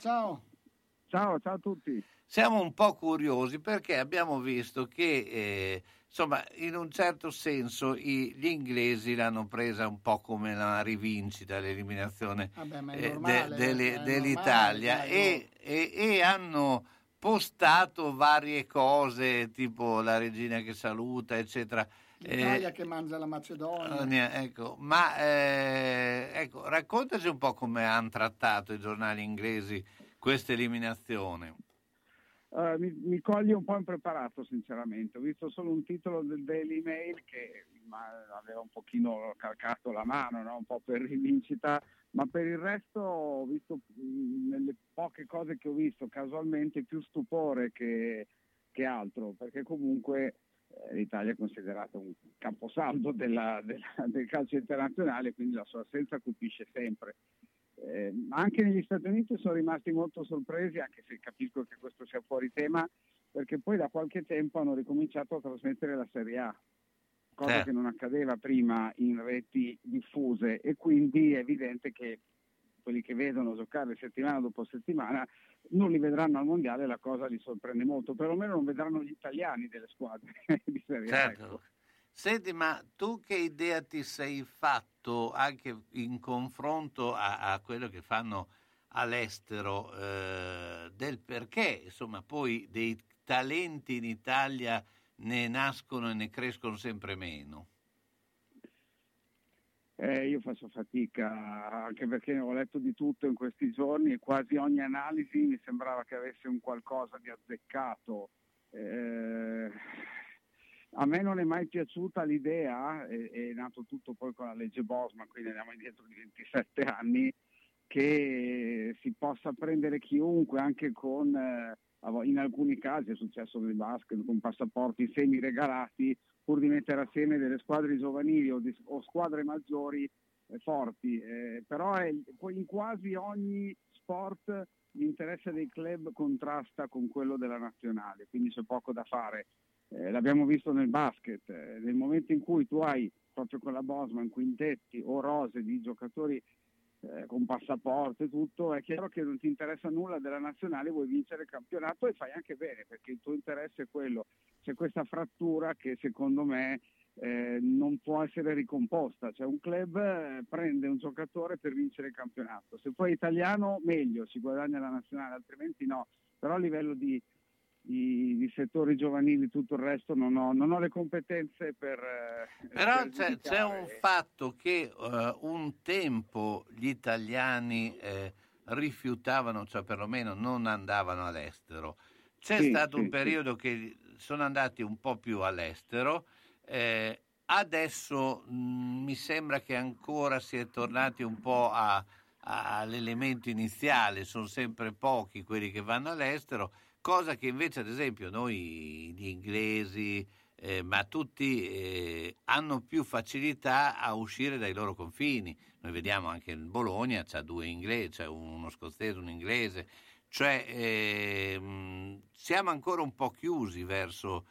Ciao a tutti. Siamo un po' curiosi perché abbiamo visto che insomma, in un certo senso gli inglesi l'hanno presa un po' come una rivincita, l'eliminazione dell'Italia, e hanno postato varie cose, tipo la regina che saluta, eccetera. L'Italia che mangia la Macedonia. Ecco, ma raccontaci un po' come hanno trattato i giornali inglesi questa eliminazione. Mi coglie un po' impreparato, sinceramente. Ho visto solo un titolo del Daily Mail che aveva un pochino calcato la mano, no? Un po' per rivincita, ma per il resto ho visto, nelle poche cose che ho visto casualmente, più stupore che altro, perché comunque l'Italia è considerata un caposaldo del calcio internazionale, quindi la sua assenza colpisce sempre. Anche negli Stati Uniti sono rimasti molto sorpresi, anche se capisco che questo sia fuori tema, perché poi da qualche tempo hanno ricominciato a trasmettere la Serie A, cosa che non accadeva prima in reti diffuse, e quindi è evidente che quelli che vedono giocare settimana dopo settimana non li vedranno al mondiale. La cosa li sorprende molto, perlomeno non vedranno gli italiani delle squadre di Serie A. Certo. Ecco. Senti, ma tu che idea ti sei fatto anche in confronto a quello che fanno all'estero, del perché insomma poi dei talenti in Italia ne nascono e ne crescono sempre meno? Io faccio fatica, anche perché ho letto di tutto in questi giorni e quasi ogni analisi mi sembrava che avesse un qualcosa di azzeccato. A me non è mai piaciuta l'idea, è nato tutto poi con la legge Bosman, quindi andiamo indietro di 27 anni, che si possa prendere chiunque, anche con, in alcuni casi è successo nel basket, con passaporti semi-regalati, pur di mettere assieme delle squadre giovanili o squadre maggiori forti. Però poi in quasi ogni sport l'interesse dei club contrasta con quello della nazionale, quindi c'è poco da fare. L'abbiamo visto nel basket, nel momento in cui tu hai proprio con la Bosman quintetti o rose di giocatori con passaporto e tutto, è chiaro che non ti interessa nulla della nazionale, vuoi vincere il campionato e fai anche bene, perché il tuo interesse è quello. C'è questa frattura che secondo me non può essere ricomposta, cioè un club prende un giocatore per vincere il campionato, se poi è italiano meglio, si guadagna la nazionale, altrimenti no, però a livello di settori giovanili, tutto il resto non ho le competenze per però c'è un fatto che un tempo gli italiani rifiutavano, cioè perlomeno non andavano all'estero. C'è stato un periodo che sono andati un po' più all'estero, adesso mi sembra che ancora si è tornati un po' all'elemento iniziale, sono sempre pochi quelli che vanno all'estero, cosa che invece ad esempio noi gli inglesi, ma tutti hanno più facilità a uscire dai loro confini. Noi vediamo anche il Bologna, c'ha due inglesi, c'è uno scozzese, un inglese, cioè siamo ancora un po' chiusi verso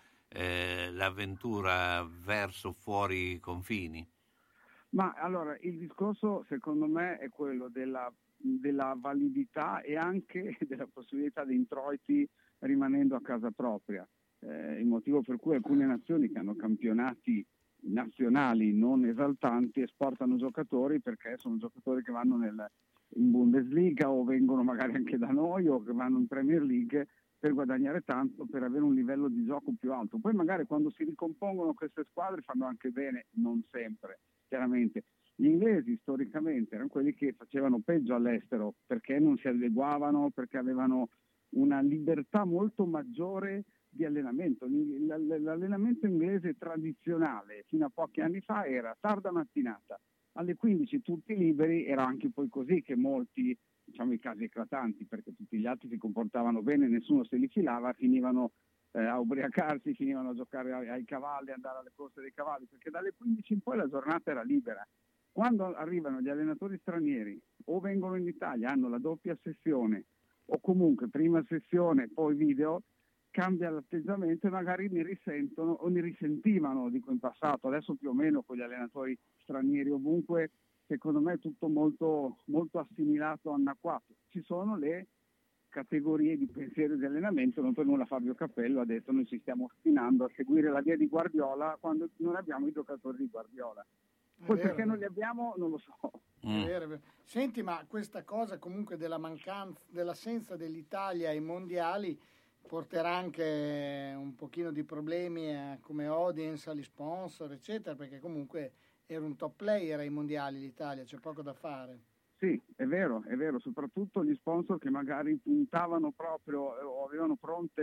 l'avventura verso fuori i confini. Ma allora il discorso secondo me è quello della validità e anche della possibilità di introiti rimanendo a casa propria. Il motivo per cui alcune nazioni che hanno campionati nazionali non esaltanti esportano giocatori perché sono giocatori che vanno in Bundesliga o vengono magari anche da noi o che vanno in Premier League per guadagnare tanto, per avere un livello di gioco più alto. Poi magari quando si ricompongono queste squadre fanno anche bene, non sempre, chiaramente. Gli inglesi storicamente erano quelli che facevano peggio all'estero perché non si adeguavano, perché avevano una libertà molto maggiore di allenamento. L'allenamento inglese tradizionale fino a pochi anni fa era tarda mattinata, alle 15 tutti liberi, era anche poi così che molti, diciamo i casi eclatanti, perché tutti gli altri si comportavano bene, nessuno se li filava, finivano a ubriacarsi, finivano a giocare ai cavalli, andare alle corse dei cavalli, perché dalle 15 in poi la giornata era libera. Quando arrivano gli allenatori stranieri o vengono in Italia, hanno la doppia sessione o comunque prima sessione poi video, cambia l'atteggiamento e magari ne risentono o ne risentivano, dico in passato. Adesso più o meno con gli allenatori stranieri ovunque, secondo me è tutto molto, molto assimilato, anacquato. Ci sono le categorie di pensiero di allenamento, non per nulla Fabio Capello ha detto noi ci stiamo ostinando a seguire la via di Guardiola quando non abbiamo i giocatori di Guardiola. Poi perché non li abbiamo non lo so. È vero, è vero. Senti, ma questa cosa comunque della mancanza, dell'assenza dell'Italia ai mondiali porterà anche un pochino di problemi come audience, agli sponsor, eccetera, perché comunque era un top player ai mondiali l'Italia, c'è poco da fare. Sì, è vero, soprattutto gli sponsor che magari puntavano proprio o avevano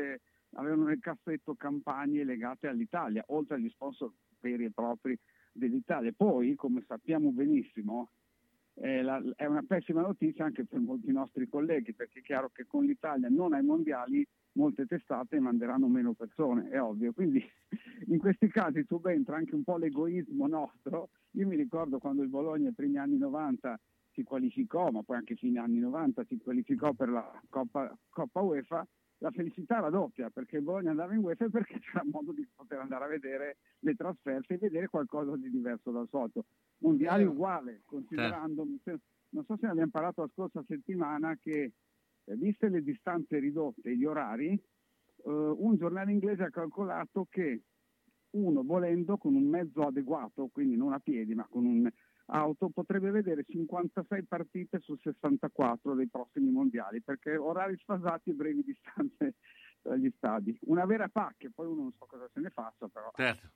nel cassetto campagne legate all'Italia, oltre agli sponsor veri e propri dell'Italia. Poi, come sappiamo benissimo, è una pessima notizia anche per molti nostri colleghi, perché è chiaro che con l'Italia non ai mondiali molte testate manderanno meno persone, è ovvio. Quindi in questi casi subentra anche un po' l'egoismo nostro. Io mi ricordo quando il Bologna nei primi anni 90 si qualificò, ma poi anche fine anni 90 si qualificò per la Coppa UEFA, la felicità era doppia, perché il Bologna andava in UEFA e perché c'era modo di poter andare a vedere le trasferte e vedere qualcosa di diverso dal solito. Mondiale uguale, considerando, non so se abbiamo parlato la scorsa settimana che viste le distanze ridotte e gli orari, un giornale inglese ha calcolato che uno volendo con un mezzo adeguato, quindi non a piedi ma con un'auto, potrebbe vedere 56 partite su 64 dei prossimi mondiali, perché orari sfasati e brevi distanze tra gli stadi. Una vera pacchia, poi uno non so cosa se ne faccia, però. Certo.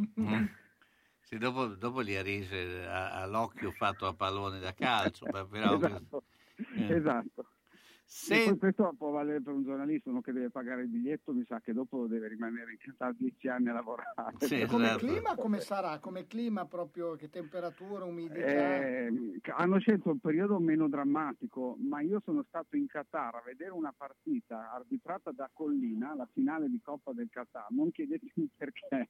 Sì, dopo gli arriva all'occhio fatto a pallone da calcio. Però esatto. E poi questo può valere per un giornalista, uno che deve pagare il biglietto, mi sa che dopo deve rimanere in casa 10 anni a lavorare. Sì, come clima come sarà? Come clima proprio, che temperatura, umidità? Hanno scelto il periodo meno drammatico, ma io sono stato in Qatar a vedere una partita arbitrata da Collina, la finale di Coppa del Qatar, non chiedetemi perché,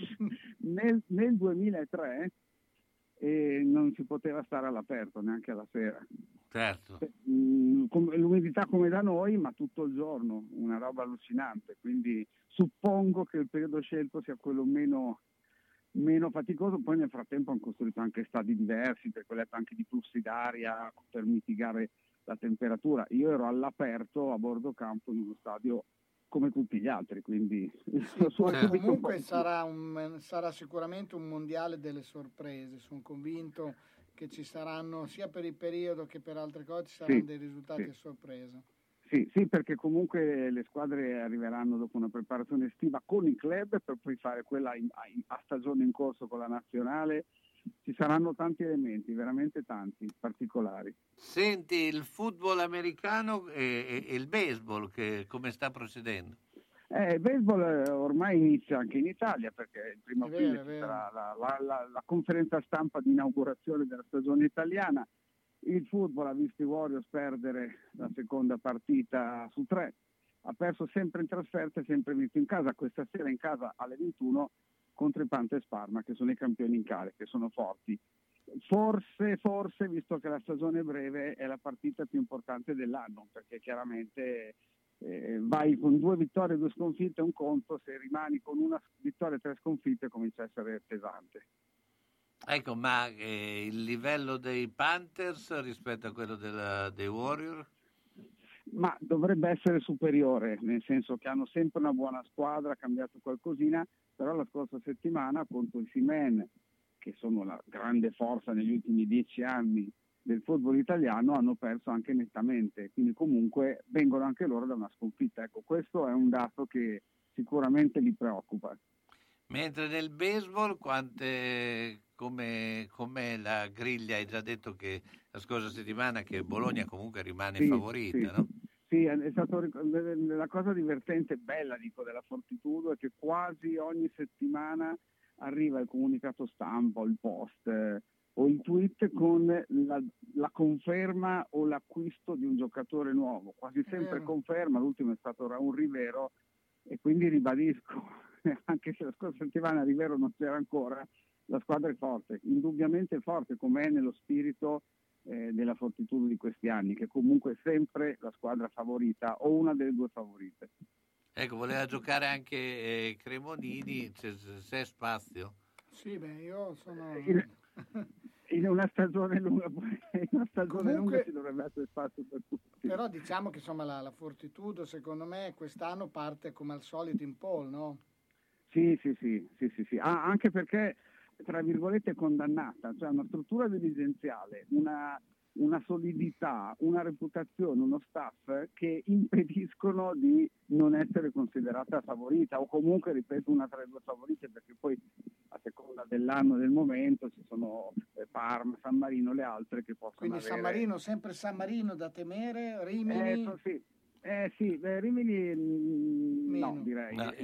nel 2003 e non si poteva stare all'aperto neanche alla sera. Certo. L'umidità come da noi, ma tutto il giorno, una roba allucinante, quindi suppongo che il periodo scelto sia quello meno faticoso. Poi nel frattempo hanno costruito anche stadi diversi, per quello anche di flussi d'aria per mitigare la temperatura. Io ero all'aperto a bordo campo in uno stadio come tutti gli altri, quindi comunque sarà sicuramente un mondiale delle sorprese. Sono convinto che ci saranno, sia per il periodo che per altre cose, ci saranno dei risultati a sorpresa. Sì, perché comunque le squadre arriveranno dopo una preparazione estiva con i club per poi fare quella a stagione in corso con la nazionale. Ci saranno tanti elementi, veramente tanti, particolari. Senti, il football americano e il baseball, che come sta procedendo? Il baseball ormai inizia anche in Italia, perché il primo aprile ci sarà la conferenza stampa di inaugurazione della stagione italiana. Il football ha visto i Warriors perdere la seconda partita su 3, ha perso sempre in trasferta e sempre vinto in casa. Questa sera in casa alle 21 contro i Panthers Parma, che sono i campioni in carica, che sono forti. Forse, visto che la stagione è breve, è la partita più importante dell'anno, perché chiaramente vai con 2 vittorie e 2 sconfitte è un conto, se rimani con 1 vittoria e 3 sconfitte comincia a essere pesante. Ecco, ma il livello dei Panthers rispetto a quello dei Warriors? Ma dovrebbe essere superiore, nel senso che hanno sempre una buona squadra, ha cambiato qualcosina, però la scorsa settimana contro i Simen, che sono la grande forza negli ultimi 10 anni del football italiano, hanno perso anche nettamente, quindi comunque vengono anche loro da una sconfitta. Ecco, questo è un dato che sicuramente li preoccupa. Mentre nel baseball com'è la griglia? Hai già detto che la scorsa settimana che Bologna comunque rimane favorita, no? Sì, è stato la cosa divertente e bella, dico, della Fortitudo è che quasi ogni settimana arriva il comunicato stampa o il post o il tweet con la conferma o l'acquisto di un giocatore nuovo, quasi sempre conferma. L'ultimo è stato Raul Rivero, e quindi ribadisco, anche se la scorsa settimana Rivero non c'era ancora, la squadra è forte, indubbiamente forte, come è nello spirito della Fortitudo di questi anni, che comunque è sempre la squadra favorita o una delle due favorite. Ecco, voleva giocare anche Cremonini, c'è spazio? Sì, io sono... In una stagione lunga, lunga ci dovrebbe essere spazio per tutti. Però diciamo che insomma la Fortitudo secondo me quest'anno parte come al solito in pole, no? Sì. Anche perché tra virgolette è condannata, cioè una struttura dirigenziale, una solidità, una reputazione, uno staff che impediscono di non essere considerata favorita, o comunque, ripeto, una tra le due favorite, perché poi a seconda dell'anno e del momento ci sono Parma, San Marino, le altre che possono Quindi avere... San Marino, sempre San Marino da temere, Rimini... Rimini no, direi. No,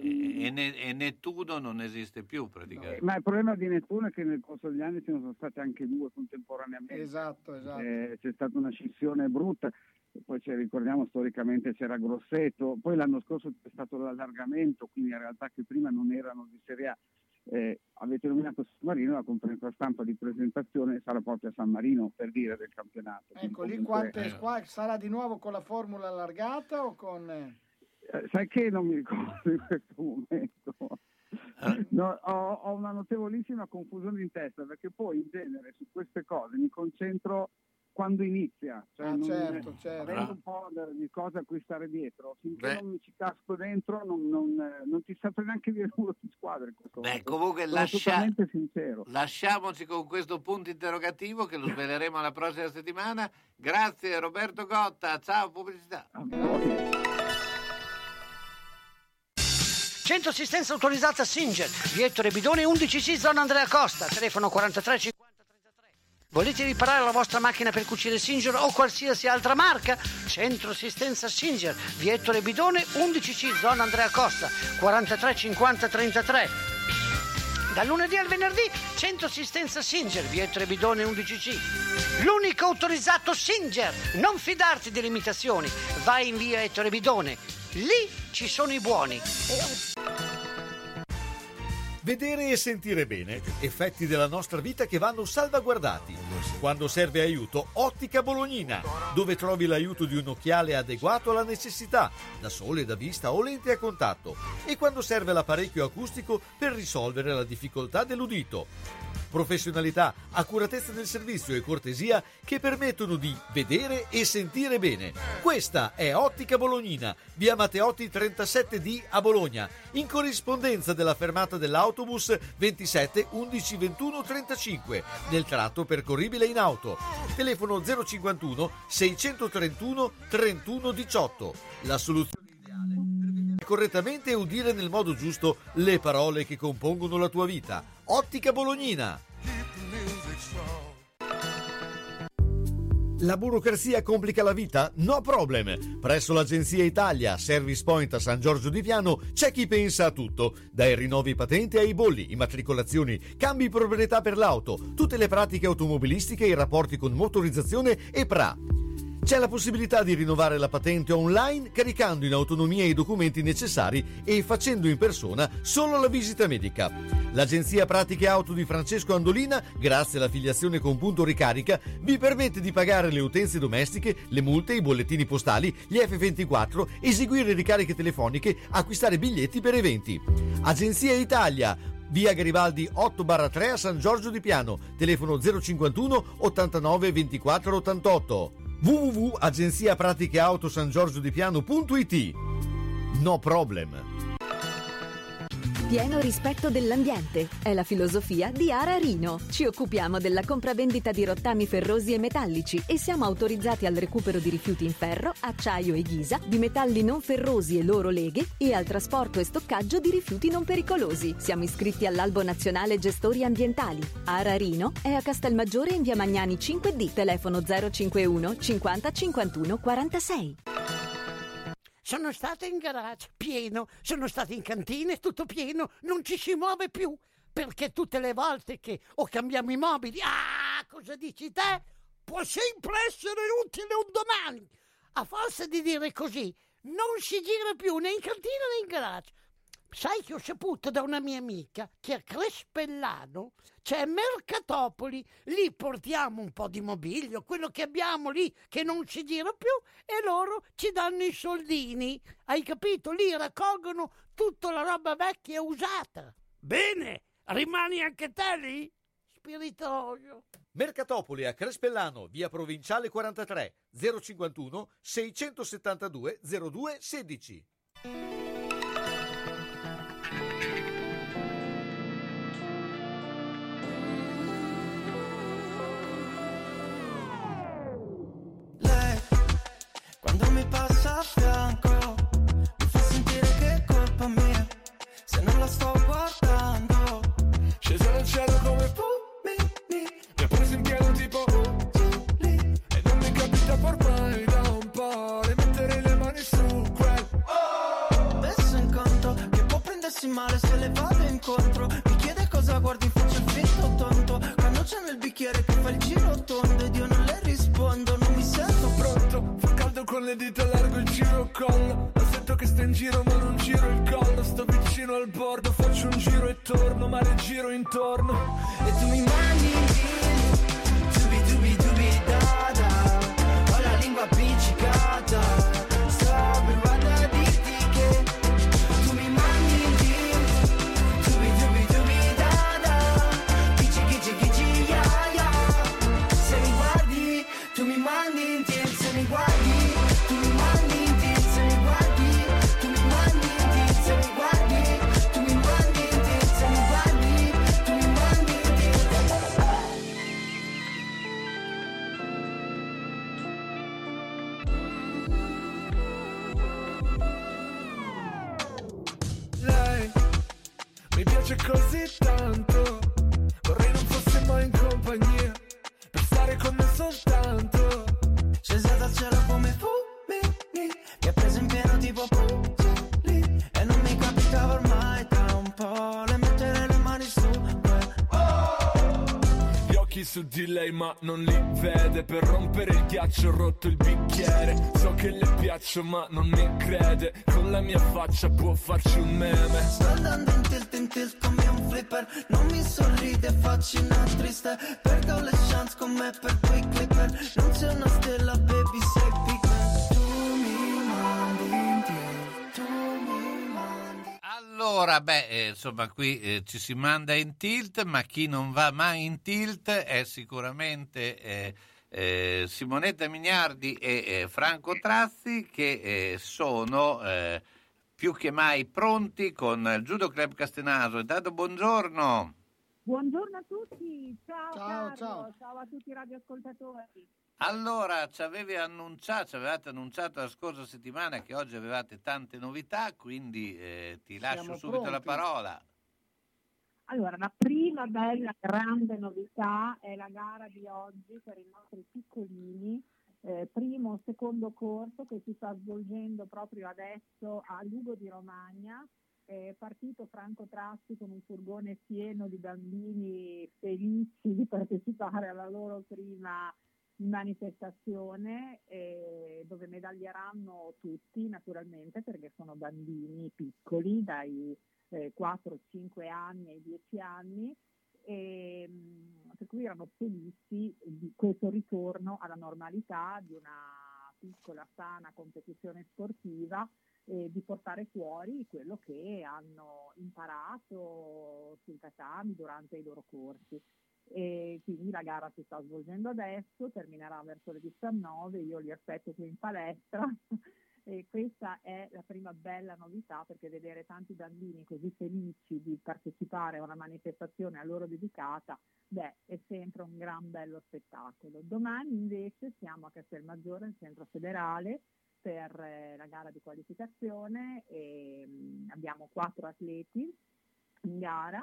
e Nettuno non esiste più praticamente. Ma il problema di Nettuno è che nel corso degli anni ce ne sono state anche due contemporaneamente. Esatto. C'è stata una scissione brutta, poi ricordiamo storicamente c'era Grosseto, poi l'anno scorso c'è stato l'allargamento, quindi in realtà che prima non erano di Serie A. Avete nominato San Marino, la conferenza stampa di presentazione sarà proprio a San Marino, per dire, del campionato. Ecco, lì quante squadre sarà di nuovo con la formula allargata o con... sai che non mi ricordo in questo momento. No, ho una notevolissima confusione in testa, perché poi in genere su queste cose mi concentro quando inizia, cioè certo. Vedo un po' di cosa a cui stare dietro, finché non mi ci casco dentro non ti saprei neanche dire uno di squadra in questo momento. Comunque totalmente sincero. Lasciamoci con questo punto interrogativo che lo sveleremo la prossima settimana. Grazie Roberto Gotta, ciao, pubblicità. Centro assistenza autorizzata Singer, via Ettore Bidone 11C, zona Andrea Costa, telefono 43 50 33. Volete riparare la vostra macchina per cucire Singer o qualsiasi altra marca? Centro assistenza Singer, via Ettore Bidone 11C, zona Andrea Costa, 43 50 33. Dal lunedì al venerdì, Centro assistenza Singer, via Ettore Bidone 11C. L'unico autorizzato Singer. Non fidarti delle imitazioni. Vai in via Ettore Bidone. Lì ci sono i buoni. Vedere e sentire bene, effetti della nostra vita che vanno salvaguardati. Quando serve aiuto, Ottica Bolognina, dove trovi l'aiuto di un occhiale adeguato alla necessità, da sole, da vista o lenti a contatto, e quando serve l'apparecchio acustico per risolvere la difficoltà dell'udito. Professionalità, accuratezza del servizio e cortesia che permettono di vedere e sentire bene. Questa è Ottica Bolognina, via Matteotti 37D a Bologna, in corrispondenza della fermata dell'autobus 27 11 21 35, nel tratto percorribile in auto. Telefono 051 631 31 18. La soluzione ideale per vedere correttamente e udire nel modo giusto le parole che compongono la tua vita. Ottica Bolognina. La burocrazia complica la vita? No problem! Presso l'Agenzia Italia Service Point a San Giorgio di Piano c'è chi pensa a tutto, dai rinnovi patente ai bolli, immatricolazioni, cambi proprietà per l'auto, tutte le pratiche automobilistiche e i rapporti con motorizzazione e PRA. C'è la possibilità di rinnovare la patente online caricando in autonomia i documenti necessari e facendo in persona solo la visita medica. L'Agenzia Pratiche Auto di Francesco Andolina, grazie all'affiliazione con Punto Ricarica, vi permette di pagare le utenze domestiche, le multe, i bollettini postali, gli F24, eseguire ricariche telefoniche, acquistare biglietti per eventi. Agenzia Italia, via Garibaldi 8/3 a San Giorgio di Piano, telefono 051 89 24 88. www.agenziapraticheautosangiorgiodipiano.it. No problem. Pieno rispetto dell'ambiente è la filosofia di Ara Rino. Ci occupiamo della compravendita di rottami ferrosi e metallici e siamo autorizzati al recupero di rifiuti in ferro, acciaio e ghisa, di metalli non ferrosi e loro leghe e al trasporto e stoccaggio di rifiuti non pericolosi. Siamo iscritti all'Albo Nazionale Gestori Ambientali. Ara Rino è a Castelmaggiore in via Magnani 5D, telefono 051 50 51 46. Sono stata in garage, pieno, sono stata in cantina, è tutto pieno, non ci si muove più, perché tutte le volte che o cambiamo i mobili, cosa dici te? Può sempre essere utile un domani. A forza di dire così, non si gira più né in cantina né in garage. Sai che ho saputo da una mia amica che a Crespellano c'è Mercatopoli, lì portiamo un po' di mobilio, quello che abbiamo lì che non si gira più e loro ci danno i soldini, hai capito? Lì raccolgono tutta la roba vecchia e usata. Bene, rimani anche te lì? Spiritoso. Mercatopoli a Crespellano, via Provinciale 43, 051 672 02 16. Quando mi passa a fianco mi fa sentire che è colpa mia se non la sto guardando. Scesa dal cielo come fulmini, mi ha preso in pieno tipo lì, e non mi capita ormai da un po' le mettere le mani su quel Adesso incanto che può prendersi male se le vado incontro. Mi chiede cosa guardi, faccio il finto tonto quando c'è nel bicchiere che fa il giro tondo ed io non le rispondo, non mi sento pronto. Con le dita largo il giro collo, lo sento che sta in giro ma non giro il collo. Sto vicino al bordo, faccio un giro e torno, ma le giro intorno. E tu mi mandi in dubi dubi dubi da da, ho la lingua appiccicata, sto provando a dirti che tu mi mandi in dubi dubi dubi da da, kici kici kici ya ya. Se mi guardi, tu mi mandi in tilt, se mi guardi così tanto, vorrei non fosse mai in compagnia, per stare con me soltanto. Scesa dal cielo come fulmini, mi ha preso in pieno tipo lì, e non mi capitava ormai da un po' le mettere le mani su Gli occhi su di lei ma non li vede, per rompere il ghiaccio ho rotto il bicchiere. So che le piaccio ma non mi crede, con la mia faccia può farci un meme. Sto andando in tilt come un flipper, non mi sorride, faccio una triste, perché ho le chance con me per quei clipper. Non sei una stella baby, sei pigment. Tu mi mandi in tilt, tu mi mandi. Allora, insomma, qui ci si manda in tilt, ma chi non va mai in tilt è sicuramente Simonetta Mignardi e Franco Trazzi, che sono più che mai pronti con il Judo Club Castenaso. Intanto buongiorno. Buongiorno a tutti, ciao Carlo, ciao a tutti i radioascoltatori. Allora, ci avevate annunciato la scorsa settimana che oggi avevate tante novità, quindi ti lascio subito pronti. la parola. Allora, la prima bella grande novità è la gara di oggi per i nostri piccolini, primo o secondo corso che si sta svolgendo proprio adesso a Lugo di Romagna. È partito Franco Trazzi con un furgone pieno di bambini felici di partecipare alla loro prima manifestazione, dove medaglieranno tutti naturalmente, perché sono bambini piccoli dai 4-5 anni ai 10 anni, per cui erano felici di questo ritorno alla normalità di una piccola sana competizione sportiva, di portare fuori quello che hanno imparato sul tatami durante i loro corsi. E quindi la gara si sta svolgendo adesso, terminerà verso le 19, io li aspetto qui in palestra E questa è la prima bella novità, perché vedere tanti bambini così felici di partecipare a una manifestazione a loro dedicata, è sempre un gran bello spettacolo. Domani invece siamo a Castelmaggiore, al centro federale, per la gara di qualificazione e abbiamo 4 atleti in gara.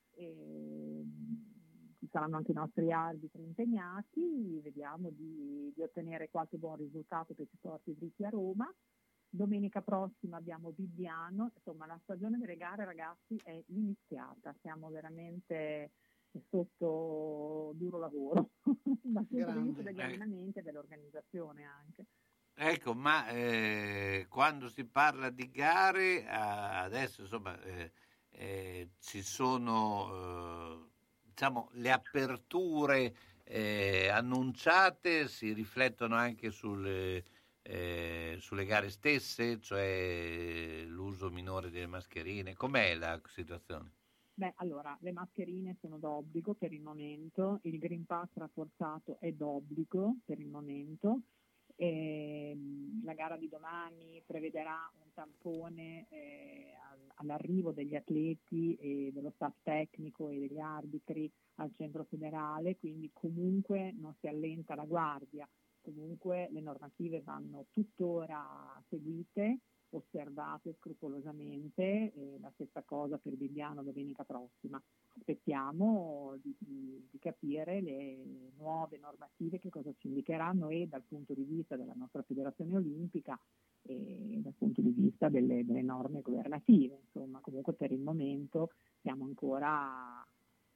Ci saranno anche i nostri arbitri impegnati, vediamo di ottenere qualche buon risultato che ci porti dritti a Roma. Domenica prossima abbiamo Bibbiano, insomma la stagione delle gare, ragazzi, è iniziata, siamo veramente sotto duro lavoro dal punto di vista degli allenamenti e dell'organizzazione anche. Ecco, ma quando si parla di gare, adesso insomma ci sono diciamo le aperture annunciate, si riflettono anche sulle gare stesse, cioè l'uso minore delle mascherine. Com'è la situazione? Allora, le mascherine sono d'obbligo per il momento, il Green Pass rafforzato è d'obbligo per il momento. La gara di domani prevederà un tampone all'arrivo degli atleti e dello staff tecnico e degli arbitri al centro federale, quindi comunque non si allenta la guardia, comunque le normative vanno tuttora seguite, osservate scrupolosamente, la stessa cosa per Bibbiano domenica prossima. Aspettiamo di capire le nuove normative, che cosa ci indicheranno, e dal punto di vista della nostra federazione olimpica e dal punto di vista delle norme governative. Insomma, comunque per il momento dobbiamo ancora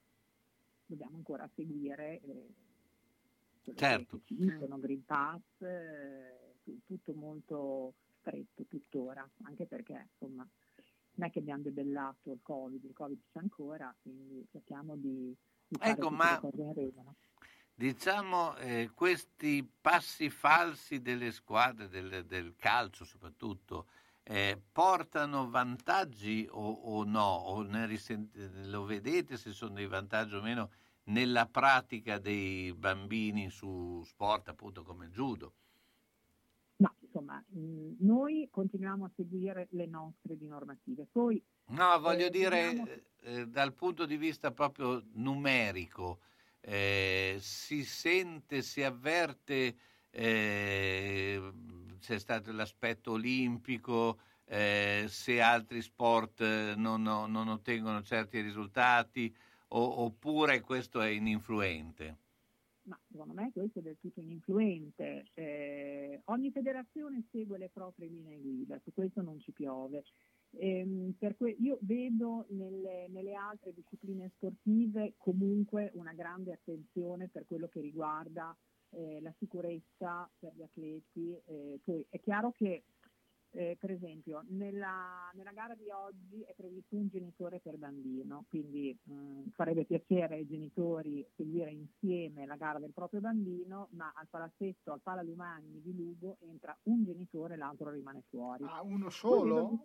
seguire certo. Che ci dicono, Green Pass, tutto molto stretto tuttora, anche perché insomma non è che abbiamo debellato il Covid c'è ancora, quindi cerchiamo di fare tutte le cose in regola. Diciamo questi passi falsi delle squadre del calcio soprattutto portano vantaggi o no? O lo vedete se sono dei vantaggi o meno nella pratica dei bambini su sport appunto come il judo? Ma insomma, noi continuiamo a seguire le nostre di normative. Poi voglio dire dal punto di vista proprio numerico, si sente, si avverte, c'è stato l'aspetto olimpico, se altri sport non ottengono certi risultati, oppure questo è ininfluente? Ma secondo me questo è del tutto ininfluente. Ogni federazione segue le proprie linee guida, su questo non ci piove. Io vedo nelle altre discipline sportive comunque una grande attenzione per quello che riguarda la sicurezza per gli atleti. Poi è chiaro che per esempio nella gara di oggi è previsto un genitore per bambino, quindi farebbe piacere ai genitori seguire insieme la gara del proprio bambino, ma al palazzetto, al Pala Lumagni di Lugo, entra un genitore e l'altro rimane fuori. Uno solo?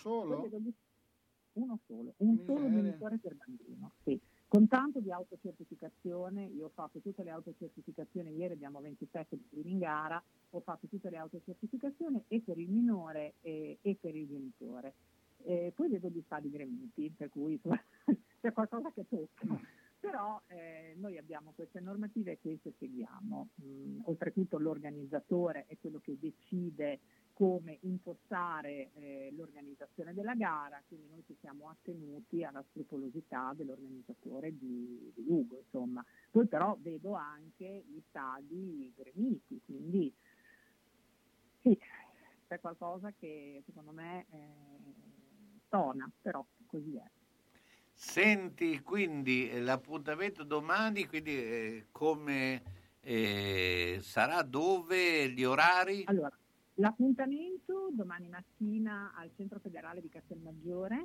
Un solo genitore per bambino, sì. Con tanto di autocertificazione, io ho fatto tutte le autocertificazioni, ieri abbiamo 27 bambini in gara, ho fatto tutte le autocertificazioni e per il minore e per il genitore. Poi vedo gli stadi gremiti, per cui c'è qualcosa che tocca. Però noi abbiamo queste normative che seguiamo. Oltretutto l'organizzatore è quello che decide come impostare l'organizzazione della gara, quindi noi ci siamo attenuti alla scrupolosità dell'organizzatore di Lugo, insomma. Poi però vedo anche gli stadi gremiti, quindi sì, c'è qualcosa che secondo me stona, però così è. Senti, quindi l'appuntamento domani, quindi come sarà, dove, gli orari? Allora, l'appuntamento domani mattina al centro federale di Castelmaggiore,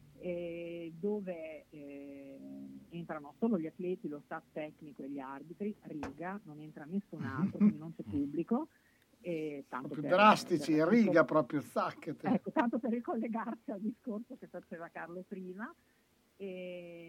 dove entrano solo gli atleti, lo staff tecnico e gli arbitri, riga, non entra nessun altro, quindi non c'è pubblico. Tanto drastici, per riga proprio, zacchete. Ecco, tanto per ricollegarsi al discorso che faceva Carlo prima.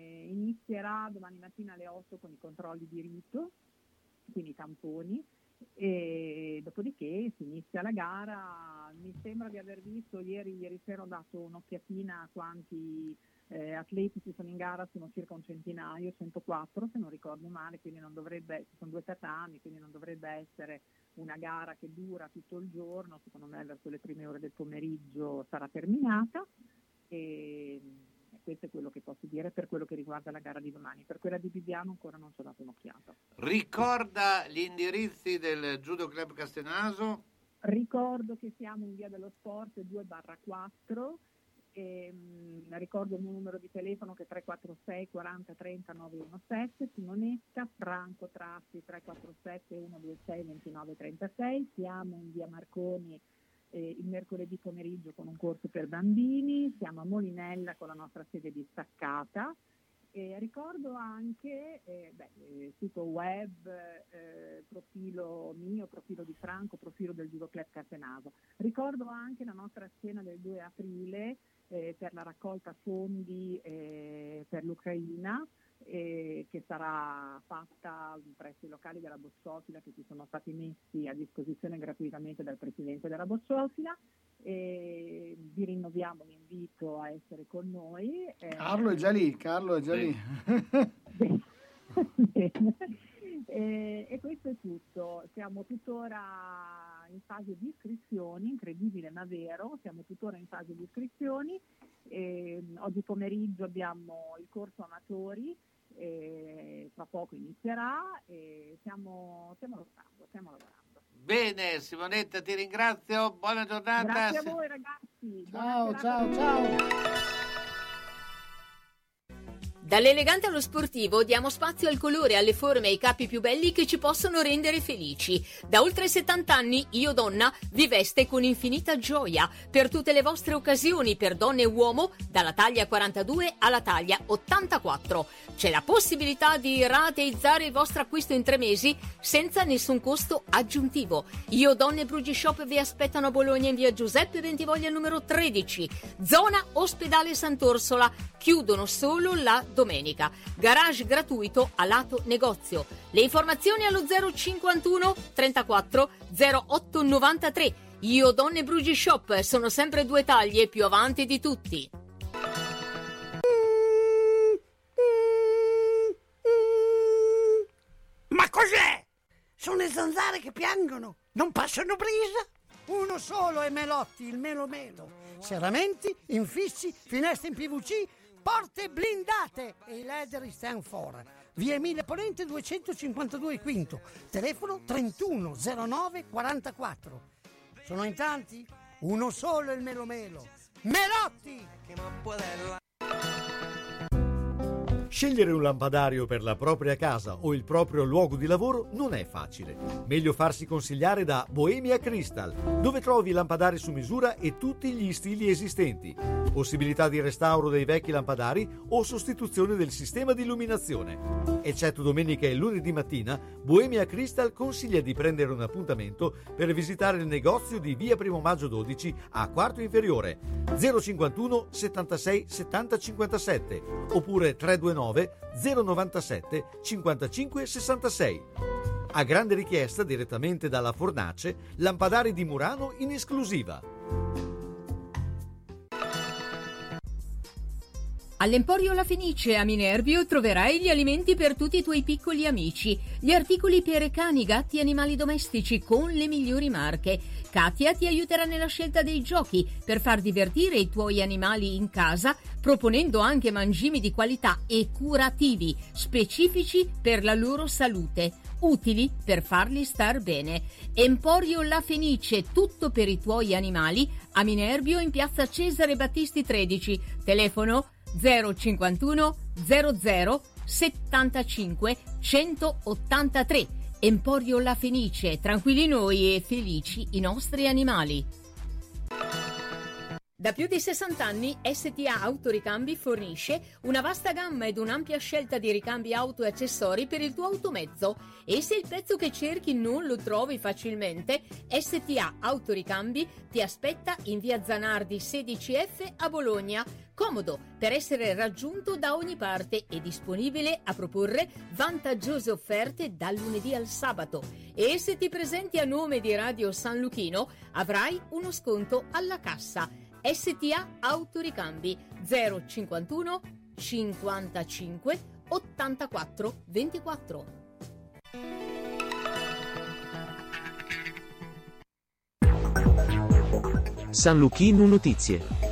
Inizierà domani mattina alle 8 con i controlli di rito, quindi i tamponi, e dopodiché si inizia la gara. Mi sembra di aver visto ieri sera, ho dato un'occhiatina a quanti atleti ci sono in gara, sono circa un centinaio, 104 se non ricordo male, quindi non dovrebbe, ci sono 2 tatami, quindi non dovrebbe essere una gara che dura tutto il giorno. Secondo me verso le prime ore del pomeriggio sarà terminata, e questo è quello che posso dire per quello che riguarda la gara di domani. Per quella di Bibbiano ancora non ci ho dato un'occhiata. Ricorda gli indirizzi del Judo Club Castenaso? Ricordo che siamo in via dello Sport 2/4. Ricordo il mio numero di telefono che è 346 40 30 917, Simonetta, Franco Tratti 347 126 29 36. Siamo in via Marconi il mercoledì pomeriggio con un corso per bambini, siamo a Molinella con la nostra sede distaccata. Ricordo anche sito web, profilo mio, profilo di Franco, profilo del Judo Club Castenaso. Ricordo anche la nostra cena del 2 aprile per la raccolta fondi per l'Ucraina, che sarà fatta presso i locali della Bossofila, che ci sono stati messi a disposizione gratuitamente dal Presidente della Bossofila. Vi rinnoviamo l'invito a essere con noi. Carlo è già lì. E questo è tutto. Siamo tuttora in fase di iscrizioni, incredibile ma vero, siamo tuttora in fase di iscrizioni. Oggi pomeriggio abbiamo il corso amatori, tra poco inizierà, e stiamo lavorando. Bene, Simonetta, ti ringrazio, buona giornata. Grazie a voi ragazzi. Ciao. Dall'elegante allo sportivo diamo spazio al colore, alle forme e ai capi più belli che ci possono rendere felici. Da oltre 70 anni Io Donna vi veste con infinita gioia per tutte le vostre occasioni, per donne e uomo, dalla taglia 42 alla taglia 84. C'è la possibilità di rateizzare il vostro acquisto in 3 mesi senza nessun costo aggiuntivo. Io Donne Brugi Shop vi aspettano a Bologna in via Giuseppe Bentivoglia numero 13, zona Ospedale Sant'Orsola. Chiudono solo la domenica. Garage gratuito a lato negozio. Le informazioni allo 051 34 08 93. Io Donne Brugi Shop, sono sempre 2 taglie più avanti di tutti. Ma cos'è? Sono le zanzare che piangono, non passano brisa? Uno solo è Melotti, il Melo Melo. Serramenti, infissi, finestre in PVC, porte blindate e i leder stand for. Via Emile Ponente 252 Quinto, telefono 31 09 44. Sono in tanti? Uno solo è il Melo Melo. Melotti! Scegliere un lampadario per la propria casa o il proprio luogo di lavoro non è facile. Meglio farsi consigliare da Bohemia Crystal, dove trovi lampadari su misura e tutti gli stili esistenti. Possibilità di restauro dei vecchi lampadari o sostituzione del sistema di illuminazione. Eccetto domenica e lunedì mattina, Bohemia Crystal consiglia di prendere un appuntamento per visitare il negozio di via 1 Maggio 12 a Quarto Inferiore, 051 76 70 57 oppure 329 097 55 66. A grande richiesta direttamente dalla Fornace, lampadari di Murano in esclusiva. All'Emporio La Fenice a Minerbio troverai gli alimenti per tutti i tuoi piccoli amici, gli articoli per cani, gatti e animali domestici con le migliori marche. Katia ti aiuterà nella scelta dei giochi per far divertire i tuoi animali in casa, proponendo anche mangimi di qualità e curativi, specifici per la loro salute, utili per farli star bene. Emporio La Fenice, tutto per i tuoi animali, a Minerbio in piazza Cesare Battisti 13, telefono 051 00 75 183. Emporio La Fenice, tranquilli noi e felici i nostri animali. Da più di 60 anni STA Autoricambi fornisce una vasta gamma ed un'ampia scelta di ricambi auto e accessori per il tuo automezzo. E se il pezzo che cerchi non lo trovi facilmente, STA Autoricambi ti aspetta in via Zanardi 16F a Bologna. Comodo per essere raggiunto da ogni parte e disponibile a proporre vantaggiose offerte dal lunedì al sabato. E se ti presenti a nome di Radio San Luchino avrai uno sconto alla cassa. STA Autoricambi 051 55 84 24. San Luchino Notizie.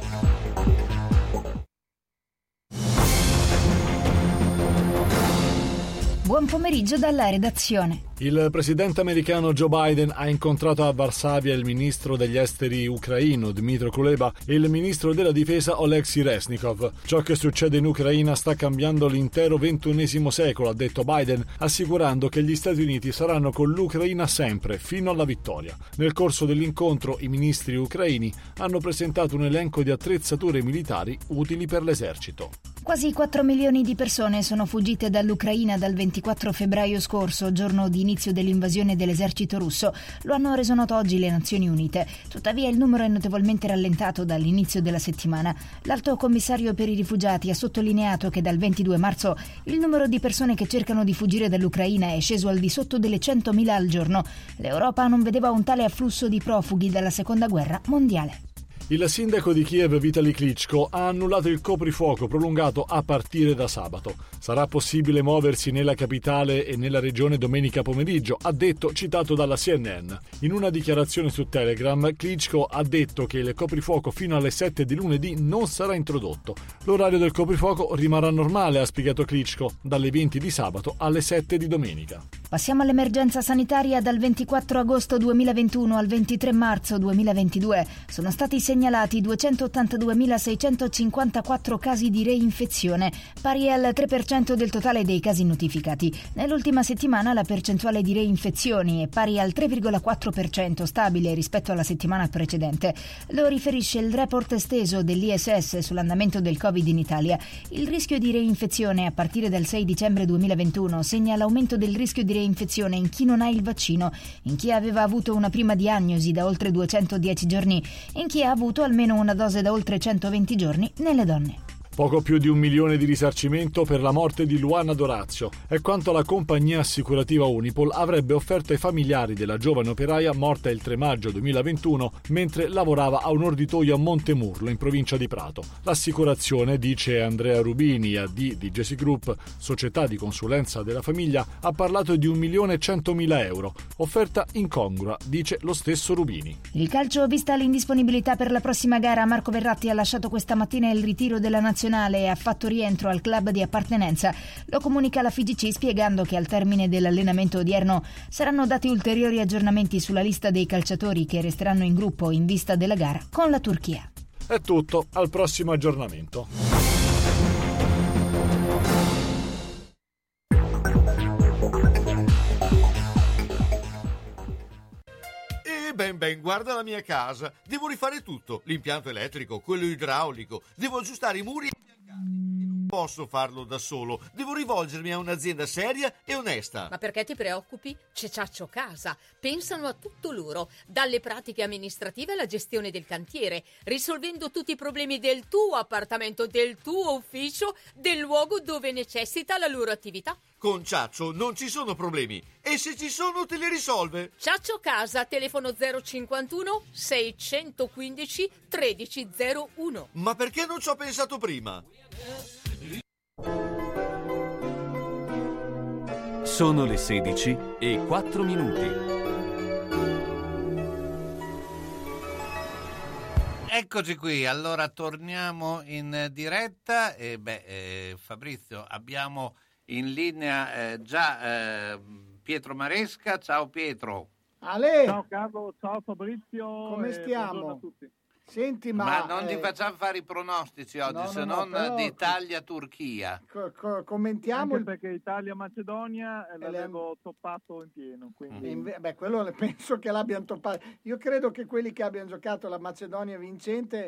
Buon pomeriggio dalla redazione. Il presidente americano Joe Biden ha incontrato a Varsavia il ministro degli esteri ucraino Dmytro Kuleba e il ministro della difesa Oleksiy Reznikov. Ciò che succede in Ucraina sta cambiando l'intero XXI secolo, ha detto Biden, assicurando che gli Stati Uniti saranno con l'Ucraina sempre, fino alla vittoria. Nel corso dell'incontro i ministri ucraini hanno presentato un elenco di attrezzature militari utili per l'esercito. Quasi 4 milioni di persone sono fuggite dall'Ucraina dal 24 febbraio scorso, giorno di inizio dell'invasione dell'esercito russo. Lo hanno reso noto oggi le Nazioni Unite. Tuttavia il numero è notevolmente rallentato dall'inizio della settimana. L'Alto Commissario per i rifugiati ha sottolineato che dal 22 marzo il numero di persone che cercano di fuggire dall'Ucraina è sceso al di sotto delle 100.000 al giorno. L'Europa non vedeva un tale afflusso di profughi dalla Seconda Guerra Mondiale. Il sindaco di Kiev Vitali Klitschko ha annullato il coprifuoco prolungato a partire da sabato. Sarà possibile muoversi nella capitale e nella regione domenica pomeriggio, ha detto, citato dalla CNN. In una dichiarazione su Telegram, Klitschko ha detto che il coprifuoco fino alle 7 di lunedì non sarà introdotto. L'orario del coprifuoco rimarrà normale, ha spiegato Klitschko, dalle 20 di sabato alle 7 di domenica. Passiamo all'emergenza sanitaria. Dal 24 agosto 2021 al 23 marzo 2022 sono stati segnalati 282.654 casi di reinfezione, pari al 3% del totale dei casi notificati. Nell'ultima settimana la percentuale di reinfezioni è pari al 3,4%, stabile rispetto alla settimana precedente. Lo riferisce il report esteso dell'ISS sull'andamento del Covid in Italia. Il rischio di reinfezione a partire dal 6 dicembre 2021 segna l'aumento del rischio di reinfezione in chi non ha il vaccino, in chi aveva avuto una prima diagnosi da oltre 210 giorni, in chi ha avuto almeno una dose da oltre 120 giorni nelle donne. Poco più di 1 milione di risarcimento per la morte di Luana Dorazio è quanto la compagnia assicurativa Unipol avrebbe offerto ai familiari della giovane operaia morta il 3 maggio 2021 mentre lavorava a un orditoio a Montemurlo in provincia di Prato. L'assicurazione, dice Andrea Rubini, AD di Jesse Group, società di consulenza della famiglia, ha parlato di 1.100.000 euro. Offerta incongrua, dice lo stesso Rubini. Il calcio, vista l'indisponibilità per la prossima gara, Marco Verratti ha lasciato questa mattina il ritiro della nazionale e ha fatto rientro al club di appartenenza. Lo comunica la FIGC spiegando che al termine dell'allenamento odierno saranno dati ulteriori aggiornamenti sulla lista dei calciatori che resteranno in gruppo in vista della gara con la Turchia. È tutto, al prossimo aggiornamento. Ben, guarda la mia casa. Devo rifare tutto. L'impianto elettrico, quello idraulico. Devo aggiustare i muri e non posso farlo da solo. Devo rivolgermi a un'azienda seria e onesta. Ma perché ti preoccupi? C'è Ciaccio Casa. Pensano a tutto loro, dalle pratiche amministrative alla gestione del cantiere, risolvendo tutti i problemi del tuo appartamento, del tuo ufficio, del luogo dove necessita la loro attività. Con Ciaccio non ci sono problemi e se ci sono te li risolve. Ciaccio Casa, telefono 051 615 1301. Ma perché non ci ho pensato prima? Sono le 16:04. Eccoci qui, allora torniamo in diretta e Fabrizio, abbiamo in linea già Pietro Maresca. Ciao Pietro. Ale. Ciao Carlo, ciao Fabrizio. Come stiamo? Buongiorno a tutti. Senti, ma non ti facciamo fare i pronostici oggi, se non di Italia-Turchia. Commentiamo. Anche perché Italia-Macedonia l'avevo toppato in pieno. Quindi... quello penso che l'abbiano toppato. Io credo che quelli che abbiano giocato la Macedonia vincente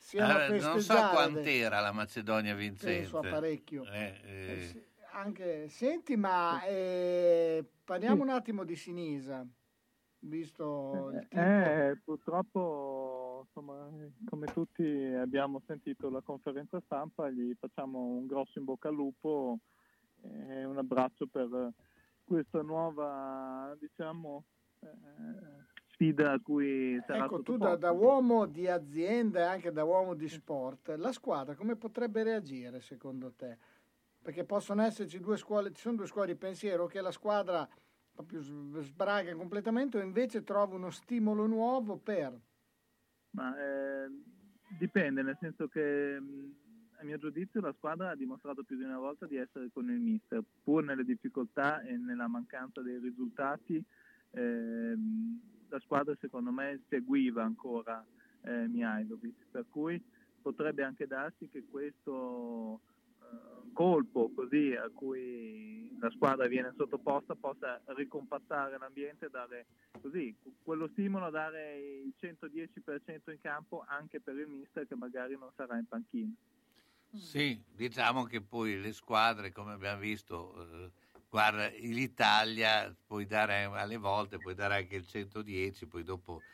siano a non so festeggiare. quant'era la Macedonia vincente. Penso a parecchio. Sì. Anche, senti, ma parliamo un attimo di Sinisa, visto il tempo. Purtroppo, insomma, come tutti abbiamo sentito la conferenza stampa, gli facciamo un grosso in bocca al lupo e un abbraccio per questa nuova, diciamo, sfida a cui sarà Ecco, tu sottoposto. da uomo di azienda e anche da uomo di sport, la squadra come potrebbe reagire secondo te? Perché possono esserci due scuole, ci sono due scuole di pensiero, che la squadra proprio sbraga completamente o invece trova uno stimolo nuovo per... Ma dipende, nel senso che a mio giudizio la squadra ha dimostrato più di una volta di essere con il mister, pur nelle difficoltà e nella mancanza dei risultati. La squadra secondo me seguiva ancora Mihajlovic, per cui potrebbe anche darsi che questo colpo così a cui la squadra viene sottoposta possa ricompattare l'ambiente e dare così quello stimolo a dare il 110% in campo anche per il mister che magari non sarà in panchina. Sì, diciamo che poi le squadre, come abbiamo visto, guarda, l'Italia puoi dare alle volte, puoi dare anche il 110, poi dopo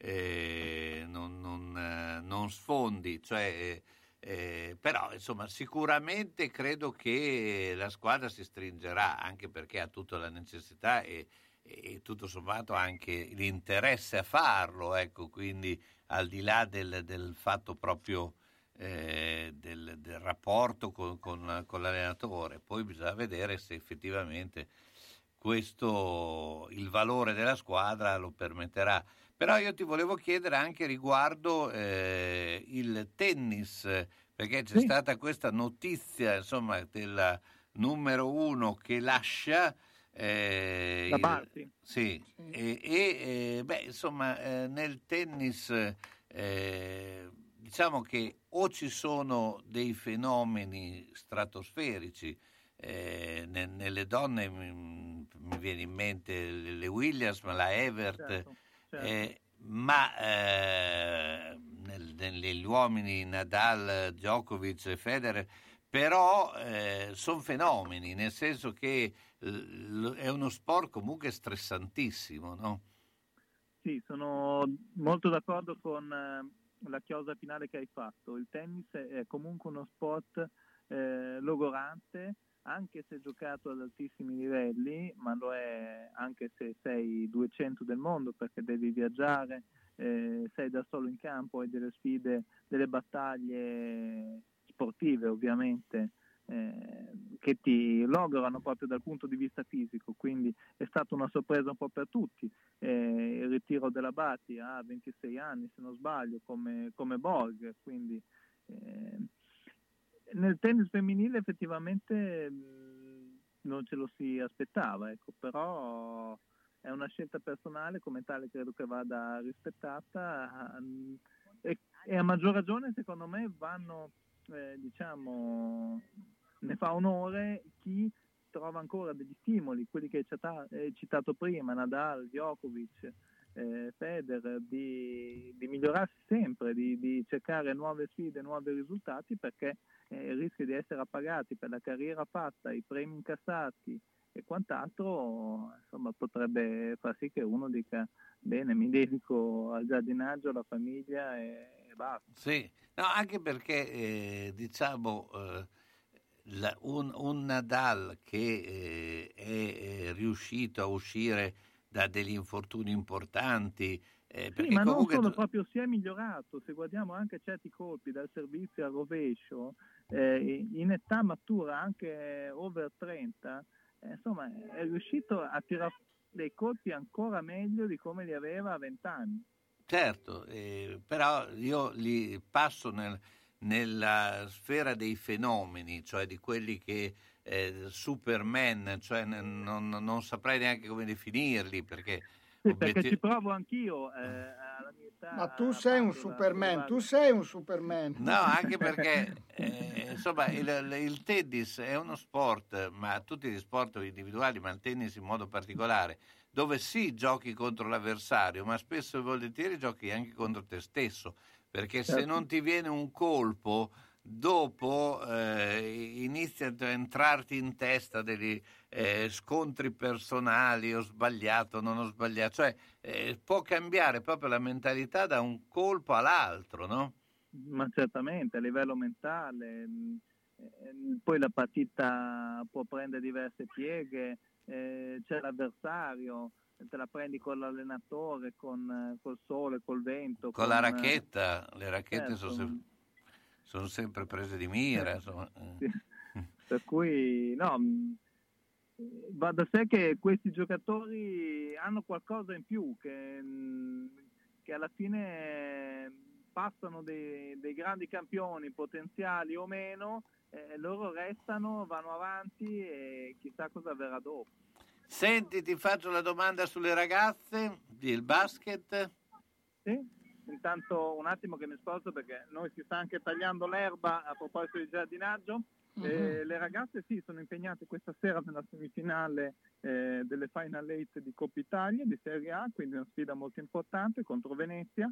non sfondi, cioè, però insomma sicuramente credo che la squadra si stringerà, anche perché ha tutta la necessità e tutto sommato anche l'interesse a farlo, ecco, quindi al di là del fatto proprio del rapporto con l'allenatore, poi bisogna vedere se effettivamente questo, il valore della squadra lo permetterà. Però io ti volevo chiedere anche riguardo il tennis, perché c'è stata questa notizia, insomma, della numero 1 che lascia la Barty. Sì. Beh, insomma, nel tennis diciamo che o ci sono dei fenomeni stratosferici, nelle donne mi viene in mente le Williams, ma la Evert, certo. Ma negli uomini Nadal, Djokovic e Federer, però sono fenomeni, nel senso che è uno sport comunque stressantissimo, no? Sì, sono molto d'accordo con la chiosa finale che hai fatto. Il tennis è comunque uno sport logorante, anche se giocato ad altissimi livelli, ma lo è anche se sei 200 del mondo, perché devi viaggiare, sei da solo in campo, hai delle sfide, delle battaglie sportive ovviamente, che ti logorano proprio dal punto di vista fisico, quindi è stata una sorpresa un po' per tutti. Il ritiro della Barty a 26 anni, se non sbaglio, come Borg, quindi nel tennis femminile effettivamente non ce lo si aspettava, ecco, però è una scelta personale, come tale credo che vada rispettata, e a maggior ragione secondo me vanno, diciamo, ne fa onore chi trova ancora degli stimoli, quelli che hai citato prima, Nadal, Djokovic, Federer, di migliorarsi sempre, di cercare nuove sfide, nuovi risultati, perché il rischio di essere appagati per la carriera fatta, i premi incassati e quant'altro, insomma, potrebbe far sì che uno dica bene, mi dedico al giardinaggio, alla famiglia e basta. Sì, no, anche perché diciamo un Nadal che è riuscito a uscire da degli infortuni importanti, sì, ma non solo, proprio si è migliorato. Se guardiamo anche certi colpi dal servizio al rovescio, in età matura, anche over 30, insomma è riuscito a tirare dei colpi ancora meglio di come li aveva a 20 anni. Certo, però io li passo nella sfera dei fenomeni, cioè di quelli che Superman, cioè non saprei neanche come definirli, perché sì, perché ci provo anch'io alla mia età. Ma tu sei un Superman, tu sei un Superman. No, anche perché insomma il tennis è uno sport, ma tutti gli sport individuali, ma il tennis in modo particolare, dove sì giochi contro l'avversario, ma spesso e volentieri giochi anche contro te stesso, perché se non ti viene un colpo, dopo iniziano a entrarti in testa degli scontri personali, ho sbagliato, non ho sbagliato, cioè può cambiare proprio la mentalità da un colpo all'altro, no? Ma certamente, a livello mentale, poi la partita può prendere diverse pieghe, c'è l'avversario, te la prendi con l'allenatore, col sole, col vento. Con la racchetta, le racchette certo. sono sempre prese di mira, insomma. Sì. Per cui no, va da sé che questi giocatori hanno qualcosa in più, che alla fine passano dei grandi campioni potenziali o meno, loro restano, vanno avanti e chissà cosa avverrà dopo. Senti, ti faccio la domanda sulle ragazze del basket. Sì, intanto un attimo che mi sposto perché noi si sta anche tagliando l'erba a proposito di giardinaggio. Le ragazze sì, sono impegnate questa sera nella semifinale delle Final 8 di Coppa Italia di Serie A, quindi una sfida molto importante contro Venezia.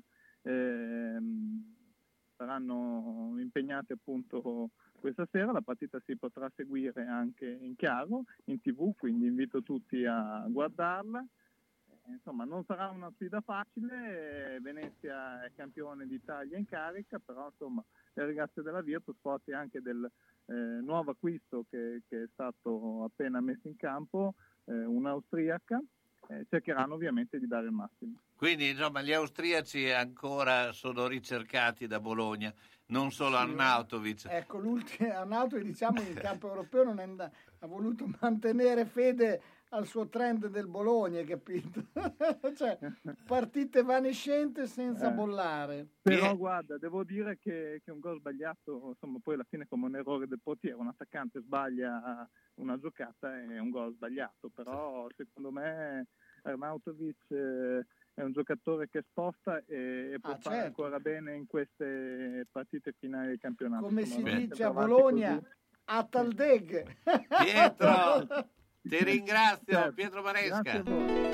Saranno impegnate appunto questa sera, la partita si potrà seguire anche in chiaro in TV, quindi invito tutti a guardarla. Insomma, non sarà una sfida facile, Venezia è campione d'Italia in carica, però insomma le ragazze della Virtus, forti anche del nuovo acquisto che è stato appena messo in campo, un'austriaca, cercheranno ovviamente di dare il massimo. Quindi insomma gli austriaci ancora sono ricercati da Bologna, non solo Arnautovic. Ecco, l'ultimo Arnautovic, diciamo, in campo europeo non ha voluto mantenere fede al suo trend del Bologna, hai capito? Cioè, partite evanescenti senza bollare. Però guarda, devo dire che un gol sbagliato, insomma, poi alla fine come un errore del portiere, un attaccante sbaglia una giocata, è un gol sbagliato, però secondo me Arnautovic è un giocatore che sposta e può fare ancora bene in queste partite finali del campionato. Come si dice a Bologna, a Taldeg. Pietro, ti ringrazio, Pietro Maresca.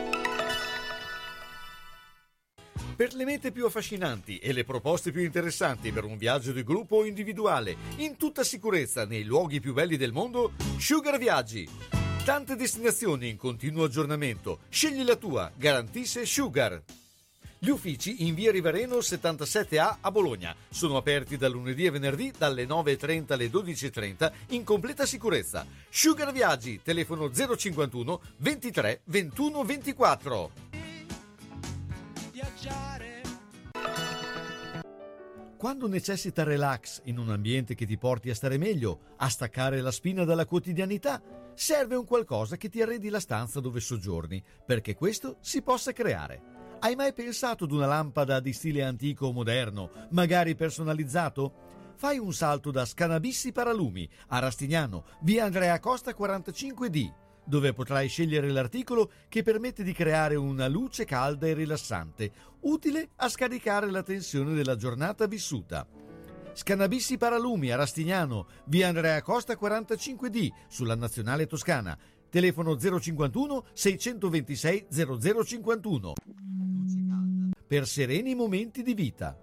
Per le mete più affascinanti e le proposte più interessanti per un viaggio di gruppo o individuale, in tutta sicurezza nei luoghi più belli del mondo, Sugar Viaggi. Tante destinazioni in continuo aggiornamento. Scegli la tua, garantisce Sugar. Gli uffici in via Rivareno 77A a Bologna sono aperti dal lunedì e venerdì dalle 9.30 alle 12.30 in completa sicurezza. Sugar Viaggi, telefono 051 23 21 24. Quando necessita relax in un ambiente che ti porti a stare meglio, a staccare la spina dalla quotidianità, serve un qualcosa che ti arredi la stanza dove soggiorni, perché questo si possa creare. Hai mai pensato ad una lampada di stile antico o moderno, magari personalizzato? Fai un salto da Scanabissi Paralumi a Rastignano, via Andrea Costa 45D, dove potrai scegliere l'articolo che permette di creare una luce calda e rilassante, utile a scaricare la tensione della giornata vissuta. Scanabissi Paralumi a Rastignano, via Andrea Costa 45D, sulla Nazionale Toscana. Telefono 051 626 0051. Per sereni momenti di vita.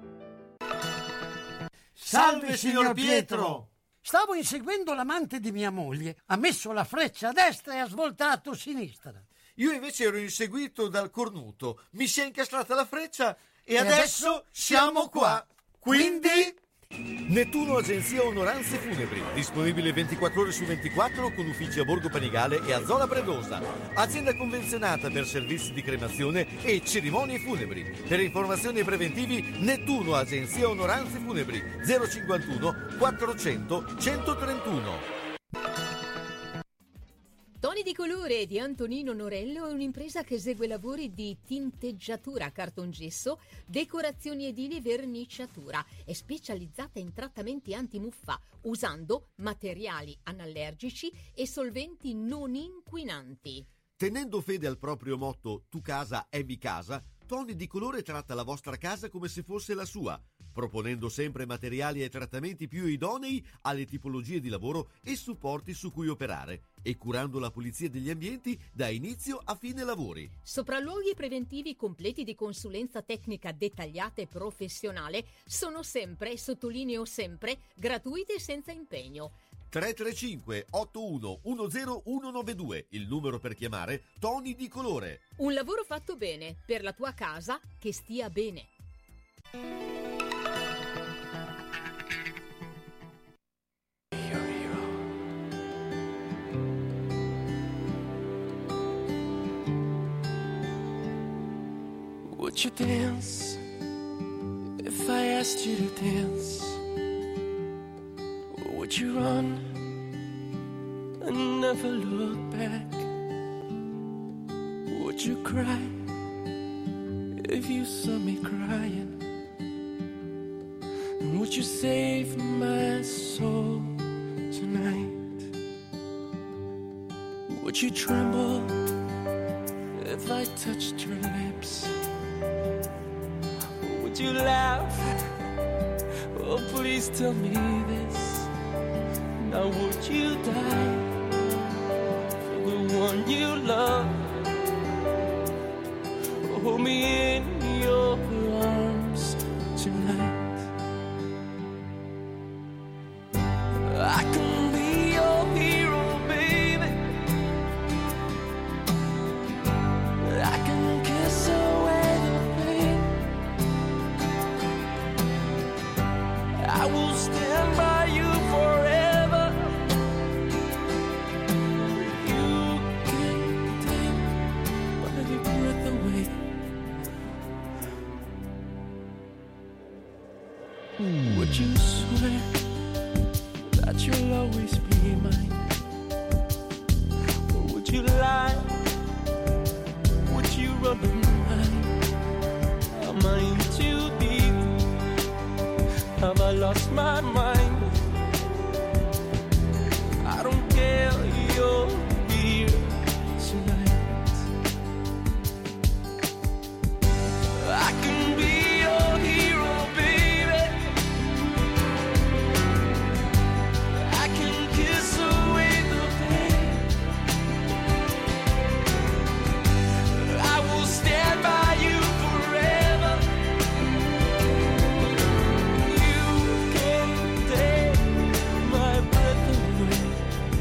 Salve, signor Pietro! Stavo inseguendo l'amante di mia moglie. Ha messo la freccia a destra e ha svoltato a sinistra. Io invece ero inseguito dal cornuto. Mi si è incastrata la freccia e adesso siamo qua. Quindi... Nettuno Agenzia Onoranze Funebri, disponibile 24 ore su 24 con uffici a Borgo Panigale e a Zola Predosa. Azienda convenzionata per servizi di cremazione e cerimonie funebri. Per informazioni e preventivi, Nettuno Agenzia Onoranze Funebri, 051 400 131. Toni di colore di Antonino Norello è un'impresa che esegue lavori di tinteggiatura, cartongesso, decorazioni edili e verniciatura. È specializzata in trattamenti antimuffa usando materiali anallergici e solventi non inquinanti. Tenendo fede al proprio motto "Tu casa è mi casa", Toni di colore tratta la vostra casa come se fosse la sua. proponendo sempre materiali e trattamenti più idonei alle tipologie di lavoro e supporti su cui operare e curando la pulizia degli ambienti da inizio a fine lavori. Sopralluoghi preventivi completi di consulenza tecnica dettagliata e professionale sono sempre, sottolineo sempre, gratuiti e senza impegno. 335 81 10192, il numero per chiamare Tony Di Colore. Un lavoro fatto bene per la tua casa che stia bene. Would you dance if I asked you to dance? Or would you run and never look back? Would you cry if you saw me crying? And would you save my soul tonight? Would you tremble if I touched your lips? Would you laugh? Oh, please tell me this. Now would you die for the one you love? Hold me in your arms tonight. I can be your hero, baby. I can kiss away the pain. I will stand by you forever. You can take my breath away. Would you swear that you'll always be mine? Or would you lie? Would you run and hide? Am I in too deep? Have I lost my mind? I don't care, you're here tonight. I can be your hero, baby. I can kiss away the pain. I will stand by you forever. You can take my breath away.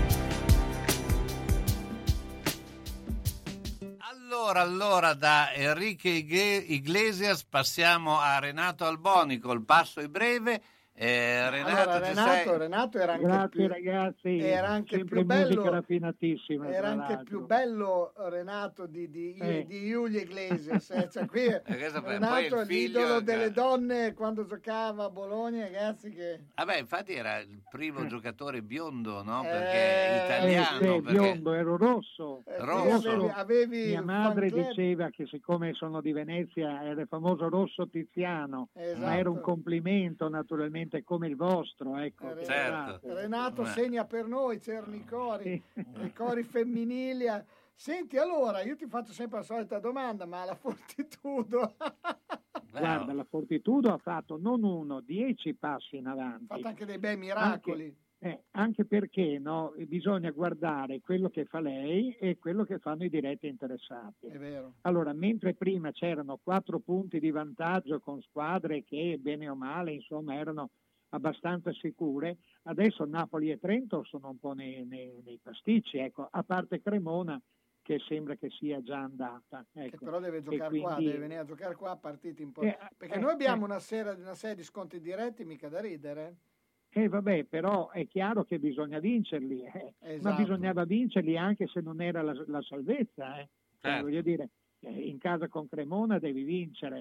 Allora, da Enrique Iglesias passiamo a Renato Alboni col passo in breve. Renato, Allora, Renato era anche Grazie più, ragazzi, era anche sempre più musica bello, raffinatissima. era tra anche l'altro. più bello Renato di Julio Iglesias. Cioè, qui questo poi è Renato il figlio l'idolo delle donne quando giocava a Bologna, ragazzi, che Vabbè, infatti era il primo giocatore biondo, no? Perché italiano. Sì, perché... biondo, ero rosso. Rosso. avevi Mia il madre fan club. diceva che siccome sono di Venezia era il famoso rosso Tiziano, Esatto. ma era un complimento naturalmente come il vostro. Ecco, Certo. Renato segna per noi, c'erano i cori femminili. Senti, allora, io ti faccio sempre la solita domanda, ma la Fortitudo Guarda, la Fortitudo ha fatto non 1, 10 passi in avanti. ha fatto anche dei bei miracoli. Anche perché no, bisogna guardare quello che fa lei e quello che fanno i diretti interessati. È vero. Allora, mentre prima c'erano 4 punti di vantaggio con squadre che bene o male, insomma, erano abbastanza sicure, adesso Napoli e Trento sono un po' nei pasticci, ecco, a parte Cremona che sembra che sia già andata. Ecco. Che però deve giocare quindi... qua, deve venire a giocare qua a partite importanti. Perché noi abbiamo una serie di scontri diretti, mica da ridere. Vabbè, però è chiaro che bisogna vincerli, ma Esatto. bisognava vincerli anche se non era la salvezza. Cioè, Certo. voglio dire, in casa con Cremona devi vincere.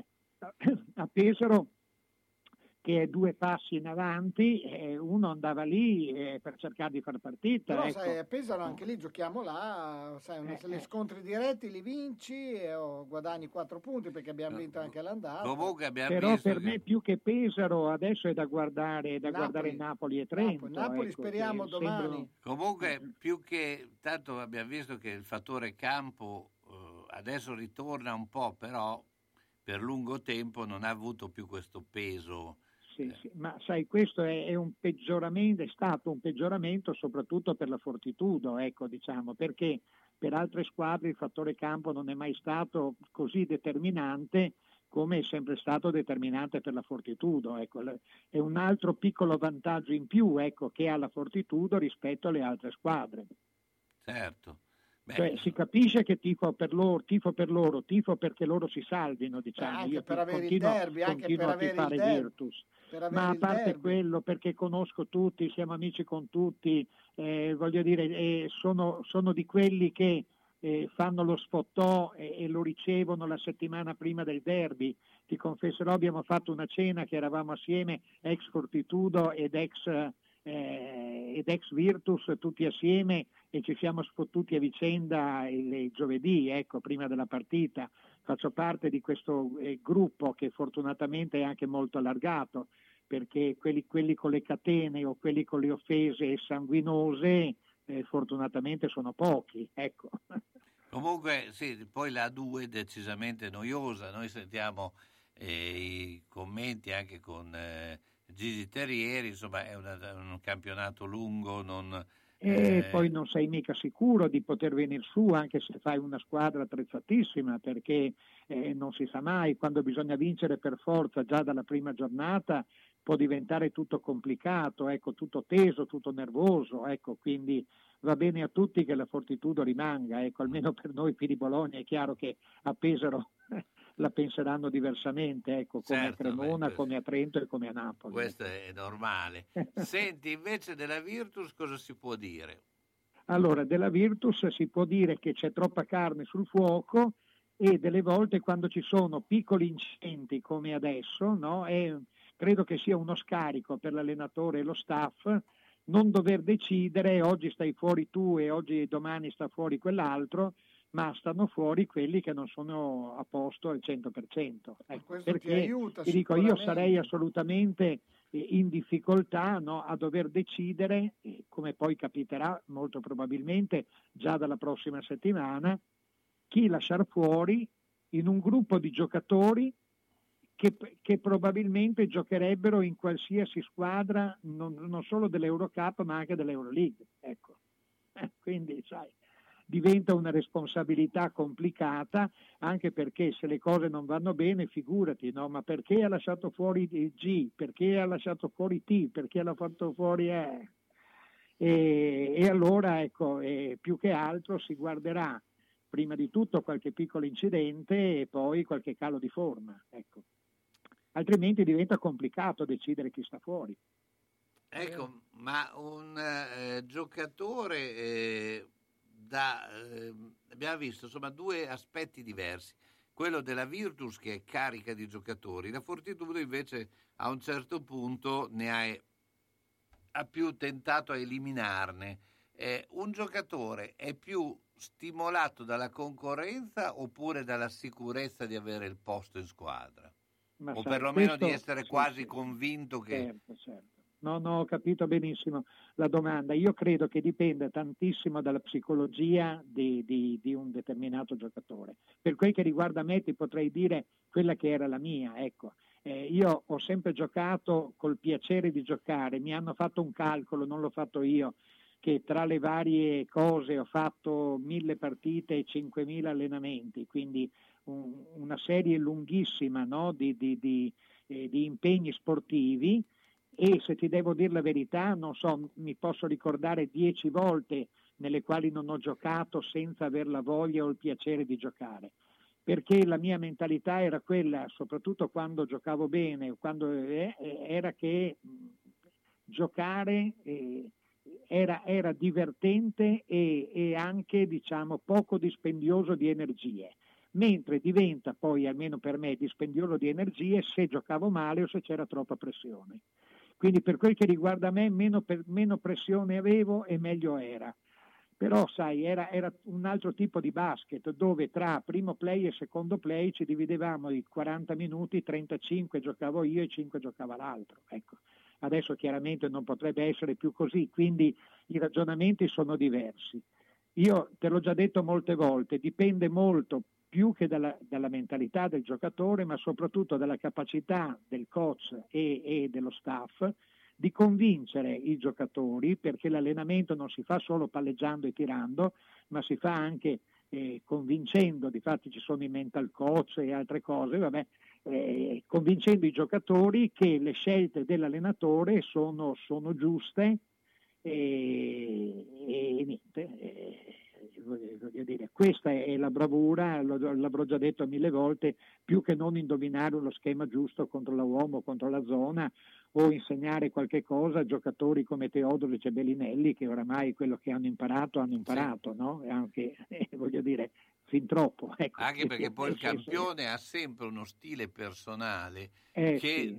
A Pesaro, che è 2 passi in avanti, uno andava lì per cercare di far partita. Però ecco. sai, a Pesaro anche lì giochiamo là, sai, gli scontri diretti li vinci e guadagni 4 punti perché abbiamo vinto anche l'andata. Comunque abbiamo Però visto per me più che Pesaro adesso è da guardare Napoli e Trento. Napoli ecco, speriamo che domani. sembrano- Comunque, più che tanto abbiamo visto che il fattore campo adesso ritorna un po', però per lungo tempo non ha avuto più questo peso. Sì, ma sai, questo è un peggioramento, è stato un peggioramento soprattutto per la Fortitudo, ecco, diciamo, perché per altre squadre il fattore campo non è mai stato così determinante come è sempre stato determinante per la Fortitudo, ecco, è un altro piccolo vantaggio in più, ecco, che ha la Fortitudo rispetto alle altre squadre. Certo. Cioè, si capisce che tifo per loro, tifo perché loro si salvino, diciamo. Anche io per avere continuo, il derby, anche continuo per a avere tifare il derby. Virtus. Ma a parte quello, perché conosco tutti, siamo amici con tutti, voglio dire, sono di quelli che fanno lo sfottò e lo ricevono la settimana prima del derby. Ti confesserò, abbiamo fatto una cena che eravamo assieme, ex Fortitudo ed ex Virtus, tutti assieme, e ci siamo sfottuti a vicenda il giovedì, ecco, prima della partita. Faccio parte di questo gruppo che fortunatamente è anche molto allargato, perché quelli con le catene o quelli con le offese sanguinose fortunatamente sono pochi, ecco. Comunque sì, poi la A2 è decisamente noiosa, noi sentiamo i commenti anche con Gigi Terrieri, insomma è un campionato lungo, E poi non sei mica sicuro di poter venire su, anche se fai una squadra attrezzatissima, perché non si sa mai, quando bisogna vincere per forza già dalla prima giornata può diventare tutto complicato, ecco, tutto teso, tutto nervoso, ecco, quindi va bene a tutti che la Fortitudo rimanga, ecco, almeno per noi qui di Bologna è chiaro che a Pesaro la penseranno diversamente, ecco, come Certo, a Cremona, come a Trento e come a Napoli. Questo è normale. Senti, invece della Virtus cosa si può dire? Allora, della Virtus si può dire che c'è troppa carne sul fuoco e delle volte quando ci sono piccoli incidenti come adesso, no, credo che sia uno scarico per l'allenatore e lo staff non dover decidere oggi stai fuori tu e oggi domani sta fuori quell'altro, ma stanno fuori quelli che non sono a posto al 100%. Ecco, perché aiuta, ti dico, io sarei assolutamente in difficoltà, no, a dover decidere, come poi capiterà molto probabilmente già dalla prossima settimana, chi lasciare fuori in un gruppo di giocatori che probabilmente giocherebbero in qualsiasi squadra, non solo dell'Eurocup ma anche dell'Euroleague. Ecco. Quindi sai, diventa una responsabilità complicata, anche perché se le cose non vanno bene, figurati, no? Ma perché ha lasciato fuori G? Perché ha lasciato fuori T? Perché l'ha fatto fuori E? E allora, ecco, più che altro si guarderà prima di tutto qualche piccolo incidente e poi qualche calo di forma, ecco. Altrimenti diventa complicato decidere chi sta fuori. Ecco, ma un giocatore abbiamo visto insomma due aspetti diversi. Quello della Virtus che è carica di giocatori, la Fortitudo invece a un certo punto ha più tentato a eliminarne. Un giocatore è più stimolato dalla concorrenza oppure dalla sicurezza di avere il posto in squadra? Ma o sai, perlomeno questo, di essere quasi convinto che... Certo. No, ho capito benissimo la domanda. Io credo che dipenda tantissimo dalla psicologia di un determinato giocatore. Per quel che riguarda me ti potrei dire quella che era la mia, ecco. Io ho sempre giocato col piacere di giocare, mi hanno fatto un calcolo, non l'ho fatto io, che tra le varie cose ho fatto 1000 partite e 5000 allenamenti, quindi una serie lunghissima, no, di impegni sportivi, e se ti devo dire la verità, non so, mi posso ricordare 10 volte nelle quali non ho giocato senza aver la voglia o il piacere di giocare, perché la mia mentalità era quella, soprattutto quando giocavo bene, era che giocare era divertente e anche, diciamo, poco dispendioso di energie, mentre diventa poi, almeno per me, dispendioso di energie se giocavo male o se c'era troppa pressione. Quindi per quel che riguarda me, meno pressione avevo e meglio era. Però sai, era un altro tipo di basket, dove tra primo play e secondo play ci dividevamo i 40 minuti, 35 giocavo io e 5 giocava l'altro. Ecco. Adesso chiaramente non potrebbe essere più così, quindi i ragionamenti sono diversi. Io te l'ho già detto molte volte, dipende molto più che dalla mentalità del giocatore, ma soprattutto dalla capacità del coach e dello staff di convincere i giocatori, perché l'allenamento non si fa solo palleggiando e tirando, ma si fa anche convincendo. Difatti ci sono i mental coach e altre cose, convincendo i giocatori che le scelte dell'allenatore sono giuste e niente. Voglio dire, questa è la bravura, l'avrò già detto 1000 volte, più che non indovinare lo schema giusto contro la uomo, contro la zona, o insegnare qualche cosa a giocatori come Teodoric e Bellinelli, che oramai quello che hanno imparato, sì, no? E anche, voglio dire, fin troppo. Ecco. Anche perché poi il campione ha sempre uno stile personale che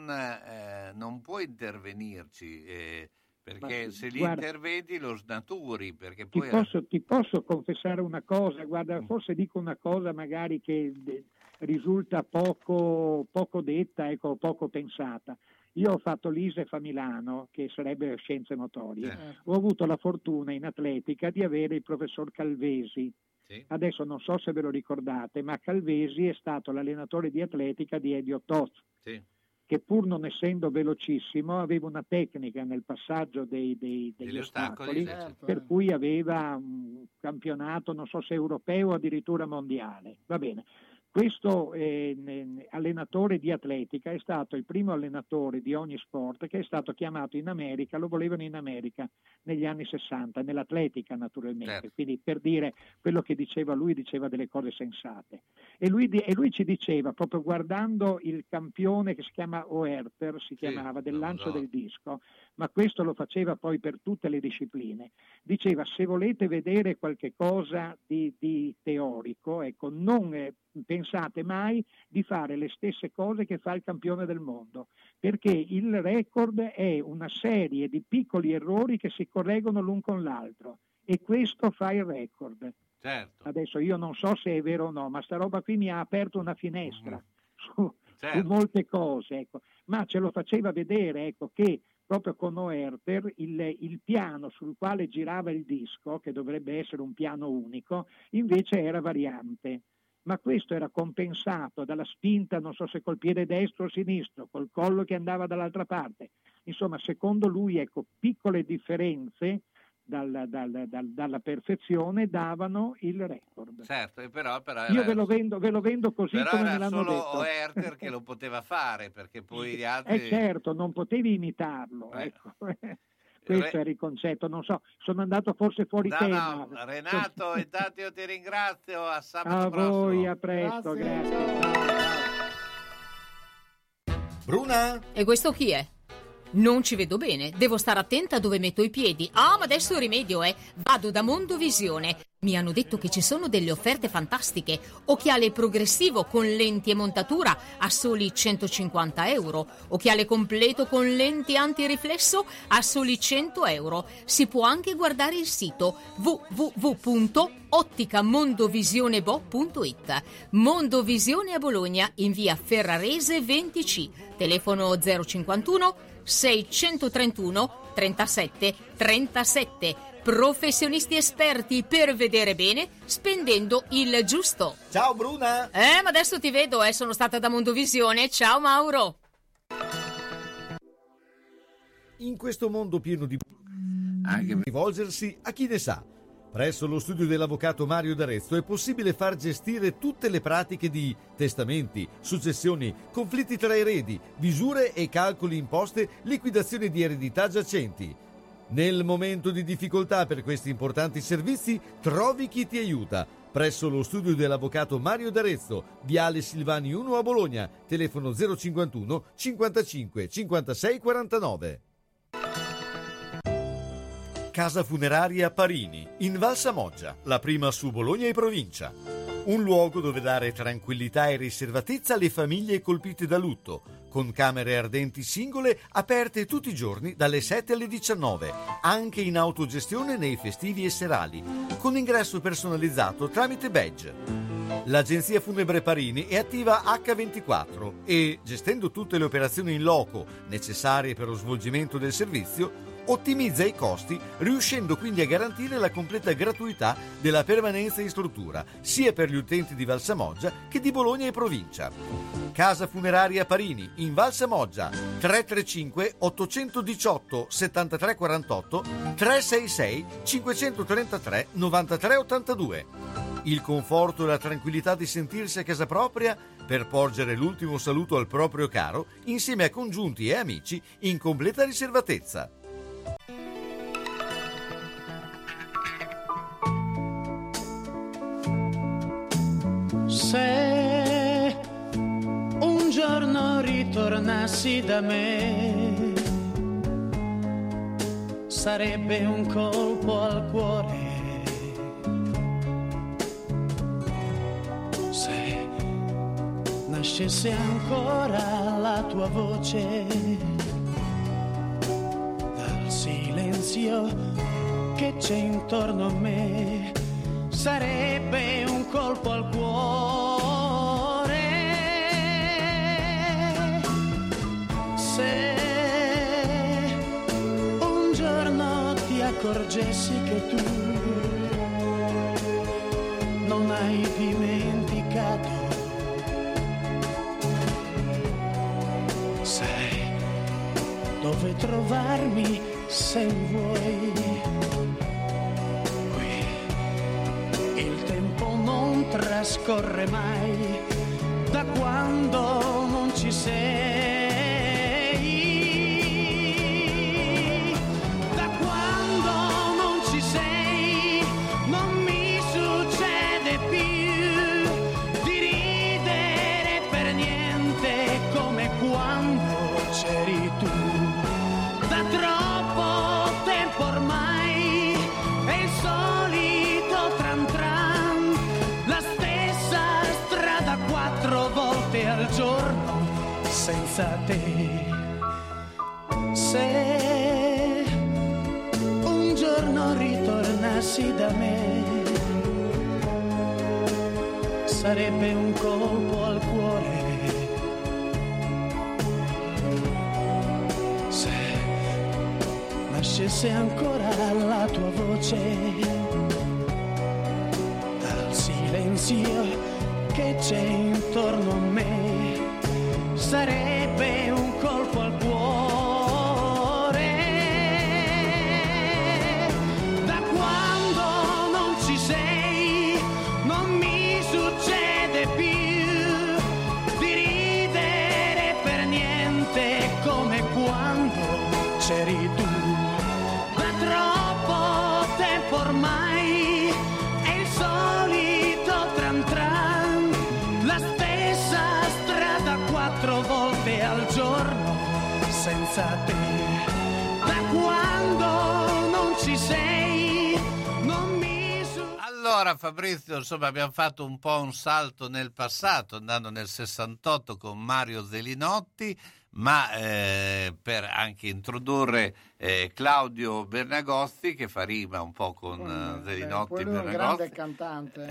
non può intervenirci. Perché se li intervedi lo snaturi, perché poi ti posso confessare una cosa, guarda, forse dico una cosa magari che risulta poco detta, ecco, poco pensata. Io ho fatto l'ISEF a Milano, che sarebbe scienze motorie. Ho avuto la fortuna in atletica di avere il professor Calvesi. Sì. Adesso non so se ve lo ricordate, ma Calvesi è stato l'allenatore di atletica di Edio Toth. Sì. Che pur non essendo velocissimo aveva una tecnica nel passaggio degli ostacoli, certo, per cui aveva un campionato, non so se europeo o addirittura mondiale. Va bene. Questo allenatore di atletica è stato il primo allenatore di ogni sport che è stato chiamato in America, lo volevano in America negli anni 60, nell'atletica naturalmente, certo. Quindi per dire quello che diceva lui, diceva delle cose sensate. E lui ci diceva, proprio guardando il campione che si chiama Oerter, chiamava, del lancio del disco, ma questo lo faceva poi per tutte le discipline, diceva: se volete vedere qualche cosa di teorico, ecco, non pensate mai di fare le stesse cose che fa il campione del mondo, perché il record è una serie di piccoli errori che si correggono l'un con l'altro e questo fa il record. Certo. Adesso io non so se è vero o no, ma sta roba qui mi ha aperto una finestra su molte cose, ecco. Ma ce lo faceva vedere, ecco, che proprio con Oerter il piano sul quale girava il disco, che dovrebbe essere un piano unico, invece era variante. Ma questo era compensato dalla spinta, non so se col piede destro o sinistro, col collo che andava dall'altra parte. Insomma, secondo lui, ecco, piccole differenze dalla perfezione davano il record. Certo, però io ve lo vendo così, però come era me l'hanno solo detto. Oerter che lo poteva fare, perché poi gli altri... certo, non potevi imitarlo, ecco. Questo era il concetto, non so, sono andato forse fuori tema. No, Renato, intanto io ti ringrazio, a sabato prossimo. A voi, a presto, grazie. Bruna? E questo chi è? Non ci vedo bene, devo stare attenta dove metto i piedi. Ma adesso il rimedio è: vado da Mondovisione. Mi hanno detto che ci sono delle offerte fantastiche. Occhiale progressivo con lenti e montatura a soli 150 euro. Occhiale completo con lenti antiriflesso a soli 100 euro. Si può anche guardare il sito www.otticamondovisionebo.it. Mondovisione a Bologna, in via Ferrarese 20C. Telefono 051 631 37 37. Professionisti esperti per vedere bene spendendo il giusto. Ciao Bruna. Ma adesso ti vedo, sono stata da Mondovisione. Ciao Mauro. In questo mondo pieno di anche rivolgersi a chi ne sa. Presso lo studio dell'avvocato Mario D'Arezzo è possibile far gestire tutte le pratiche di testamenti, successioni, conflitti tra eredi, visure e calcoli imposte, liquidazione di eredità giacenti. Nel momento di difficoltà per questi importanti servizi, trovi chi ti aiuta. Presso lo studio dell'avvocato Mario D'Arezzo, Viale Silvani 1 a Bologna, telefono 051 55 56 49. Casa funeraria Parini, in Val Samoggia, la prima su Bologna e provincia. Un luogo dove dare tranquillità e riservatezza alle famiglie colpite da lutto, con camere ardenti singole aperte tutti i giorni dalle 7 alle 19, anche in autogestione nei festivi e serali, con ingresso personalizzato tramite badge. L'agenzia funebre Parini è attiva H24 e, gestendo tutte le operazioni in loco necessarie per lo svolgimento del servizio, ottimizza i costi, riuscendo quindi a garantire la completa gratuità della permanenza in struttura, sia per gli utenti di Valsamoggia che di Bologna e provincia. Casa Funeraria Parini, in Valsamoggia, 335 818 73 48 366 533 93 82. Il conforto e la tranquillità di sentirsi a casa propria per porgere l'ultimo saluto al proprio caro insieme a congiunti e amici in completa riservatezza. Se un giorno ritornassi da me, sarebbe un colpo al cuore. Se nascesse ancora la tua voce, dal silenzio che c'è intorno a me, sarebbe un colpo al cuore. Se un giorno ti accorgessi che tu non hai dimenticato, sai dove trovarmi se vuoi. Il tempo non trascorre mai da quando non ci sei. Da quando non ci sei non mi succede più di ridere per niente come quando c'eri tu. Da troppo tempo ormai è il solito tran tran, la stessa strada 4 volte al giorno senza te. Se un giorno ritornassi da me, sarebbe un colpo al cuore. Se nascesse ancora la tua voce, dal silenzio che c'è intorno a me, sarebbe un colpo al cuore. Da quando non ci sei non mi succede più di ridere per niente come quando c'eri tu. Da troppo tempo ormai è il solito tran tran, la stessa strada 4 volte al giorno senza te. Da quando non ci sei non mi Allora Fabrizio, insomma, abbiamo fatto un po' un salto nel passato, andando nel 68 con Mario Zelinotti, ma per anche introdurre Claudio Bernagossi, che fa rima un po' con Zelinotti e Quello è un Bernagossi. grande cantante.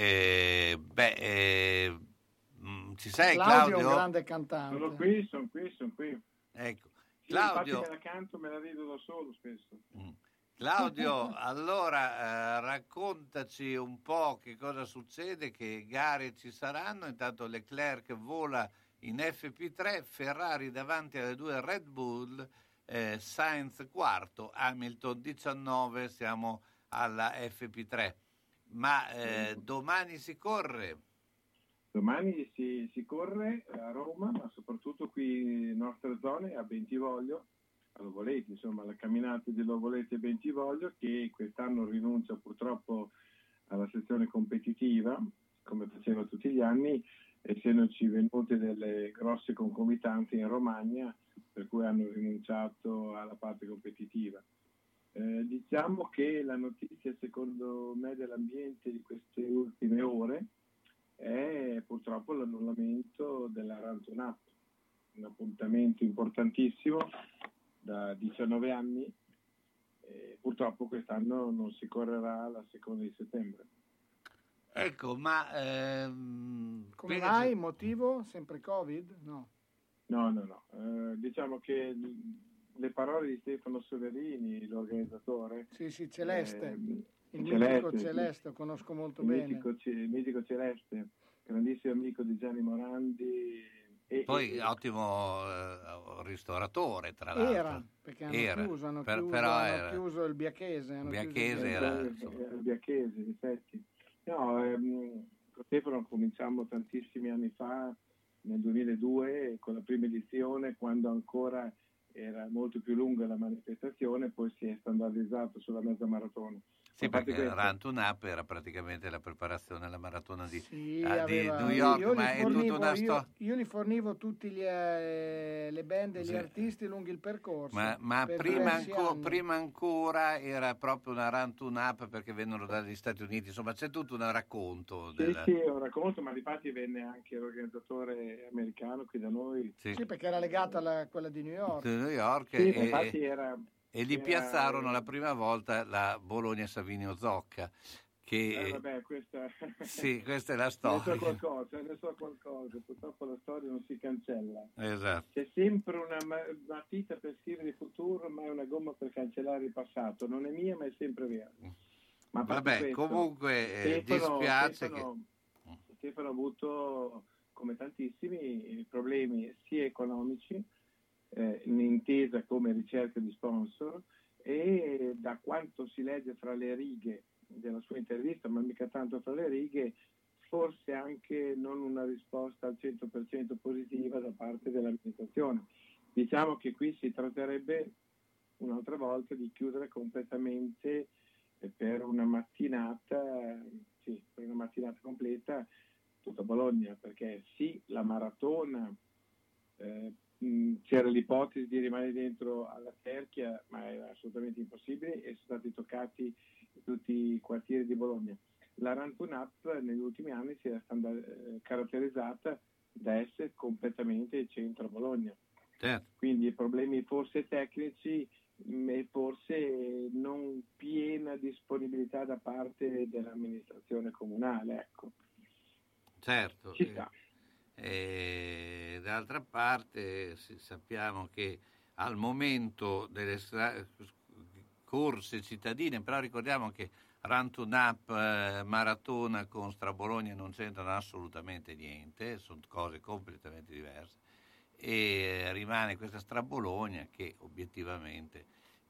Ci sei, Claudio Claudio? è un grande cantante. Sono qui. Ecco. Sì, Claudio, infatti me la canto, me la rido da solo spesso. Claudio, allora raccontaci un po' che cosa succede, che gare ci saranno. Intanto Leclerc vola in FP3, Ferrari davanti alle 2 Red Bull, Sainz quarto, Hamilton 19, siamo alla FP3. Ma domani si corre? Domani si corre a Roma, ma soprattutto qui in nostre zone, a Bentivoglio, a Lovoleti, insomma la camminata di Lovoleti e Bentivoglio, che quest'anno rinuncia purtroppo alla sezione competitiva, come faceva tutti gli anni, essendoci venute delle grosse concomitanze in Romagna, per cui hanno rinunciato alla parte competitiva. Diciamo che la notizia, secondo me, dell'ambiente di queste ultime ore è purtroppo l'annullamento dell'Aranton, un appuntamento importantissimo da 19 anni. Purtroppo quest'anno non si correrà la seconda di settembre. Ecco, ma come mai? Motivo? Sempre Covid? No. No. Diciamo che le parole di Stefano Soverini, l'organizzatore. Sì, Celeste. Il Celeste, mitico Celeste, lo conosco molto il bene. Il mitico Celeste, grandissimo amico di Gianni Morandi. Poi ottimo ristoratore, tra l'altro. Era, perché hanno chiuso il Biachese. Il Biachese, in effetti. No, con Stefano cominciamo tantissimi anni fa, nel 2002, con la prima edizione, quando ancora era molto più lunga la manifestazione, poi si è standardizzato sulla mezza maratona. Sì, perché Run to Nap era praticamente la preparazione alla maratona di aveva, New York, io li fornivo tutti le band e gli artisti lungo il percorso. Ma prima ancora era proprio una Run to Nap, perché vennero dagli Stati Uniti, insomma c'è tutto un racconto. Sì, un racconto, ma difatti venne anche l'organizzatore americano qui da noi. Sì, perché era legata a quella di New York. Sì, infatti era... E li piazzarono la prima volta la Bologna-Savinio Zocca. Questa... Sì, questa è la storia. Ne so qualcosa, purtroppo la storia non si cancella. Esatto. C'è sempre una matita per scrivere il futuro, ma è una gomma per cancellare il passato. Non è mia, ma è sempre vero. Ma comunque dispiace Stefano ha avuto, come tantissimi, problemi sia economici, in intesa come ricerca di sponsor, e da quanto si legge fra le righe della sua intervista, ma mica tanto fra le righe, forse anche non una risposta al 100% positiva da parte dell'amministrazione. Diciamo che qui si tratterebbe un'altra volta di chiudere completamente per una mattinata completa tutta Bologna, perché sì, la maratona, c'era l'ipotesi di rimanere dentro alla cerchia, ma era assolutamente impossibile, e sono stati toccati tutti i quartieri di Bologna. La Run to Nap negli ultimi anni si è caratterizzata da essere completamente centro Bologna. Certo. Quindi problemi forse tecnici e forse non piena disponibilità da parte dell'amministrazione comunale, ecco. Certo. Ci sta. E d'altra parte sappiamo che al momento delle corse cittadine, però ricordiamo che Run to Nap, maratona con Strabologna non c'entrano assolutamente niente, sono cose completamente diverse, e rimane questa Strabologna che obiettivamente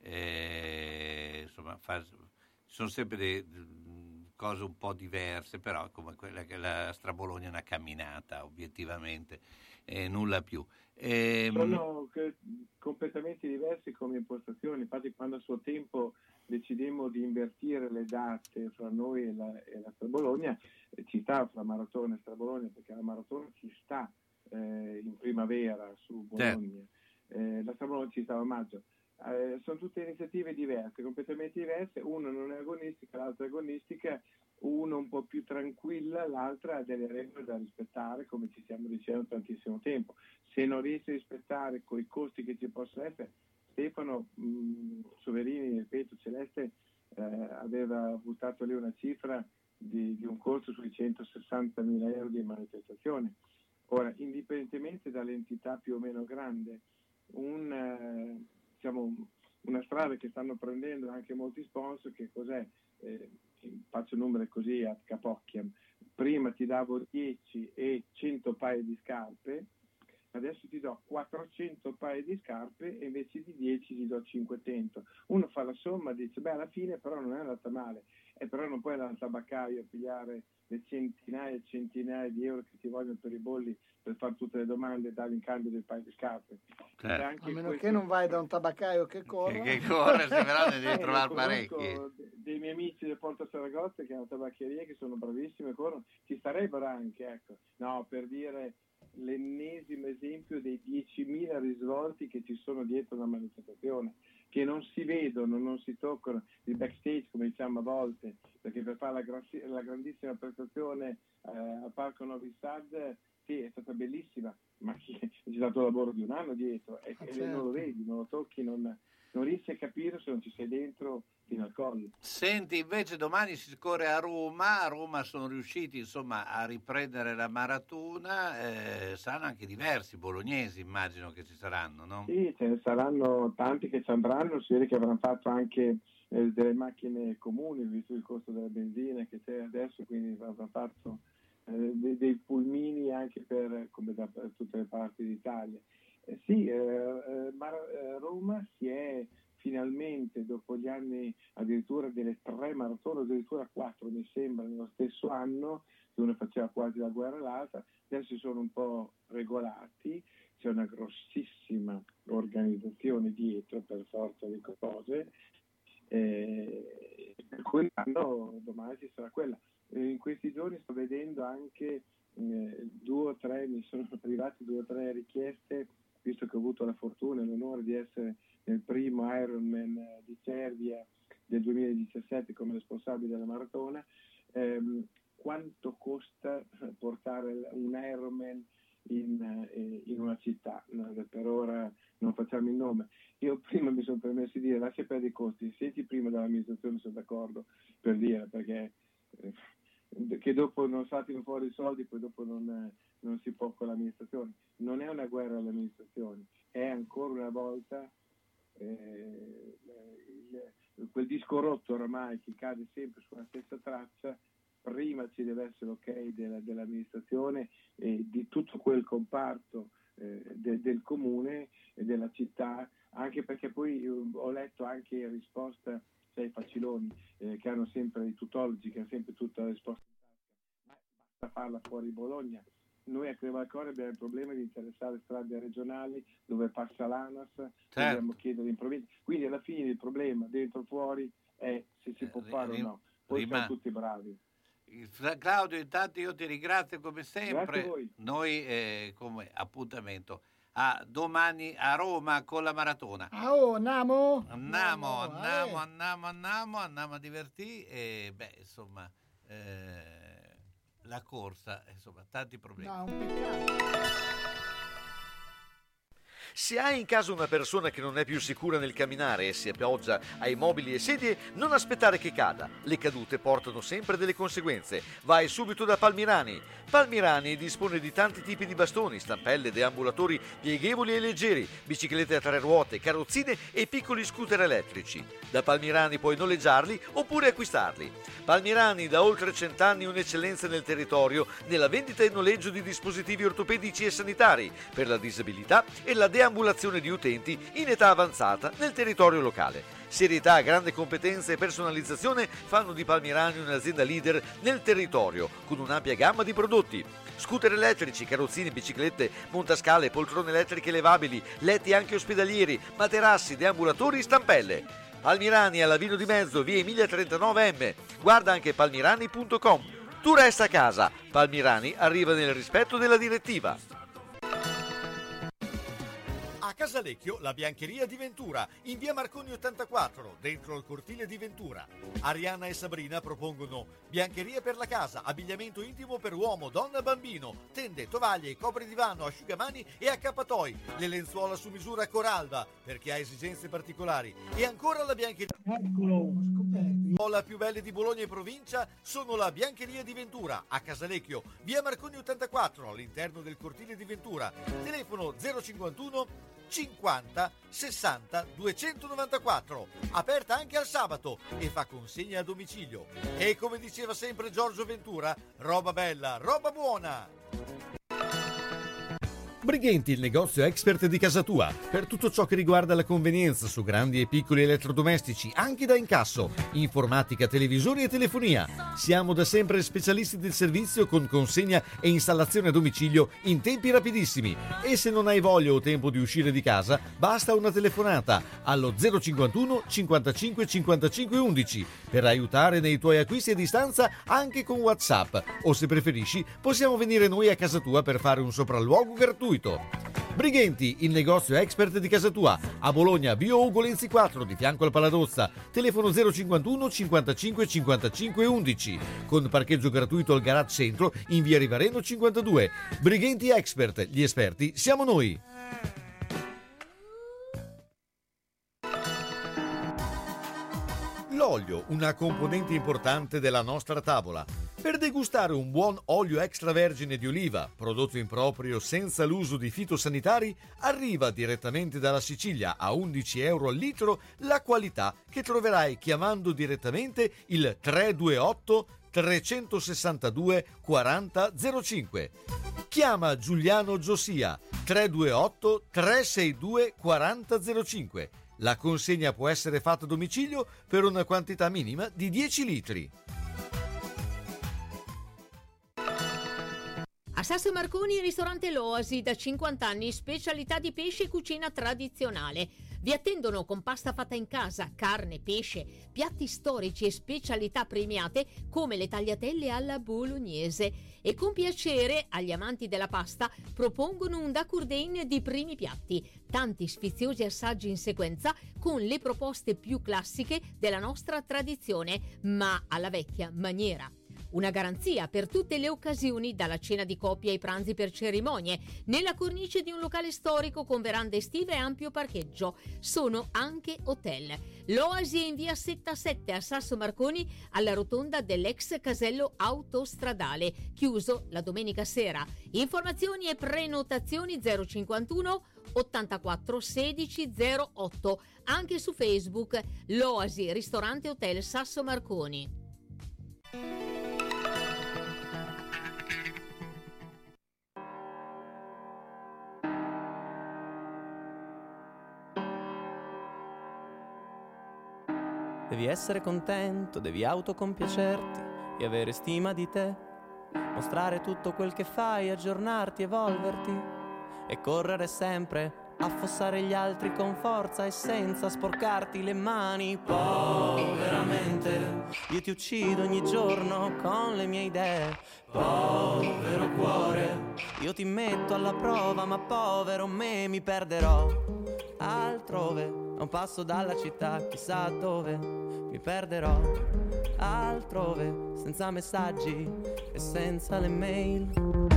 sono sempre cose un po' diverse, però come quella che la Strabologna è una camminata obiettivamente, nulla più. Sono completamente diversi come impostazioni. Infatti quando a suo tempo decidemmo di invertire le date fra noi e la Strabologna, ci sta fra maratona e Strabologna, perché la maratona ci sta in primavera su Bologna, la Strabologna ci stava a maggio. Sono tutte iniziative diverse, completamente diverse, una non è agonistica, l'altra è agonistica, una un po' più tranquilla, l'altra ha delle regole da rispettare, come ci stiamo dicendo tantissimo tempo. Se non riesci a rispettare coi costi che ci possono essere, Stefano Soverini, ripeto, Celeste aveva buttato lì una cifra di un costo sui 160.000 euro di manifestazione. Ora, indipendentemente dall'entità più o meno grande, una strada che stanno prendendo anche molti sponsor, che cos'è? Faccio numeri così a capocchia: prima ti davo 10 e 100 paia di scarpe, adesso ti do 400 paia di scarpe e invece di 10 ti do 500. Uno fa la somma e dice alla fine però non è andata male, però non puoi andare al tabaccaio a pigliare le centinaia e centinaia di euro che ti vogliono per i bolli per fare tutte le domande e dare in cambio del paio di scarpe. Certo. A meno che non vai da un tabaccaio che corre. Che corre, però ne devi trovare parecchi. Dei miei amici del Porto Saragozza che hanno tabaccherie, che sono bravissime, corrono, ci starebbero anche, ecco. No, per dire l'ennesimo esempio dei 10.000 risvolti che ci sono dietro una manifestazione, che non si vedono, non si toccano, il backstage come diciamo a volte, perché per fare la grandissima prestazione al Parco Novi Sad, sì, è stata bellissima, ma c'è stato un lavoro di un anno dietro e non lo vedi, non lo tocchi, non riesci a capire se non ci sei dentro fino al collo. Senti, invece domani si corre a Roma sono riusciti insomma a riprendere la maratona, saranno anche diversi bolognesi, immagino che ci saranno, no? Sì, ce ne saranno tanti che ci andranno, si vede che avranno fatto anche delle macchine comuni, visto il costo della benzina che c'è adesso, quindi avranno fatto dei pulmini anche come da tutte le parti d'Italia. Ma Roma si è finalmente, dopo gli anni addirittura delle 3 maratone, addirittura 4 mi sembra, nello stesso anno, uno faceva quasi la guerra all'altra, adesso si sono un po' regolati, c'è una grossissima organizzazione dietro per forza di cose, per cui domani ci sarà quella. In questi giorni sto vedendo anche mi sono arrivate 2 o 3 richieste, visto che ho avuto la fortuna e l'onore di essere nel primo Ironman di Cervia del 2017 come responsabile della maratona. Quanto costa portare un Ironman in una città? Per ora non facciamo il nome. Io prima mi sono permesso di dire lascia perdere i costi, senti prima dall'amministrazione, sono d'accordo, per dire, perché che dopo non saltino fuori i soldi, poi dopo non si può con l'amministrazione. Non è una guerra all'amministrazione, è ancora una volta quel disco rotto oramai che cade sempre sulla stessa traccia. Prima ci deve essere l'ok dell'amministrazione e di tutto quel comparto del comune e della città, anche perché poi ho letto anche in risposta ai faciloni che hanno sempre i tutologi, che hanno sempre tutta la risposta in tasca, ma basta farla fuori Bologna. Noi a Crevalcore abbiamo il problema di interessare strade regionali dove passa l'ANAS, dobbiamo chiedere in provincia, quindi alla fine il problema dentro o fuori è se si può fare o no, poi siamo tutti bravi. Claudio, intanto io ti ringrazio come sempre. Grazie a voi. Noi come appuntamento a domani a Roma con la maratona. Andiamo a divertirci e insomma la corsa, insomma, tanti problemi. No, un peccato. Se hai in casa una persona che non è più sicura nel camminare e si appoggia ai mobili e sedie, non aspettare che cada. Le cadute portano sempre delle conseguenze. Vai subito da Palmirani. Palmirani dispone di tanti tipi di bastoni, stampelle, deambulatori pieghevoli e leggeri, biciclette a 3 ruote, carrozzine e piccoli scooter elettrici. Da Palmirani puoi noleggiarli oppure acquistarli. Palmirani, da oltre 100 anni un'eccellenza nel territorio nella vendita e noleggio di dispositivi ortopedici e sanitari per la disabilità e la deambulazione di utenti in età avanzata nel territorio locale. Serietà, grande competenza e personalizzazione fanno di Palmirani un'azienda leader nel territorio, con un'ampia gamma di prodotti. Scooter elettrici, carrozzine, biciclette, montascale, poltrone elettriche levabili, letti anche ospedalieri, materassi, deambulatori, stampelle. Palmirani alla Vino di Mezzo, via Emilia 39M. Guarda anche palmirani.com. Tu resta a casa. Palmirani arriva nel rispetto della direttiva. A Casalecchio, la biancheria di Ventura, in via Marconi 84, dentro il cortile di Ventura. Arianna e Sabrina propongono biancheria per la casa, abbigliamento intimo per uomo, donna, bambino, tende, tovaglie, copridivano, asciugamani e accappatoi, le lenzuola su misura Coralda, per chi ha esigenze particolari. E ancora la biancheria. La più belle di Bologna e provincia sono la biancheria di Ventura, a Casalecchio, via Marconi 84, all'interno del cortile di Ventura. Telefono 051 50 60 294, aperta anche al sabato e fa consegna a domicilio. E come diceva sempre Giorgio Ventura, roba bella, roba buona. Brighenti, il negozio expert di casa tua, per tutto ciò che riguarda la convenienza su grandi e piccoli elettrodomestici, anche da incasso, informatica, televisori e telefonia. Siamo da sempre specialisti del servizio con consegna e installazione a domicilio in tempi rapidissimi. E se non hai voglia o tempo di uscire di casa, basta una telefonata allo 051 55 55 11 per aiutare nei tuoi acquisti a distanza anche con WhatsApp, o se preferisci possiamo venire noi a casa tua per fare un sopralluogo gratuito. Brighenti, il negozio expert di casa tua, a Bologna, via Ugolenzi 4, di fianco al Paladozza, telefono 051 55 55 11, con parcheggio gratuito al garage centro in via Rivareno 52. Brighenti Expert, gli esperti siamo noi. L'olio, una componente importante della nostra tavola. Per degustare un buon olio extravergine di oliva, prodotto in proprio senza l'uso di fitosanitari, arriva direttamente dalla Sicilia a 11 euro al litro la qualità che troverai chiamando direttamente il 328 362 40 05. Chiama Giuliano Giosia 328 362 40 05. La consegna può essere fatta a domicilio per una quantità minima di 10 litri. A Sasso Marconi, ristorante L'Oasi, da 50 anni, specialità di pesce e cucina tradizionale. Vi attendono con pasta fatta in casa, carne, pesce, piatti storici e specialità premiate come le tagliatelle alla bolognese. E con piacere, agli amanti della pasta, propongono un dacurdain di primi piatti. Tanti sfiziosi assaggi in sequenza con le proposte più classiche della nostra tradizione, ma alla vecchia maniera. Una garanzia per tutte le occasioni, dalla cena di coppia ai pranzi per cerimonie, nella cornice di un locale storico con verande estive e ampio parcheggio. Sono anche hotel. L'Oasi è in via 77 a Sasso Marconi, alla rotonda dell'ex casello autostradale, chiuso la domenica sera. Informazioni e prenotazioni 051 84 16 08. Anche su Facebook L'Oasi Ristorante Hotel Sasso Marconi. Devi essere contento, devi autocompiacerti e avere stima di te, mostrare tutto quel che fai, aggiornarti, evolverti e correre sempre, affossare gli altri con forza e senza sporcarti le mani. Poveramente, io ti uccido ogni giorno con le mie idee. Povero cuore, io ti metto alla prova, ma povero me mi perderò altrove, a un passo dalla città, chissà dove mi perderò altrove, senza messaggi e senza le mail.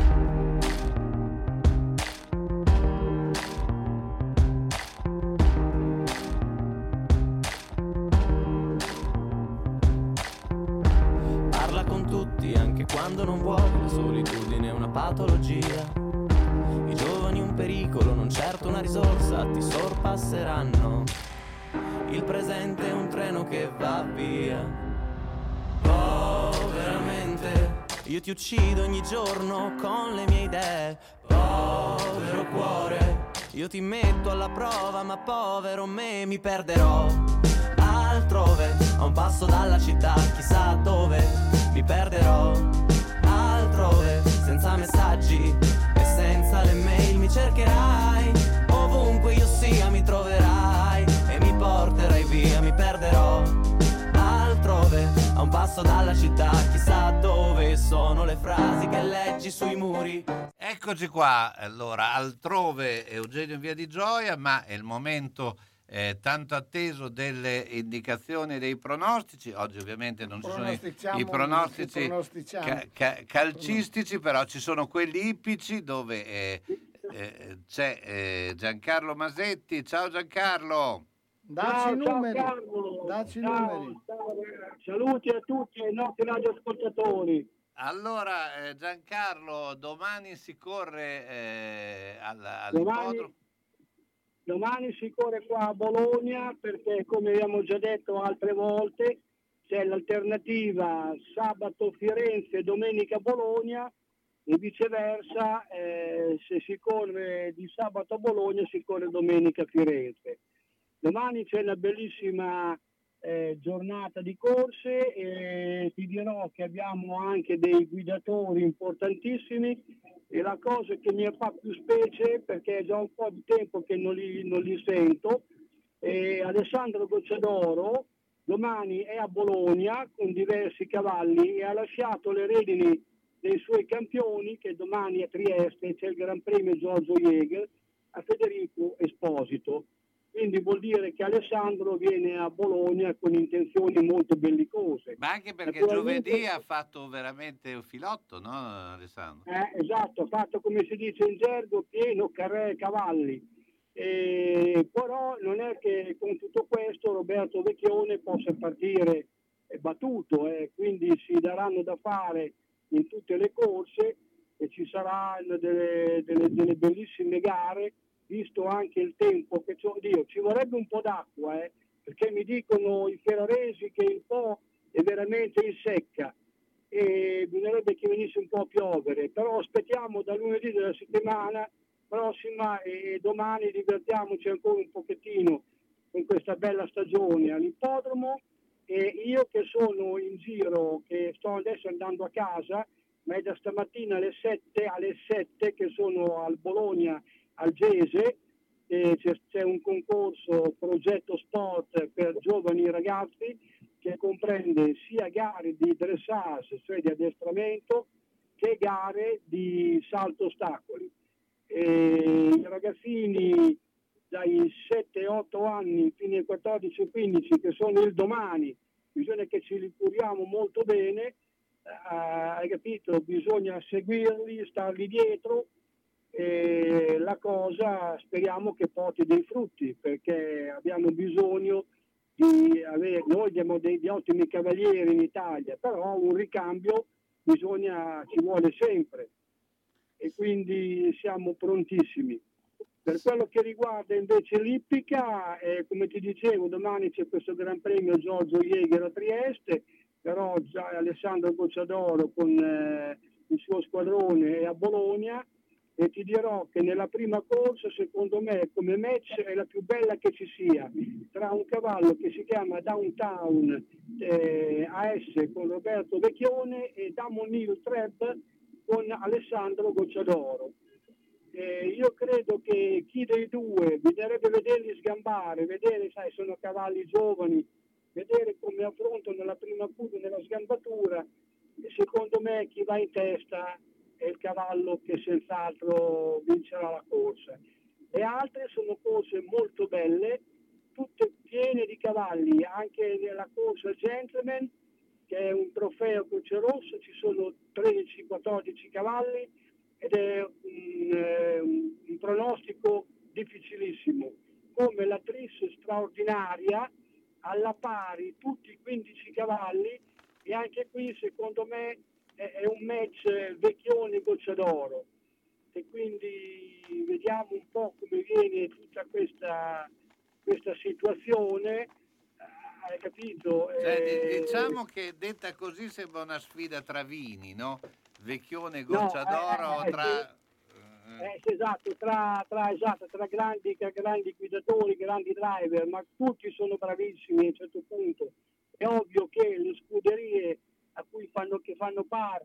Parla con tutti anche quando non vuoi, la solitudine è una patologia. I giovani un pericolo, non certo una risorsa, ti sorpasseranno. Il presente è un treno che va via. Poveramente, io ti uccido ogni giorno con le mie idee. Povero cuore, io ti metto alla prova, ma povero me mi perderò altrove, a un passo dalla città, chissà dove mi perderò altrove, senza messaggi e senza le mail. Mi cercherai ovunque io sia, mi troverai e mi porterai via. Mi perderò altrove, a un passo dalla città, chissà dove sono le frasi che leggi sui muri. Eccoci qua, allora, altrove Eugenio in Via di Gioia, ma è il momento tanto atteso delle indicazioni e dei pronostici. Oggi ovviamente non ci sono i pronostici calcistici, però ci sono quelli ippici dove c'è Giancarlo Masetti. Ciao Giancarlo. Dacci i numeri. Ciao. Saluti a tutti i nostri radioascoltatori. Allora Giancarlo, domani si corre all'ippodromo. Domani si corre qua a Bologna perché, come abbiamo già detto altre volte, c'è l'alternativa sabato Firenze, domenica Bologna, e viceversa, se si corre di sabato a Bologna si corre domenica a Firenze. Domani c'è una bellissima giornata di corse e ti dirò che abbiamo anche dei guidatori importantissimi, e la cosa che mi fa più specie, perché è già un po' di tempo che non li sento, Alessandro Gocciadoro domani è a Bologna con diversi cavalli e ha lasciato le redini dei suoi campioni, che domani a Trieste c'è il Gran Premio Giorgio Jäger, a Federico Esposito. Quindi vuol dire che Alessandro viene a Bologna con intenzioni molto bellicose. Ma anche perché giovedì ha fatto veramente un filotto, no Alessandro? Esatto, ha fatto, come si dice in gergo, pieno carré cavalli. Però non è che con tutto questo Roberto Vecchione possa partire battuto, quindi si daranno da fare in tutte le corse e ci saranno delle bellissime gare, visto anche il tempo che ci vorrebbe un po' d'acqua, perché mi dicono i ferraresi che il Po è veramente in secca e bisognerebbe che venisse un po' a piovere, però aspettiamo da lunedì della settimana prossima e domani divertiamoci ancora un pochettino con questa bella stagione all'ippodromo. E io che sono in giro, che sto adesso andando a casa, ma è da stamattina alle 7 che sono al Bologna Algese, c'è un concorso progetto sport per giovani ragazzi che comprende sia gare di dressage, cioè di addestramento, che gare di salto ostacoli. I ragazzini dai 7-8 anni fino ai 14-15, che sono il domani, bisogna che ci li curiamo molto bene, hai capito? Bisogna seguirli, starli dietro, e la cosa speriamo che porti dei frutti, perché abbiamo bisogno di avere, noi abbiamo degli ottimi cavalieri in Italia, però un ricambio ci vuole sempre, e quindi siamo prontissimi. Per quello che riguarda invece l'ippica, come ti dicevo, domani c'è questo Gran Premio Giorgio Jäger a Trieste, però già Alessandro Gocciadoro con il suo squadrone è a Bologna, e ti dirò che nella prima corsa, secondo me, come match è la più bella che ci sia, tra un cavallo che si chiama Downtown AS con Roberto Vecchione e Damonil Treb con Alessandro Gocciadoro. Io credo che chi dei due, bisognerebbe vederli sgambare, vedere, sai, sono cavalli giovani, vedere come affrontano la prima curva nella sgambatura, e secondo me chi va in testa è il cavallo che senz'altro vincerà la corsa. Le altre sono corse molto belle, tutte piene di cavalli, anche nella corsa Gentleman, che è un trofeo Croce Rossa, ci sono 13-14 cavalli, ed è un pronostico difficilissimo, come la Tris straordinaria, alla pari tutti i 15 cavalli, e anche qui secondo me è un match Vecchione Gocciadoro, e quindi vediamo un po' come viene tutta questa situazione, hai capito? Diciamo che detta così sembra una sfida tra vini, no? Vecchione Gocciadoro esatto, tra grandi guidatori, grandi driver, ma tutti sono bravissimi a un certo punto. È ovvio che le scuderie di cui fanno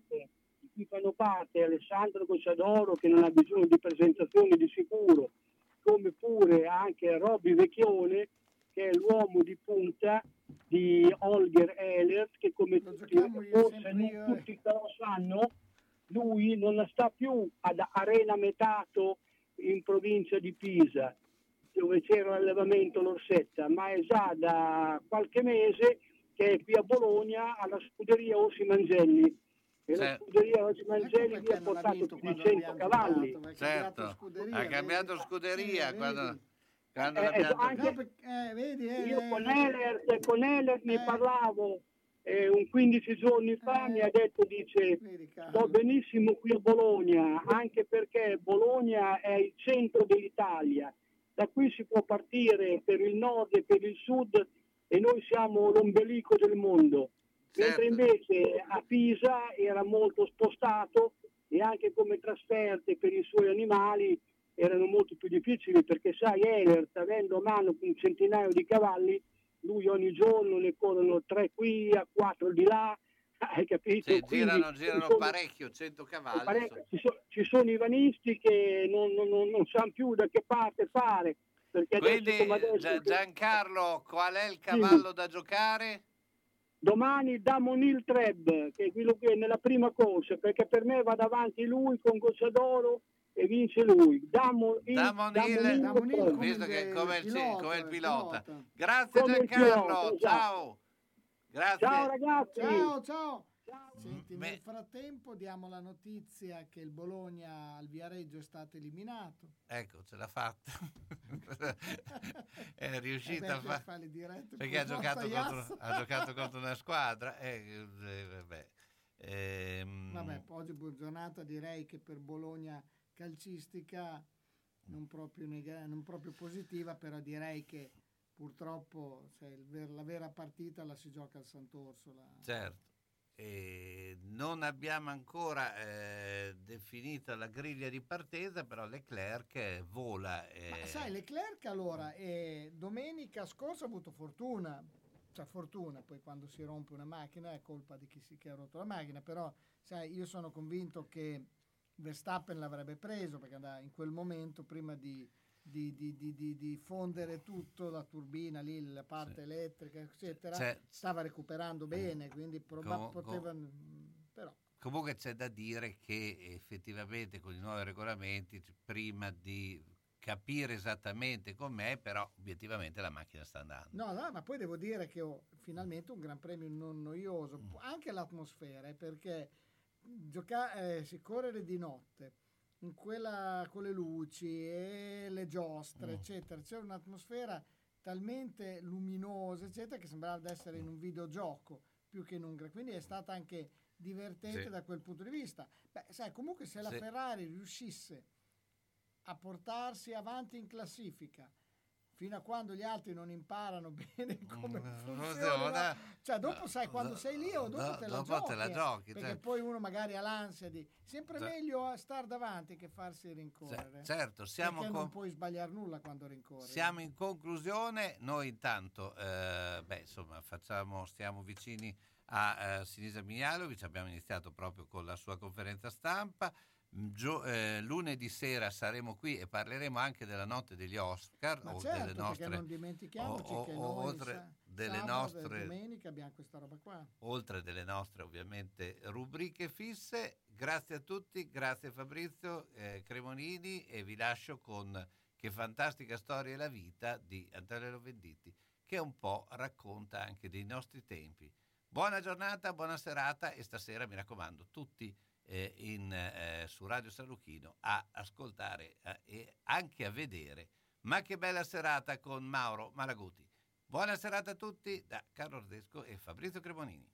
parte Alessandro Gocciadoro, che non ha bisogno di presentazioni di sicuro, come pure anche Robby Vecchione, che è l'uomo di punta di Holger Ehlers, che come tutti, forse non tutti però sanno, lui non sta più ad Arena Metato in provincia di Pisa, dove c'era l'allevamento L'Orsetta, ma è già da qualche mese che è qui a Bologna alla scuderia Ossi Mangelli. E la scuderia Ossi Mangelli gli ha portato più di 100 cavalli. Certo, ha cambiato scuderia quando io con Ehlers ne parlavo un 15 giorni fa, mi ha detto, dice, sto benissimo qui a Bologna, anche perché Bologna è il centro dell'Italia, da qui si può partire per il nord e per il sud, e noi siamo l'ombelico del mondo, mentre invece a Pisa era molto spostato, e anche come trasferte per i suoi animali erano molto più difficili, perché sai, Ehlers, avendo a mano un centinaio di cavalli, lui ogni giorno ne corrono 3 qui, a 4 di là, hai capito? Sì, girano parecchio, 100 cavalli. Ci sono i vanisti che non sanno più da che parte fare. Perché quindi adesso, Giancarlo, qual è il cavallo da giocare? Domani Damonil Treb, che è quello che è nella prima corsa, perché per me va davanti lui con Gocciadoro e vince lui. Damonil, visto che è come il pilota. Grazie Giancarlo, ciao. Grazie. Ciao ragazzi. Ciao. Senti, nel frattempo diamo la notizia che il Bologna al Viareggio è stato eliminato. Ecco, ce l'ha fatta. È riuscita a fare le dirette perché ha giocato contro una squadra. Vabbè, oggi giornata direi che per Bologna calcistica non proprio positiva, però direi che purtroppo la vera partita la si gioca al Sant'Orsola. Certo. Non abbiamo ancora definita la griglia di partenza, però Leclerc vola. Ma sai, Leclerc allora domenica scorsa ha avuto fortuna, poi quando si rompe una macchina è colpa di chi ha rotto la macchina, però sai, io sono convinto che Verstappen l'avrebbe preso, perché in quel momento prima di fondere tutto, la turbina lì, la parte elettrica eccetera, stava recuperando bene, quindi potevano, però comunque c'è da dire che effettivamente con i nuovi regolamenti, prima di capire esattamente com'è, però obiettivamente la macchina sta andando. No, ma poi devo dire che finalmente un gran premio non noioso, anche l'atmosfera, perché correre di notte con le luci e le giostre eccetera, c'è un'atmosfera talmente luminosa eccetera che sembrava di essere in un videogioco più che in un quindi è stata anche divertente da quel punto di vista. Sai, comunque se la Ferrari riuscisse a portarsi avanti in classifica fino a quando gli altri non imparano bene come funziona, dopo sai quando sei lì o dopo te la giochi perché poi uno magari ha l'ansia di sempre meglio star davanti che farsi rincorrere. Certo, perché non puoi sbagliare nulla quando rincorri. Siamo in conclusione, noi intanto stiamo vicini a Sinisa Mialovic, abbiamo iniziato proprio con la sua conferenza stampa. Lunedì sera saremo qui e parleremo anche della notte degli Oscar, delle nostre, non dimentichiamoci che oltre delle nostre domenica abbiamo questa roba qua, oltre delle nostre ovviamente rubriche fisse. Grazie a tutti, grazie Fabrizio Cremonini, e vi lascio con Che fantastica storia è la vita di Antonello Venditti, che un po' racconta anche dei nostri tempi. Buona giornata, buona serata, e stasera mi raccomando tutti su Radio San Luchino a ascoltare e anche a vedere Ma che bella serata con Mauro Malaguti. Buona serata a tutti da Carlo Ordesco e Fabrizio Cremonini.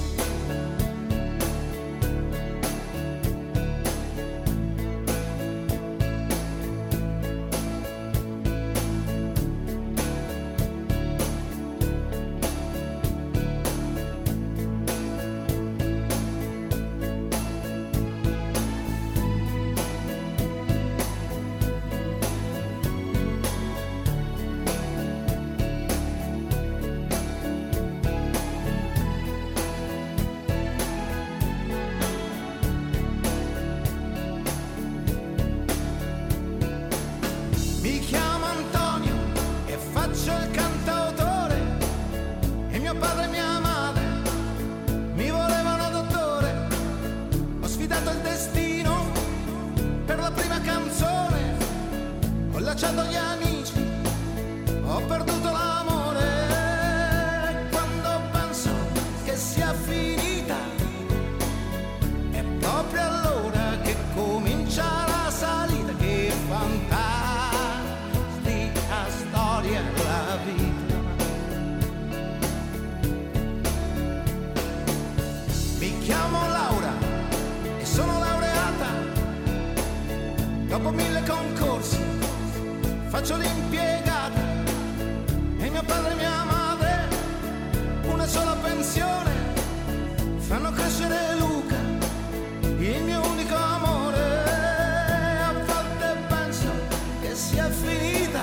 Dopo 1000 concorsi faccio l'impiegata e mio padre e mia madre una sola pensione fanno crescere Luca, il mio unico amore. A volte penso che sia finita,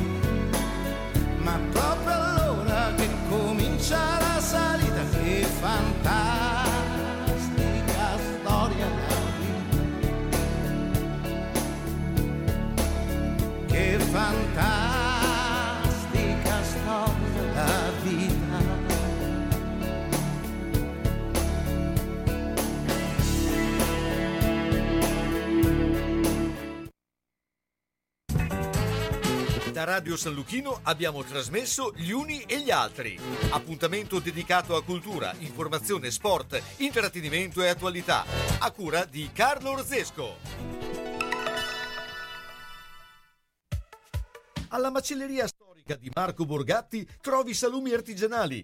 ma proprio allora che comincia la salita. Che fantastica storia la vita, che fantastica storia la Radio San Luchino abbiamo trasmesso Gli Uni e gli Altri. Appuntamento dedicato a cultura, informazione, sport, intrattenimento e attualità. A cura di Carlo Orzesco. Alla macelleria storica di Marco Borgatti trovi salumi artigianali,